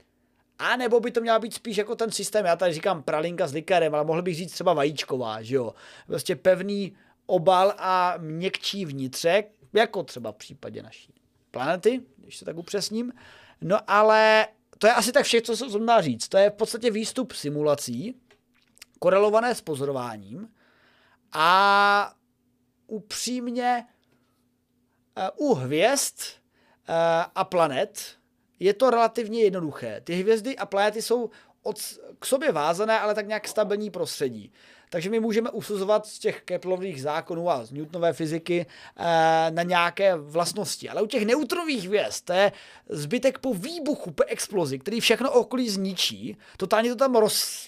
Speaker 1: a nebo by to měla být spíš jako ten systém, já tady říkám pralinka s likérem, ale mohl bych říct třeba vajíčková, že jo. Vlastně pevný obal a měkčí vnitřek, jako třeba v případě naší planety, když se tak upřesním. No ale to je asi tak vše, co se dá říct. To je v podstatě výstup simulací, korelované s pozorováním a upřímně u hvězd a planet je to relativně jednoduché. Ty hvězdy a planety jsou k sobě vázané, ale tak nějak stabilní prostředí. Takže my můžeme usuzovat z těch Keplerových zákonů a z Newtonově fyziky na nějaké vlastnosti. Ale u těch neutrových hvězd, to je zbytek po výbuchu, po explozi, který všechno okolí zničí, totálně to tam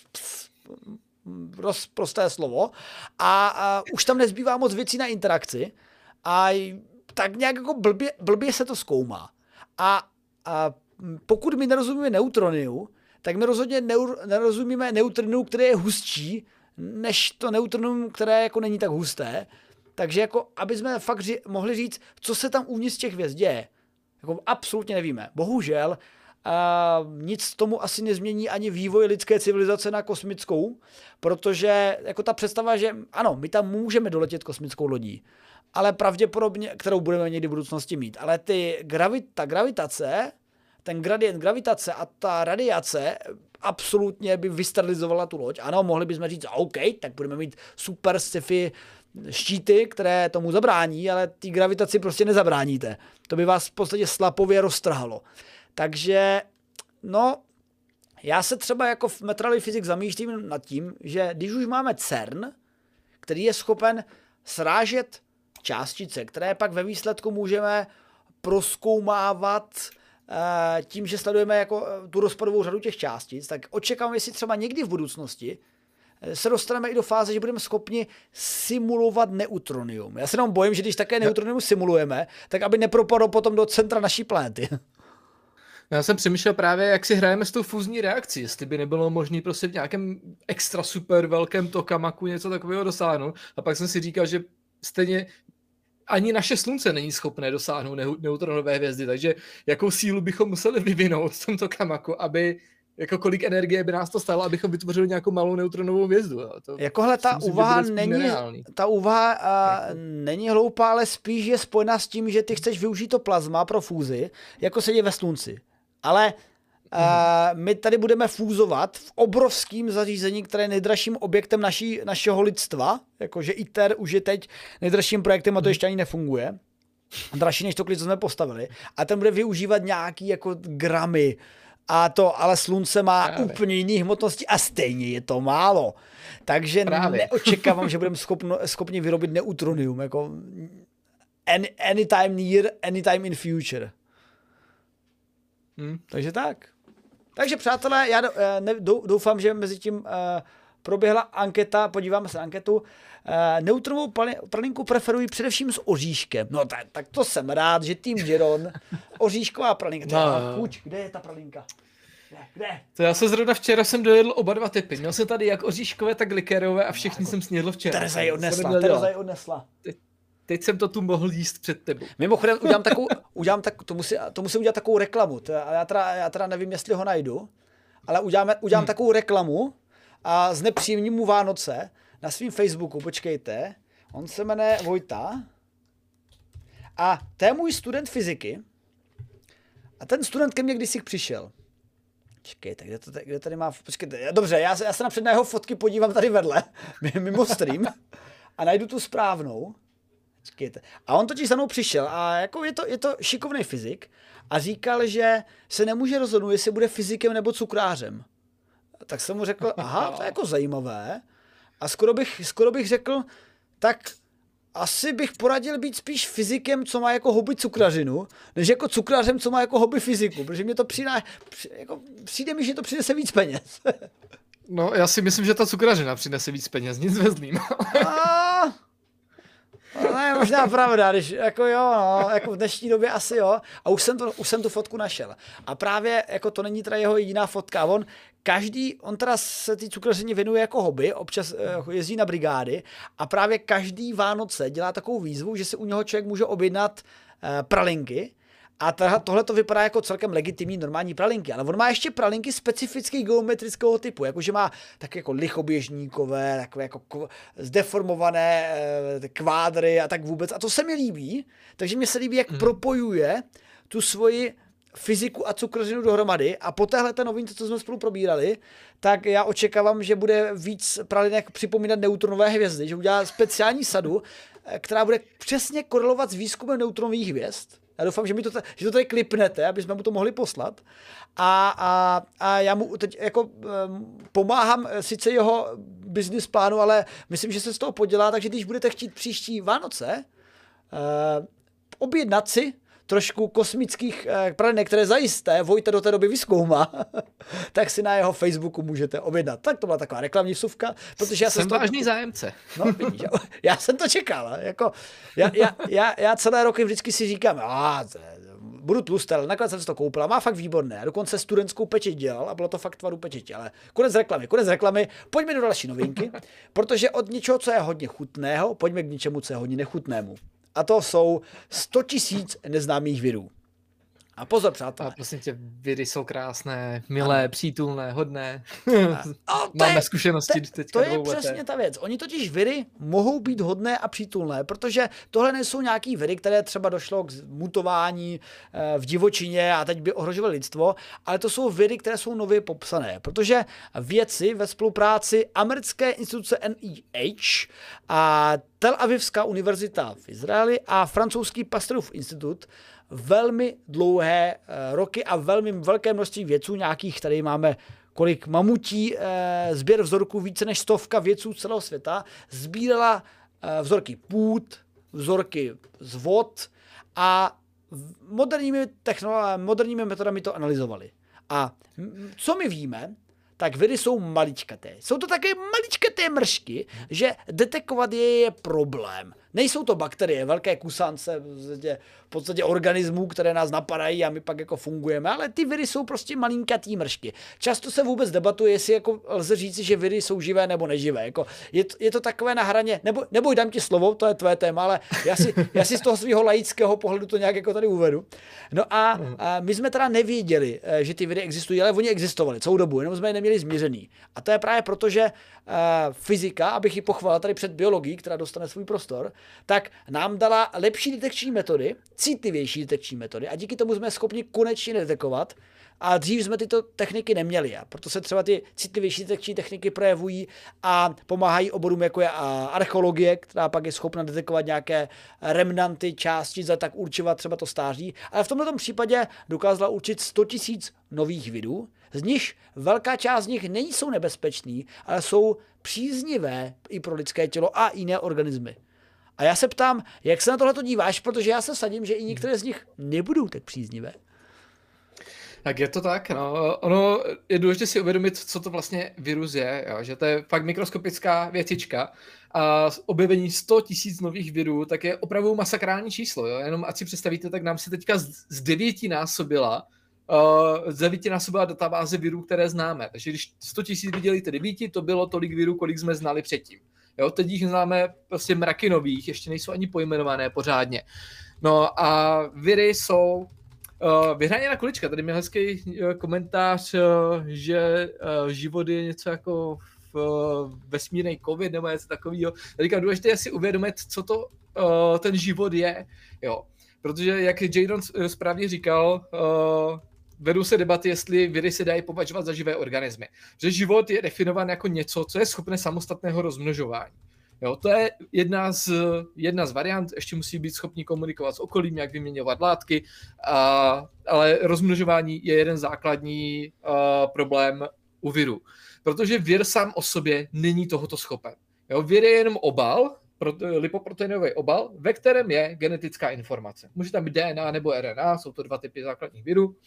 Speaker 1: prosté slovo, a už tam nezbývá moc věcí na interakci a tak nějak jako blbě se to zkoumá. A pokud my nerozumíme neutroniu, tak my rozhodně nerozumíme neutrinu, které je hustší než to neutrinum, které jako není tak husté. Takže jako, aby jsme fakt mohli říct, co se tam uvnitř těch hvězd děje. Jako absolutně nevíme. Bohužel nic tomu asi nezmění ani vývoj lidské civilizace na kosmickou, protože jako ta představa, že ano, my tam můžeme doletět kosmickou lodí, ale pravděpodobně, kterou budeme někdy v budoucnosti mít, ale ta gravitace, ten gradient gravitace a ta radiace absolutně by vysterilizovala tu loď. Ano, mohli bychom říct, OK, tak budeme mít super sci-fi štíty, které tomu zabrání, ale ty gravitaci prostě nezabráníte. To by vás v podstatě slapově roztrhalo. Takže, no, já se třeba jako metrální fyzik zamýšlím nad tím, že když už máme CERN, který je schopen srážet částice, které pak ve výsledku můžeme prozkoumávat tím, že sledujeme jako tu rozpadovou řadu těch částic, tak očekávám, jestli třeba někdy v budoucnosti se dostaneme i do fáze, že budeme schopni simulovat neutronium. Já se jenom bojím, že když také neutronium simulujeme, tak aby nepropadlo potom do centra naší planety.
Speaker 2: Já jsem přemýšlel právě, jak si hrajeme s tou fúzní reakcí, jestli by nebylo možné prostě v nějakém extra super velkém tokamaku něco takového dosáhnout. A pak jsem si říkal, že stejně ani naše slunce není schopné dosáhnout neutronové hvězdy, takže jakou sílu bychom museli vyvinout v tomto kamaku, aby jako kolik energie by nás to stálo, abychom vytvořili nějakou malou neutronovou hvězdu. To
Speaker 1: jakohle ta úvaha není hloupá, ale spíš je spojená s tím, že ty chceš využít to plazma pro fúzi, jako se děje ve slunci. Ale my tady budeme fúzovat v obrovském zařízení, které je nejdražším objektem našeho lidstva, jakože ITER už je teď nejdražším projektem a to ještě ani nefunguje. Dražší než to, co jsme postavili. A ten bude využívat nějaký jako gramy. A to, ale slunce má úplně jiný hmotnosti a stejně je to málo. Takže neočekávám, že budeme schopni vyrobit neutronium. Jako anytime near, anytime in future. Takže tak. Takže přátelé, já doufám, že mezi tím proběhla anketa, podíváme se na anketu. Neutronovou pralinku preferují především s oříškem. No tak to jsem rád, že tým Giron, oříšková pralinka. Chuť, kde je ta pralinka? Kde?
Speaker 2: To já se zrovna včera jsem dojedl oba dva typy. Měl jsem tady jak oříškové, tak likérové a všechny jsem snědl včera.
Speaker 1: Tereza ji odnesla.
Speaker 2: Teď jsem to tu mohl jíst před tebou.
Speaker 1: Mimochodem to musím udělat takovou reklamu. Já teda nevím, jestli ho najdu, ale udělám takovou reklamu a znepříjemním mu Vánoce na svým Facebooku, počkejte, on se jmenuje Vojta a to je můj student fyziky a ten student ke mně kdysi přišel. Počkejte, kde tady má, počkejte, dobře, já se napřed na jeho fotky podívám tady vedle, mimo stream a najdu tu správnou. Počkejte. A on totiž za mnou přišel a jako je to šikovný fyzik a říkal, že se nemůže rozhodnout, jestli bude fyzikem nebo cukrářem. Tak jsem mu řekl, aha, to je jako zajímavé. A skoro bych řekl, tak asi bych poradil být spíš fyzikem, co má jako hobby cukrařinu, než jako cukrářem, co má jako hobby fyziku, protože mě to přijde mi, že to přinese víc peněz.
Speaker 2: No, já si myslím, že ta cukrařina přinese víc peněz, nic vezlým.
Speaker 1: To je možná pravda, když jako jo, no, jako v dnešní době asi jo. A už jsem tu fotku našel. A právě jako to není teda jeho jediná fotka. On teda se té cukrařině věnuje jako hobby, občas jezdí na brigády a právě každý Vánoce dělá takovou výzvu, že si u něho člověk může objednat pralinky. A tohle to vypadá jako celkem legitimní normální pralinky, ale on má ještě pralinky specifického geometrického typu, jakože má tak jako lichoběžníkové, takové jako zdeformované kvádry a tak vůbec. A to se mi líbí, takže mně se líbí, jak propojuje tu svoji fyziku a cukrařinu dohromady a po téhleté novince, co jsme spolu probírali, tak já očekávám, že bude víc pralinek připomínat neutronové hvězdy, že udělá speciální sadu, která bude přesně korelovat s výzkumem neutronových hvězd. Já doufám, že to tady klipnete, aby jsme mu to mohli poslat. A já mu teď jako pomáhám sice jeho business plánu, ale myslím, že se z toho podělá, takže když budete chtít příští Vánoce objednat si trošku kosmických pralinek, které zajisté Vojta do té doby vyzkoumá, tak si na jeho Facebooku můžete objednat. Tak to byla taková reklamní vsuvka, protože já
Speaker 2: jsem vážný zájemce.
Speaker 1: No, vidíš, já jsem to čekal. Jako, já celé roky vždycky si říkám, budu tlustý, ale nakonec jsem si to koupil a má fakt výborné. A dokonce studentskou pečeť dělal a bylo to fakt tvaru pečeti. Ale konec reklamy. Pojďme do další novinky, protože od něčeho, co je hodně chutného, pojďme k něčemu, co je hodně nechutnému. A to jsou 100 000 neznámých virů. A pozor, přátelé.
Speaker 2: A prosím tě, viry jsou krásné, milé, přítulné, hodné. Máme zkušenosti teďka.
Speaker 1: To je přesně ta věc. Oni totiž viry mohou být hodné a přítulné, protože tohle nejsou nějaký viry, které třeba došlo k mutování v divočině a teď by ohrožovaly lidstvo, ale to jsou viry, které jsou nově popsané, protože vědci ve spolupráci americké instituce NIH a Tel Avivská univerzita v Izraeli a francouzský Pasteurův institut velmi dlouhé roky a velmi velké množství vědců, nějakých tady máme kolik mamutí, sběr vzorků, více než 100 vědců celého světa, sbírala vzorky půd, vzorky z vod a moderními metodami to analyzovali. A co my víme, tak viry jsou maličkaté. Jsou to také maličkaté mršky, že detekovat je problém. Nejsou to bakterie, velké kusance, v podstatě organismů, které nás napadají a my pak jako fungujeme, ale ty viry jsou prostě malinkatý mršky. Často se vůbec debatuje, jestli jako lze říci, že viry jsou živé nebo neživé. Jako je to takové na hraně, neboj, dám ti slovo, to je tvé téma, ale já si z toho svého laického pohledu to nějak jako tady uvedu. No a my jsme teda nevěděli, že ty viry existují, ale oni existovali celou dobu, jenom jsme je neměli změřený. A to je právě proto, že fyzika, abych ji pochválil tady před biologií, která dostane svůj prostor, tak nám dala lepší detekční metody, citlivější detekční metody a díky tomu jsme schopni konečně detekovat. A dřív jsme tyto techniky neměli a proto se třeba ty citlivější detekční techniky projevují a pomáhají oborům, jako je archeologie, která pak je schopna detekovat nějaké remnanty částic a tak určovat třeba to stáří. Ale v tomto případě dokázala určit 100 000 nových virů, z nich velká část z nich nejsou nebezpečný, ale jsou příznivé i pro lidské tělo a jiné organismy. A já se ptám, jak se na tohle díváš, protože já se vsadím, že i některé z nich nebudou tak příznivé.
Speaker 2: Tak je to tak, no. Ono je důležité si uvědomit, co to vlastně virus je, jo? Že to je fakt mikroskopická věcička a objevení 100 000 nových virů, tak je opravdu masakrální číslo, jo? Jenom ať si představíte, tak nám se teďka z 9násobila databáze virů, které známe. Takže když 100 000 vydělíte 9, to bylo tolik virů, kolik jsme znali předtím. Jo? Teď jich známe prostě mraky nových, ještě nejsou ani pojmenované pořádně. No a viry jsou vyhraněná kulička, tady měl hezký komentář, že život je něco jako vesmírný covid nebo něco takového. Říkám, důležité je si uvědomit, co to ten život je, jo. Protože jak Jadon správně říkal, vedou se debaty, jestli viry se dají považovat za živé organismy. Protože život je definován jako něco, co je schopné samostatného rozmnožování. Jo, to je jedna z variant, ještě musí být schopni komunikovat s okolím, jak vyměňovat látky, ale rozmnožování je jeden základní problém u viru. Protože vir sám o sobě není tohoto schopen. Jo, vir je jenom obal, lipoproteinový obal, ve kterém je genetická informace. Může tam být DNA nebo RNA, jsou to 2 typy základních virů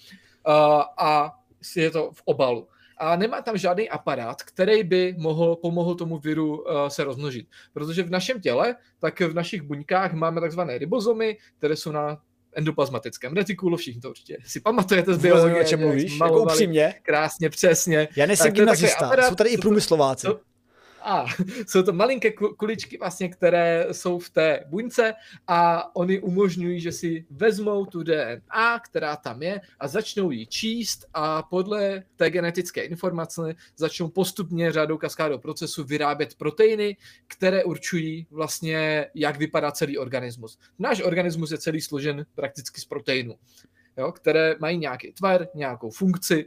Speaker 2: a je to v obalu. A nemá tam žádný aparát, který by pomohl tomu viru se rozmnožit. Protože v našem těle, tak v našich buňkách máme takzvané ribozomy, které jsou na endoplazmatickém retikulu, všichni to určitě si pamatujete z biologie.
Speaker 1: O čem mluvíš? Jako upřímně?
Speaker 2: Krásně, přesně.
Speaker 1: Já nejsem gymnazista, jsou tady i průmyslováci.
Speaker 2: Jsou to malinké kuličky, vlastně, které jsou v té buňce a oni umožňují, že si vezmou tu DNA, která tam je a začnou ji číst a podle té genetické informace začnou postupně řádou kaskádou procesu vyrábět proteiny, které určují vlastně, jak vypadá celý organismus. Náš organismus je celý složen prakticky z proteinů, jo, které mají nějaký tvar, nějakou funkci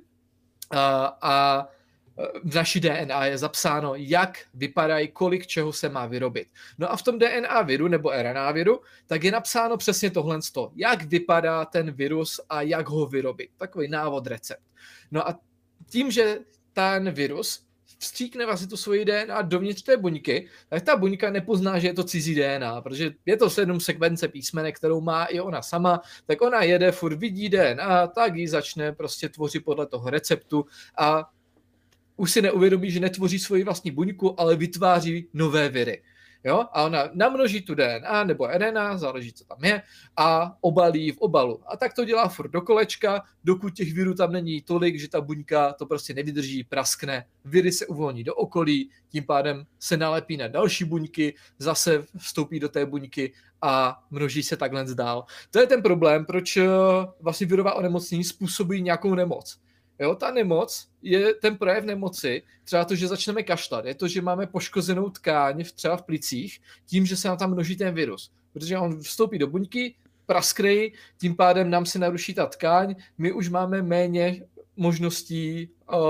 Speaker 2: a v naší DNA je zapsáno, jak vypadají, kolik čeho se má vyrobit. No a v tom DNA viru nebo RNA viru, tak je napsáno přesně tohle, jak vypadá ten virus a jak ho vyrobit. Takový návod, recept. No a tím, že ten virus vstříkne vlastně tu svoji DNA dovnitř té buňky, tak ta buňka nepozná, že je to cizí DNA, protože je to 7 sekvence písmenek, kterou má i ona sama, tak ona jede, furt vidí DNA, tak ji začne prostě tvořit podle toho receptu a už si neuvědomí, že netvoří svoji vlastní buňku, ale vytváří nové viry. Jo? A ona namnoží tu DNA nebo RNA, záleží, co tam je, a obalí v obalu. A tak to dělá furt do kolečka, dokud těch virů tam není tolik, že ta buňka to prostě nevydrží, praskne, viry se uvolní do okolí, tím pádem se nalepí na další buňky, zase vstoupí do té buňky a množí se takhle dál. To je ten problém, proč vlastně virová onemocnění způsobí nějakou nemoc. Jo, ta nemoc je ten projev nemoci, třeba to, že začneme kašlat, je to, že máme poškozenou tkáň třeba v plicích, tím, že se nám tam množí ten virus. Protože on vstoupí do buňky, praskne, tím pádem nám se naruší ta tkáň, my už máme méně možností,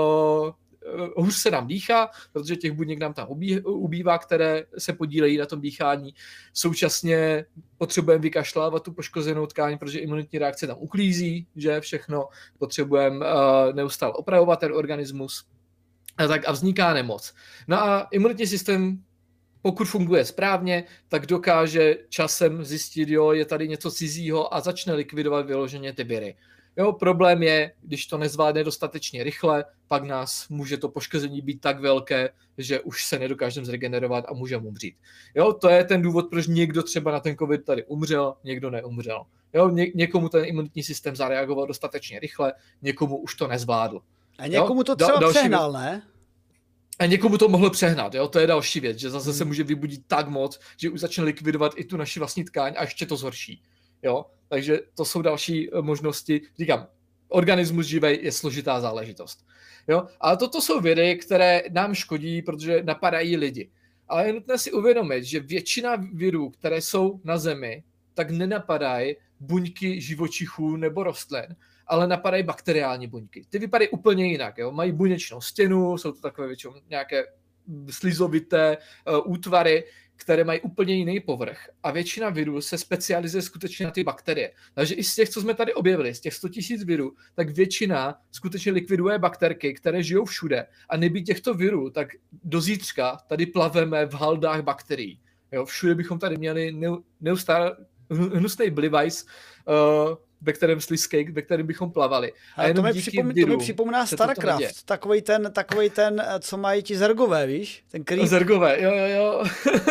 Speaker 2: hůř se nám dýchá, protože těch buněk nám tam ubývá, které se podílejí na tom dýchání. Současně potřebujeme vykašlávat tu poškozenou tkáň, protože imunitní reakce tam uklízí, že všechno potřebujeme neustále opravovat ten organismus. A vzniká nemoc. No a imunitní systém, pokud funguje správně, tak dokáže časem zjistit, jo, je tady něco cizího a začne likvidovat vyloženě ty viry. Jo, problém je, když to nezvládne dostatečně rychle, pak nás může to poškození být tak velké, že už se nedokážeme zregenerovat a můžeme umřít. Jo, to je ten důvod, proč někdo třeba na ten covid tady umřel, někdo neumřel. Jo, někomu ten imunitní systém zareagoval dostatečně rychle, někomu už to nezvládl.
Speaker 1: A někomu to třeba přehnal, ne?
Speaker 2: A někomu to mohlo přehnat, jo? To je další věc, že zase se může vybudit tak moc, že už začne likvidovat i tu naši vlastní tkáň a ještě to zhorší. Jo? Takže to jsou další možnosti. Říkám, organismus živej je složitá záležitost. Jo? Ale toto jsou vědy, které nám škodí, protože napadají lidi. Ale je nutné si uvědomit, že většina virů, které jsou na Zemi, tak nenapadají buňky živočichů nebo rostlin, ale napadají bakteriální buňky. Ty vypadají úplně jinak. Jo? Mají buněčnou stěnu, jsou to takové většinou nějaké slizovité útvary, které mají úplně jiný povrch. A většina virů se specializuje skutečně na ty bakterie. Takže i z těch, co jsme tady objevili, z těch 100 000 virů, tak většina skutečně likviduje bakterky, které žijou všude. A nebýt těchto virů, tak do zítřka tady plaveme v haldách bakterií. Jo? Všude bychom tady měli neustále hnusný blivajs, ve kterém sliskej, ve kterém bychom plavali.
Speaker 1: A to mi připomíná StarCraft, takovej ten, co mají ti zergové, víš? Ten creep.
Speaker 2: Zergové, jo.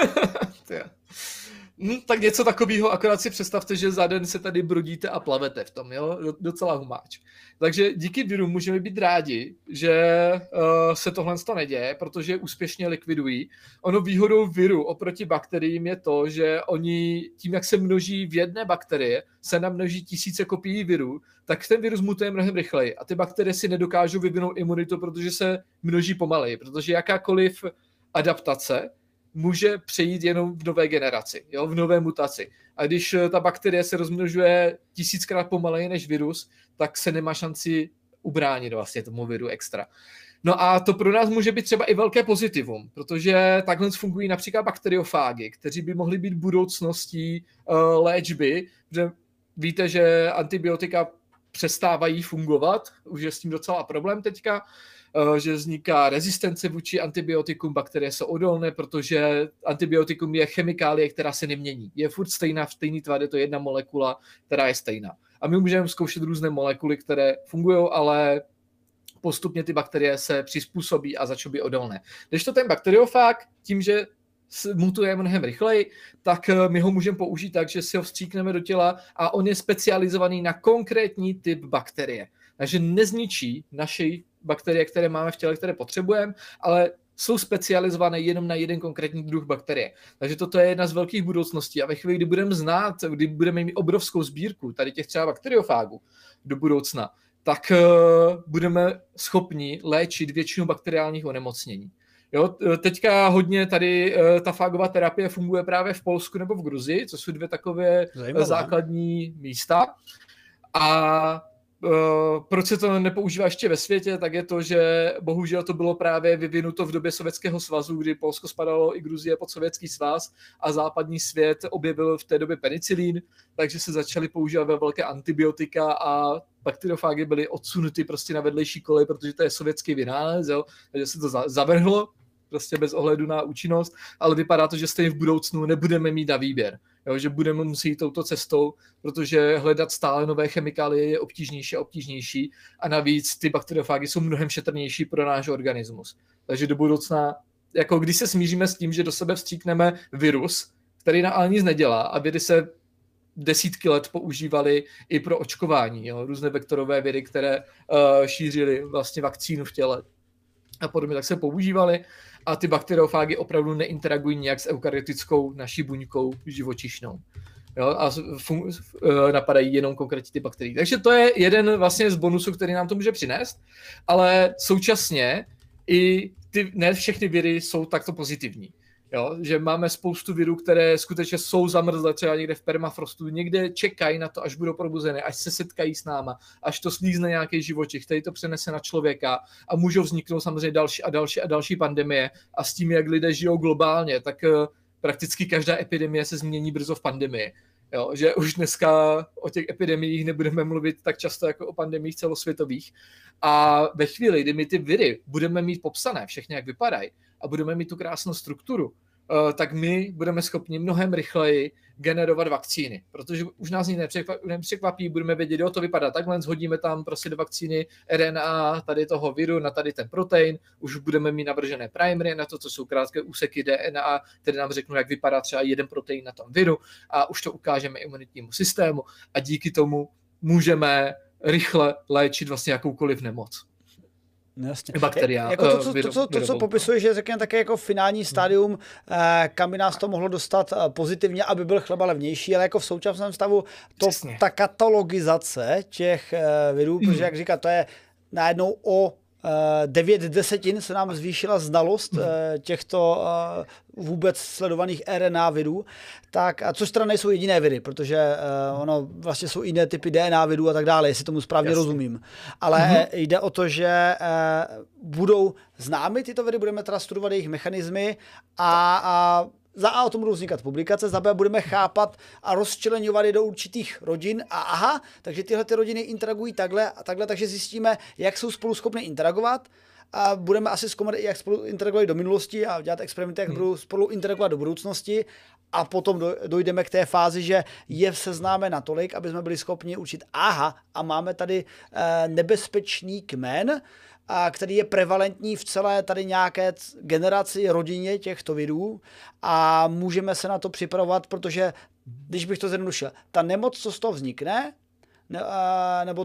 Speaker 2: Tak něco takového, akorát si představte, že za den se tady brodíte a plavete v tom, jo? Docela humáč. Takže díky viru můžeme být rádi, že se tohle neděje, protože úspěšně likvidují. Ono výhodou viru oproti bakteriím je to, že oni tím, jak se množí v jedné bakterie, se namnoží tisíce kopií viru, tak ten virus mutuje mnohem rychleji a ty bakterie si nedokážou vyvinout imunitu, protože se množí pomaleji, protože jakákoliv adaptace může přejít jenom v nové generaci, jo, v nové mutaci. A když ta bakterie se rozmnožuje 1000krát pomaleji než virus, tak se nemá šanci ubránit vlastně tomu viru extra. No a to pro nás může být třeba i velké pozitivum, protože takhle fungují například bakteriofágy, kteří by mohli být budoucností léčby, protože víte, že antibiotika přestávají fungovat, už je s tím docela problém teďka, že vzniká rezistence vůči antibiotikum, bakterie jsou odolné, protože antibiotikum je chemikálie, která se nemění. Je furt stejná, v stejný tvar, je to jedna molekula, která je stejná. A my můžeme zkoušet různé molekuly, které fungují, ale postupně ty bakterie se přizpůsobí a začnou být odolné. Když to ten bakteriofág, tím, že mutuje mnohem rychleji, tak my ho můžeme použít tak, že si ho vstříkneme do těla a on je specializovaný na konkrétní typ bakterie. Takže nezničí naše bakterie, které máme v těle, které potřebujeme, ale jsou specializované jenom na jeden konkrétní druh bakterie. Takže toto je jedna z velkých budoucností a ve chvíli, kdy budeme znát, kdy budeme mít obrovskou sbírku tady těch třeba bakteriofágů do budoucna, tak budeme schopni léčit většinu bakteriálních onemocnění. Jo, teďka hodně tady ta fágová terapie funguje právě v Polsku nebo v Gruzii, což jsou dvě takové základní místa. A proč se to nepoužívá ještě ve světě, tak je to, že bohužel to bylo právě vyvinuto v době Sovětského svazu, kdy Polsko spadalo i Gruzie pod Sovětský svaz a západní svět objevil v té době penicilín, takže se začaly používat velké antibiotika a bakteriofágy byly odsunuty prostě na vedlejší kolej, protože to je sovětský vynález, jo? Takže se to zavrhlo prostě bez ohledu na účinnost, ale vypadá to, že stejně v budoucnu nebudeme mít na výběr. Jo, že budeme muset jít touto cestou, protože hledat stále nové chemikálie je obtížnější a obtížnější a navíc ty bakteriofágy jsou mnohem šetrnější pro náš organismus. Takže do budoucna, jako když se smíříme s tím, že do sebe vstříkneme virus, který ale nic nedělá a viry se desítky let používaly i pro očkování, jo, různé vektorové viry, které šířily vlastně vakcínu v těle a podobně, tak se používaly a ty bakteriofágy opravdu neinteragují nějak s eukaryotickou naší buňkou živočišnou. Jo, a napadají jenom konkrétně ty bakterie. Takže to je jeden vlastně z bonusů, který nám to může přinést, ale současně i ne všechny viry jsou takto pozitivní. Jo, že máme spoustu virů, které skutečně jsou zamrzlé třeba někde v permafrostu, někde čekají na to, až budou probuzené, až se setkají s náma, až to slízne nějaký živočich, který to přenese na člověka a můžou vzniknout samozřejmě další pandemie a s tím, jak lidé žijou globálně, tak prakticky každá epidemie se změní brzo v pandemii. Jo, že už dneska o těch epidemiích nebudeme mluvit tak často jako o pandemiích celosvětových. A ve chvíli, kdy my ty viry budeme mít popsané, všechny jak vypadají, a budeme mít tu krásnou strukturu, tak my budeme schopni mnohem rychleji generovat vakcíny, protože už nás nic nepřekvapí, budeme vědět, jo, to vypadá takhle, shodíme tam prostě do vakcíny RNA tady toho viru na tady ten protein, už budeme mít navržené primery na to, co jsou krátké úseky DNA, které nám řeknou, jak vypadá třeba jeden protein na tom viru a už to ukážeme imunitnímu systému a díky tomu můžeme rychle léčit vlastně jakoukoliv nemoc.
Speaker 1: Jasně.
Speaker 2: Bakteria.
Speaker 1: Jako to, co popisuješ, je řekněme také jako finální stádium, kam by nás to mohlo dostat pozitivně, aby byl chleba levnější, ale jako v současném stavu ta katalogizace těch virů, protože jak říká, to je najednou o 9 desetin se nám zvýšila znalost těchto vůbec sledovaných RNA virů, tak, což teda nejsou jediné viry, protože ono vlastně jsou jiné typy DNA virů a tak dále, jestli tomu správně rozumím. Ale jde o to, že budou známy tyto viry, budeme teda studovat jejich mechanismy a za A o tom budou vznikat publikace, za B budeme chápat a rozčleňovat je do určitých rodin a aha, takže tyhle ty rodiny interagují takhle a takhle, takže zjistíme, jak jsou spolu schopny interagovat a budeme asi zkoumat, jak spolu interagovali do minulosti a dělat experimenty, jak budou spolu interagovat do budoucnosti a potom dojdeme k té fázi, že je seznáme natolik, aby jsme byli schopni učit aha a máme tady nebezpečný kmen, který je prevalentní v celé tady nějaké generaci, rodině těchto virů a můžeme se na to připravovat, protože, když bych to zjednodušil, ta nemoc, co z toho vznikne, nebo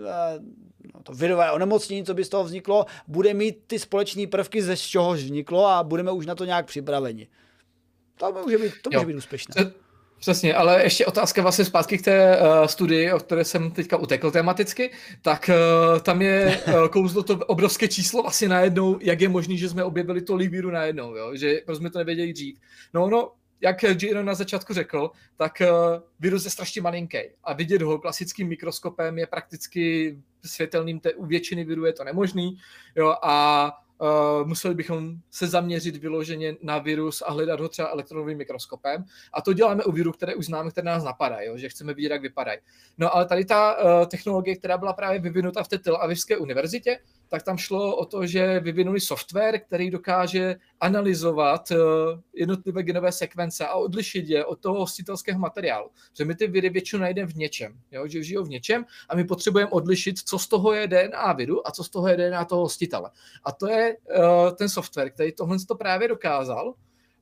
Speaker 1: to virové onemocnění, co by z toho vzniklo, bude mít ty společné prvky, ze čehož vzniklo a budeme už na to nějak připraveni. To může být úspěšné.
Speaker 2: Přesně, ale ještě otázka vlastně zpátky k té studii, o které jsem teďka utekl tematicky, tak tam je kouzlo to obrovské číslo vlastně najednou, jak je možný, že jsme objevili tolik víru najednou, jo? Že jsme to nevěděli dřív. No, jak Gino na začátku řekl, tak virus je strašně malinký a vidět ho klasickým mikroskopem je prakticky světelným, u většiny virů je to nemožný, jo, a museli bychom se zaměřit vyloženě na virus a hledat ho třeba elektronovým mikroskopem. A to děláme u virů, které už známe, které nás napadají, že chceme vidět, jak vypadají. No ale tady ta technologie, která byla právě vyvinuta v té Tel Avivské univerzitě, tak tam šlo o to, že vyvinuli software, který dokáže analyzovat jednotlivé genové sekvence a odlišit je od toho hostitelského materiálu. Že my ty viry většinou najdeme v něčem, jo? Že žijou v něčem a my potřebujeme odlišit, co z toho je DNA viru a co z toho je DNA toho hostitele. A to je ten software, který tohle to právě dokázal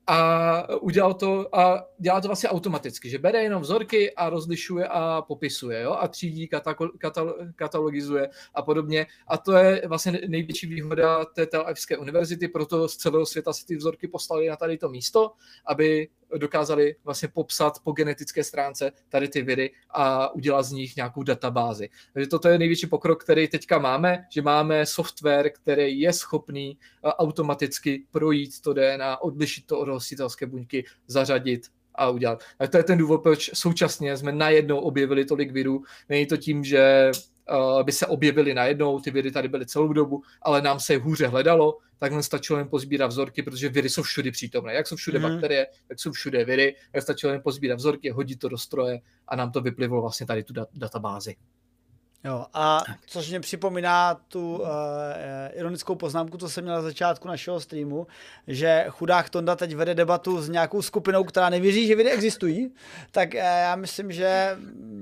Speaker 2: a udělal to a dělá to vlastně automaticky, že bere jenom vzorky a rozlišuje a popisuje, jo? A třídí, katalogizuje a podobně. A to je vlastně největší výhoda té Tel Avivské univerzity, proto z celého světa si ty vzorky poslali na tady to místo, aby dokázali vlastně popsat po genetické stránce tady ty viry a udělat z nich nějakou databázi. Takže toto je největší pokrok, který teďka máme, že máme software, který je schopný automaticky projít to DNA, odlišit to od hostitelské buňky, zařadit a udělat. A to je ten důvod, proč současně jsme najednou objevili tolik virů. Není to tím, že by se objevily najednou, ty viry tady byly celou dobu, ale nám se hůře hledalo, takhle stačilo jen pozbírat vzorky, protože viry jsou všude přítomné. Jak jsou všude bakterie, tak jsou všude viry, tak stačilo jen pozbírat vzorky, hodit to do stroje a nám to vyplivlo vlastně tady tu databázi.
Speaker 1: Jo, a což mě připomíná tu ironickou poznámku, co jsem měl na začátku našeho streamu, že chudák Tonda teď vede debatu s nějakou skupinou, která nevěří, že viry existují, tak já myslím, že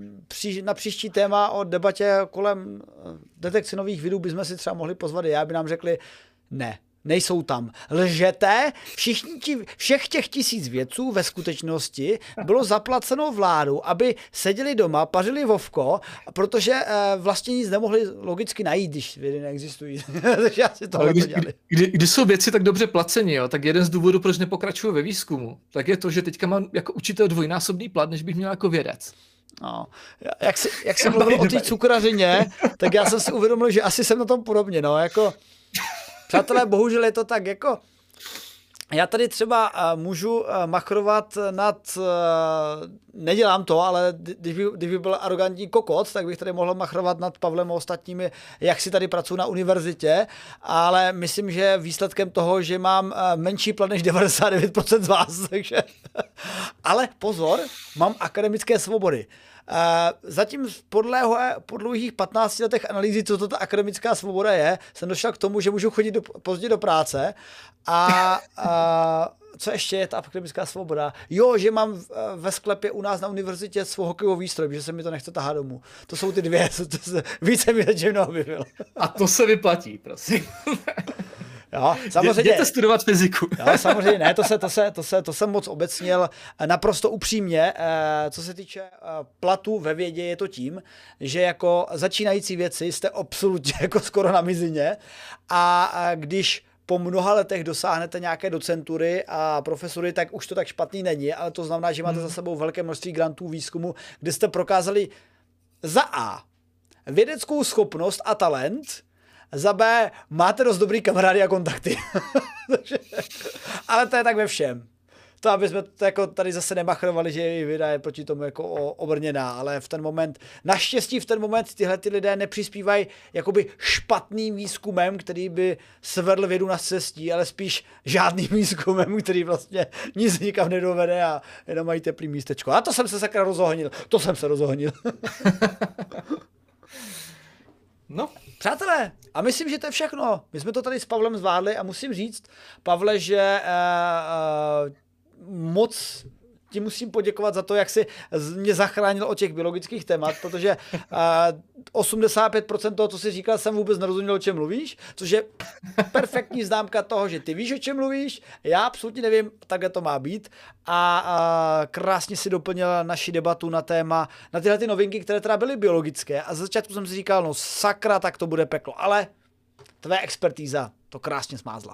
Speaker 1: na příští téma o debatě kolem detekce nových virů bychom si třeba mohli pozvat i aby nám řekli, ne, nejsou tam. Lžete, všech těch 1000 vědců ve skutečnosti bylo zaplaceno vládou, aby seděli doma, pařili vovko, protože vlastně nic nemohli logicky najít, když vědy neexistují. Takže asi tohle to dělali.
Speaker 2: Když jsou věci tak dobře placeni, jo, tak jeden z důvodů, proč nepokračuju ve výzkumu, tak je to, že teďka mám jako učitel dvojnásobný plat, než bych měl jako vědec.
Speaker 1: No, jak jsem mluvil o té cukrařině, tak já jsem si uvědomil, že asi jsem na tom podobně, no, jako přátelé, bohužel je to tak, jako já tady třeba můžu machrovat nedělám to, ale kdyby byl arrogantní kokot, tak bych tady mohl machrovat nad Pavlem a ostatními, jak si tady pracuji na univerzitě, ale myslím, že výsledkem toho, že mám menší plat než 99% z vás, takže ale pozor, mám akademické svobody. Zatím po dlouhých 15 letech analýzy, co to ta akademická svoboda je, jsem došel k tomu, že můžu chodit pozdě do práce a co ještě je ta akademická svoboda? Jo, že mám ve sklepě u nás na univerzitě svou hokejovou výstroj, že se mi to nechce tahat domů. To jsou ty dvě, více mi zatím neobjevilo.
Speaker 2: A to se vyplatí, prosím.
Speaker 1: Jo, samozřejmě.
Speaker 3: Jděte studovat fyziku.
Speaker 1: Jo, samozřejmě ne, to jsem moc obecnil. Naprosto upřímně, co se týče platu ve vědě, je to tím, že jako začínající věci jste absolutně jako skoro na mizině a když po mnoha letech dosáhnete nějaké docentury a profesory, tak už to tak špatný není, ale to znamená, že máte za sebou velké množství grantů výzkumu, kde jste prokázali za A vědeckou schopnost a talent, za B máte dost dobrý kamarády a kontakty. Ale to je tak ve všem. To, aby jsme to jako tady zase nemachrovali, že její věda je proti tomu jako obrněná, ale v ten moment, naštěstí v ten moment tyhle ty lidé nepřispívají jakoby špatným výzkumem, který by svedl vědu na cestí, ale spíš žádným výzkumem, který vlastně nic nikam nedovede a jenom mají teplý místečko. A to jsem se sakra rozohnil.
Speaker 2: No.
Speaker 1: Přátelé, a myslím, že to je všechno. My jsme to tady s Pavlem zvládli a musím říct, Pavle, že moc ti musím poděkovat za to, jak jsi mě zachránil od těch biologických témat, protože 85% toho, co jsi říkal, jsem vůbec nerozuměl, o čem mluvíš, což je perfektní známka toho, že ty víš, o čem mluvíš, já absolutně nevím, takhle to má být a krásně si doplnil naši debatu na téma, na tyhle ty novinky, které teda byly biologické a za začátku jsem si říkal, no sakra, tak to bude peklo, ale tvé expertíza to krásně smázla.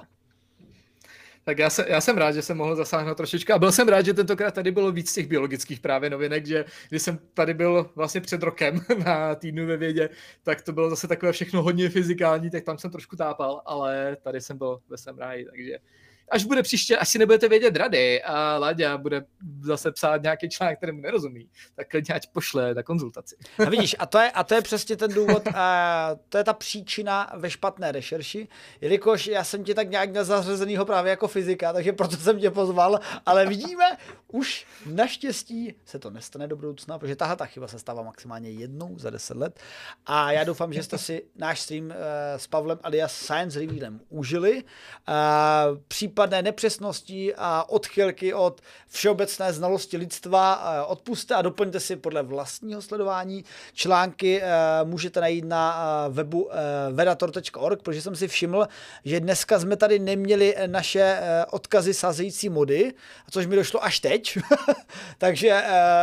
Speaker 2: Tak já jsem rád, že jsem mohl zasáhnout trošičku a byl jsem rád, že tentokrát tady bylo víc těch biologických právě novinek, že když jsem tady byl vlastně před rokem na týdnu ve vědě, tak to bylo zase takové všechno hodně fyzikální, tak tam jsem trošku tápal, ale tady jsem byl ve svém ráji, takže až bude příště, až si nebudete vědět rady a Láďa bude zase psát nějaký článek, kterému nerozumí, tak klidně ať pošle na konzultaci.
Speaker 1: A vidíš, a to je přesně ten důvod, to je ta příčina ve špatné rešerši, jelikož já jsem tě tak nějak nezařazenýho právě jako fyzika, takže proto jsem tě pozval, ale vidíme, už naštěstí se to nestane do budoucna, protože tahle ta chyba se stává maximálně jednou za 10 let a já doufám, že jste si náš stream s Pavlem alias Science Revealem užili. Případné nepřesnosti a odchylky od všeobecné znalosti lidstva odpusťte a doplňte si podle vlastního sledování. Články můžete najít na webu vedator.org, protože jsem si všiml, že dneska jsme tady neměli naše odkazy sazející mody, což mi došlo až teď. Takže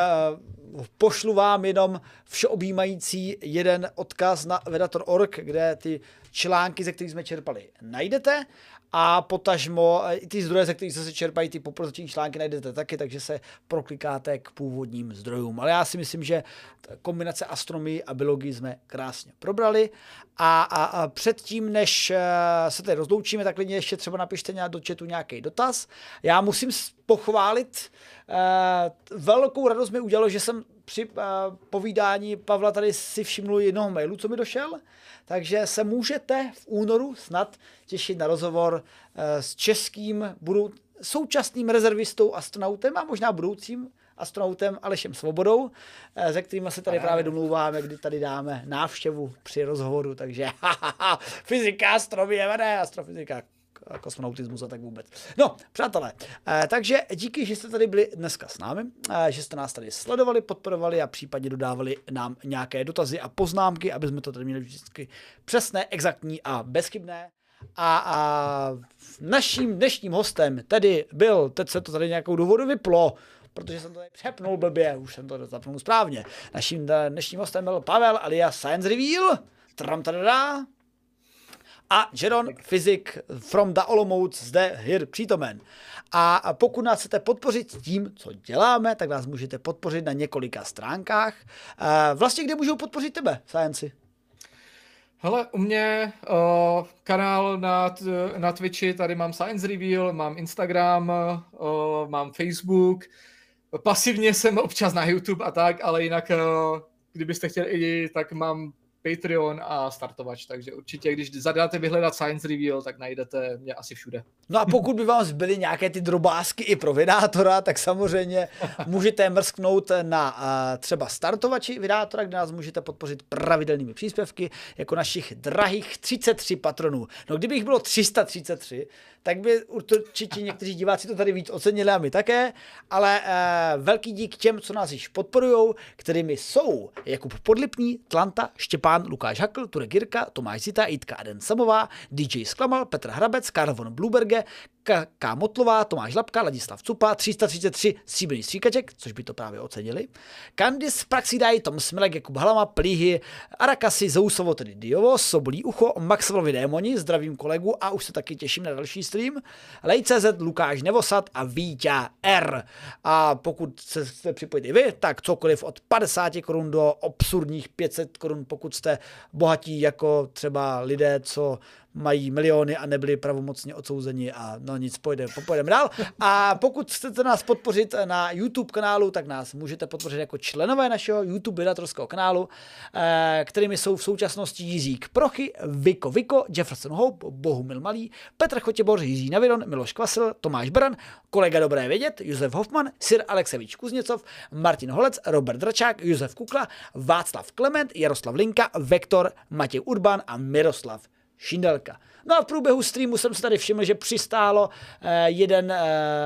Speaker 1: pošlu vám jenom všeobjímající jeden odkaz na vedator.org, kde ty články, ze kterých jsme čerpali, najdete a potažmo i ty zdroje, ze kterých se čerpají ty poprvé články, najdete taky, takže se proklikáte k původním zdrojům. Ale já si myslím, že kombinace astronomii a biologii jsme krásně probrali a předtím, než se tady rozloučíme, tak klidně ještě třeba napište do chatu nějaký dotaz. Já musím pochválit, velkou radost mi udělalo, že jsem při povídání Pavla tady si všimnul jednoho mailu, co mi došel, takže se můžete v únoru snad těšit na rozhovor s českým současným rezervistou astronautem a možná budoucím astronautem Alešem Svobodou, se kterým se tady právě domlouváme, kdy tady dáme návštěvu při rozhovoru, takže fyzika, astronomie, ne, astrofyzika, kosmonautismus a tak vůbec. No, přátelé, takže díky, že jste tady byli dneska s námi, že jste nás tady sledovali, podporovali a případně dodávali nám nějaké dotazy a poznámky, aby jsme to tady měli vždycky přesné, exaktní a bezchybné. A naším dnešním hostem tedy byl, teď se to tady nějakou důvodu vyplo, protože jsem to tady přepnul blbě, už jsem to zapnul správně. Naším dnešním hostem byl Pavel alias Science Reveal, a Jeron, fyzik from the Olomouc, zde here přítomen. A pokud nás chcete podpořit tím, co děláme, tak nás můžete podpořit na několika stránkách. Vlastně, kde můžou podpořit tebe, Scienci?
Speaker 2: Hele, u mě kanál na Twitchi, tady mám Science Reveal, mám Instagram, mám Facebook, pasivně jsem občas na YouTube a tak, ale jinak, kdybyste chtěli, tak mám Patreon a startovač, takže určitě, když zadáte vyhledat Science Reveal, tak najdete mě asi všude.
Speaker 1: No a pokud by vám zbyly nějaké ty drobásky i pro vydátora, tak samozřejmě můžete mrsknout na třeba startovači vydátora, kde nás můžete podpořit pravidelnými příspěvky, jako našich drahých 33 patronů. No kdybych bylo 333, tak by určitě někteří diváci to tady víc ocenili a my také, ale velký dík těm, co nás již podporujou, kterými jsou Jakub Podlipný, Tlanta, Štěpán, Lukáš Hakl, Turek Jirka, Tomáš Zita, Jitka Aden Samová, DJ Sklamal, Petr Hrabec, Karl von Bluberge, K. Motlová, Tomáš Lapka, Ladislav Cupa, 333 stříbrný stříkaček, což by to právě ocenili, Candice, Praxidaj, Tom Smilek, Jakub Halama, Plíhy, Arakasi, Zousovo, tedy Diovo, Sobolí ucho, Maxwellovi démoni, zdravím kolegu a už se taky těším na další stream, Lej.cz, Lukáš Nevosad a Víťa R. A pokud se připojíte i vy, tak cokoliv od 50 korun do absurdních 500 korun, pokud jste bohatí jako třeba lidé, co mají miliony a nebyli pravomocně odsouzeni a no nic, pojedeme dál. A pokud chcete nás podpořit na YouTube kanálu, tak nás můžete podpořit jako členové našeho YouTube vydátorského kanálu, kterými jsou v současnosti Jiřík Prochy, Viko, Jefferson Hope, Bohumil Malý, Petr Chotěbor, Jiří Naviron, Miloš Kvasil, Tomáš Bran, kolega Dobré vědět, Josef Hoffman, Sir Alexevič Kuzněcov, Martin Holec, Robert Dračák, Josef Kukla, Václav Klement, Jaroslav Linka, Vektor, Matěj Urban a Miroslav Šindelka. No a v průběhu streamu jsem se tady všiml, že přistálo jeden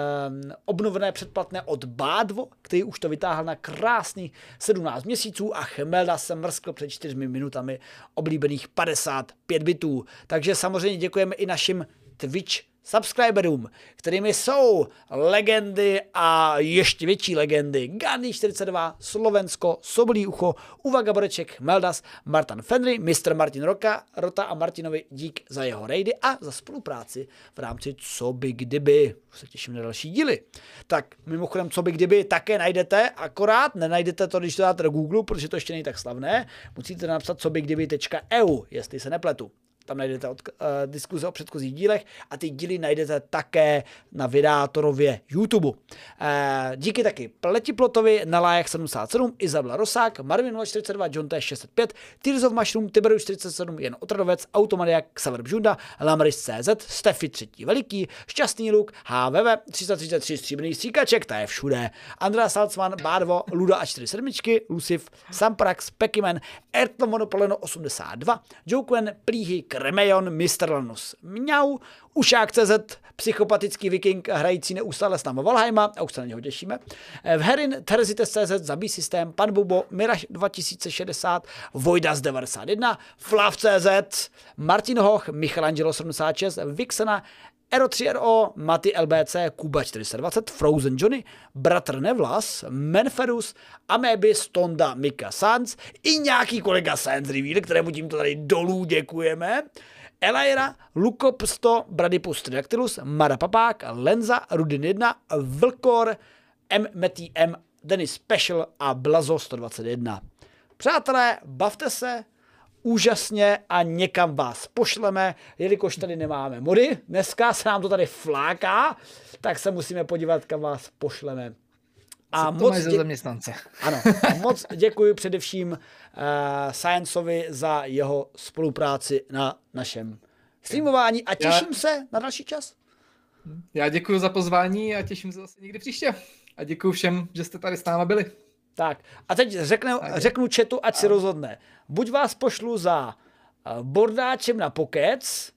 Speaker 1: obnovené předplatné od Bádvo, který už to vytáhl na krásných 17 měsíců a Chmelda se mrskl před 4 minutami oblíbených 55 bitů. Takže samozřejmě děkujeme i našim Twitch subscriberům, kterými jsou legendy a ještě větší legendy. Gandhi 42, Slovensko, Sobolí ucho, Uva Gaboreček, Meldas, Martin Fenry, Mr. Martin Rota a Martinovi dík za jeho raidy a za spolupráci v rámci Co by kdyby. Se těším na další díly. Tak mimochodem Co by kdyby také najdete, akorát nenajdete to, když to dáte do Google, protože to ještě není tak slavné. Musíte napsat cobygdyby.eu, jestli se nepletu. Tam najdete diskuze o předchozích dílech a ty díly najdete také na Vydatorově YouTube. Díky taky Pletiplotovi, Nalajek 77, Izabela Rosák, Marvin 042, John T 605, Tears of Mushroom, Tiberius 47, Jan Otradovec, Automaniak, Xaver Bžunda, Lamaris.cz, Stefy 3. Veliký, Šťastný Luk, HVV 333 stříbrný stříkaček, ta je všude, Andrea Salcman, Bádvo, Luda a 47, Lucif, Samprax, Pekiman, Ertl Monopoleno 82, Joken, Plíhy, Kremejon, Mr. Lanus, Mňau, Ušák.cz, psychopatický viking hrající neustále s námi Valheima, a už se na něho těšíme, Vherin, Terzites.cz, Zabí systém, Pan Bubo, Miraž 2060, Vojdas 91, Flav.cz, Martin Hoch, Michelangelo 76, Vixena, Ero3RO, Mati LBC, Kuba 420, Frozen Johnny, Bratr Nevlas, Menferus, Améby, Stonda, Mika Sanz i nějaký kolega Science Reveal, kterému tímto tady dolů děkujeme. Elaira, Lukopsto, Bradipus Tridactylus, Mara Papák, Lenza, Rudin 1, Vlkor, Metý M, Denis Special a Blazo 121. Přátelé, bavte se úžasně a někam vás pošleme, jelikož tady nemáme mody. Dneska se nám to tady fláká, tak se musíme podívat, kam vás pošleme.
Speaker 3: A moc zaměstnance.
Speaker 1: Ano, a moc děkuji především Scienceovi za jeho spolupráci na našem streamování a těším se na další čas.
Speaker 2: Já děkuji za pozvání a těším se zase někdy příště. A děkuji všem, že jste tady s náma byli.
Speaker 1: Tak a teď řeknu chatu, ať si rozhodne. Buď vás pošlu za bordáčem na pokec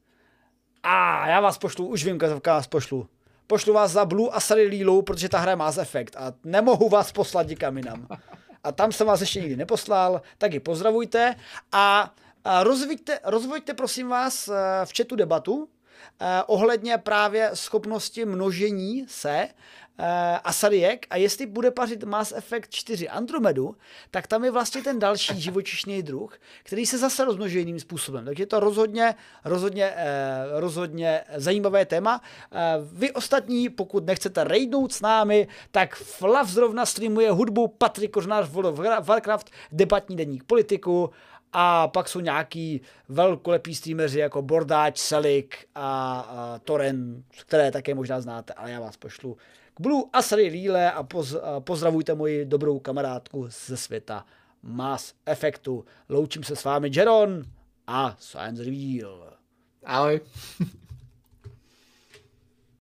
Speaker 1: a já vás pošlu, už vím, kam vás pošlu. Pošlu vás za Blue a Sary Lilou, protože ta hra má efekt a nemohu vás poslat nikam jinam. A tam jsem vás ještě nikdy neposlal, tak ji pozdravujte a rozvojte prosím vás v chatu debatu ohledně právě schopnosti množení se Asariek a jestli bude pařit Mass Effect 4 Andromedu, tak tam je vlastně ten další živočišný druh, který se zase rozmnožuje jiným způsobem. Takže je to rozhodně zajímavé téma. Vy ostatní, pokud nechcete raidnout s námi, tak Flav zrovna streamuje hudbu, Patrik Kořnář World of Warcraft, debatní deník Politiku, a pak jsou nějaký velkolepí streameři jako Bordáč, Selik a Toren, které také možná znáte, ale já vás pošlu k Blue a Sary Líle a pozdravujte moji dobrou kamarádku ze světa Mass Effectu. Loučím se s vámi Jeron a Science Reveal.
Speaker 2: Ahoj.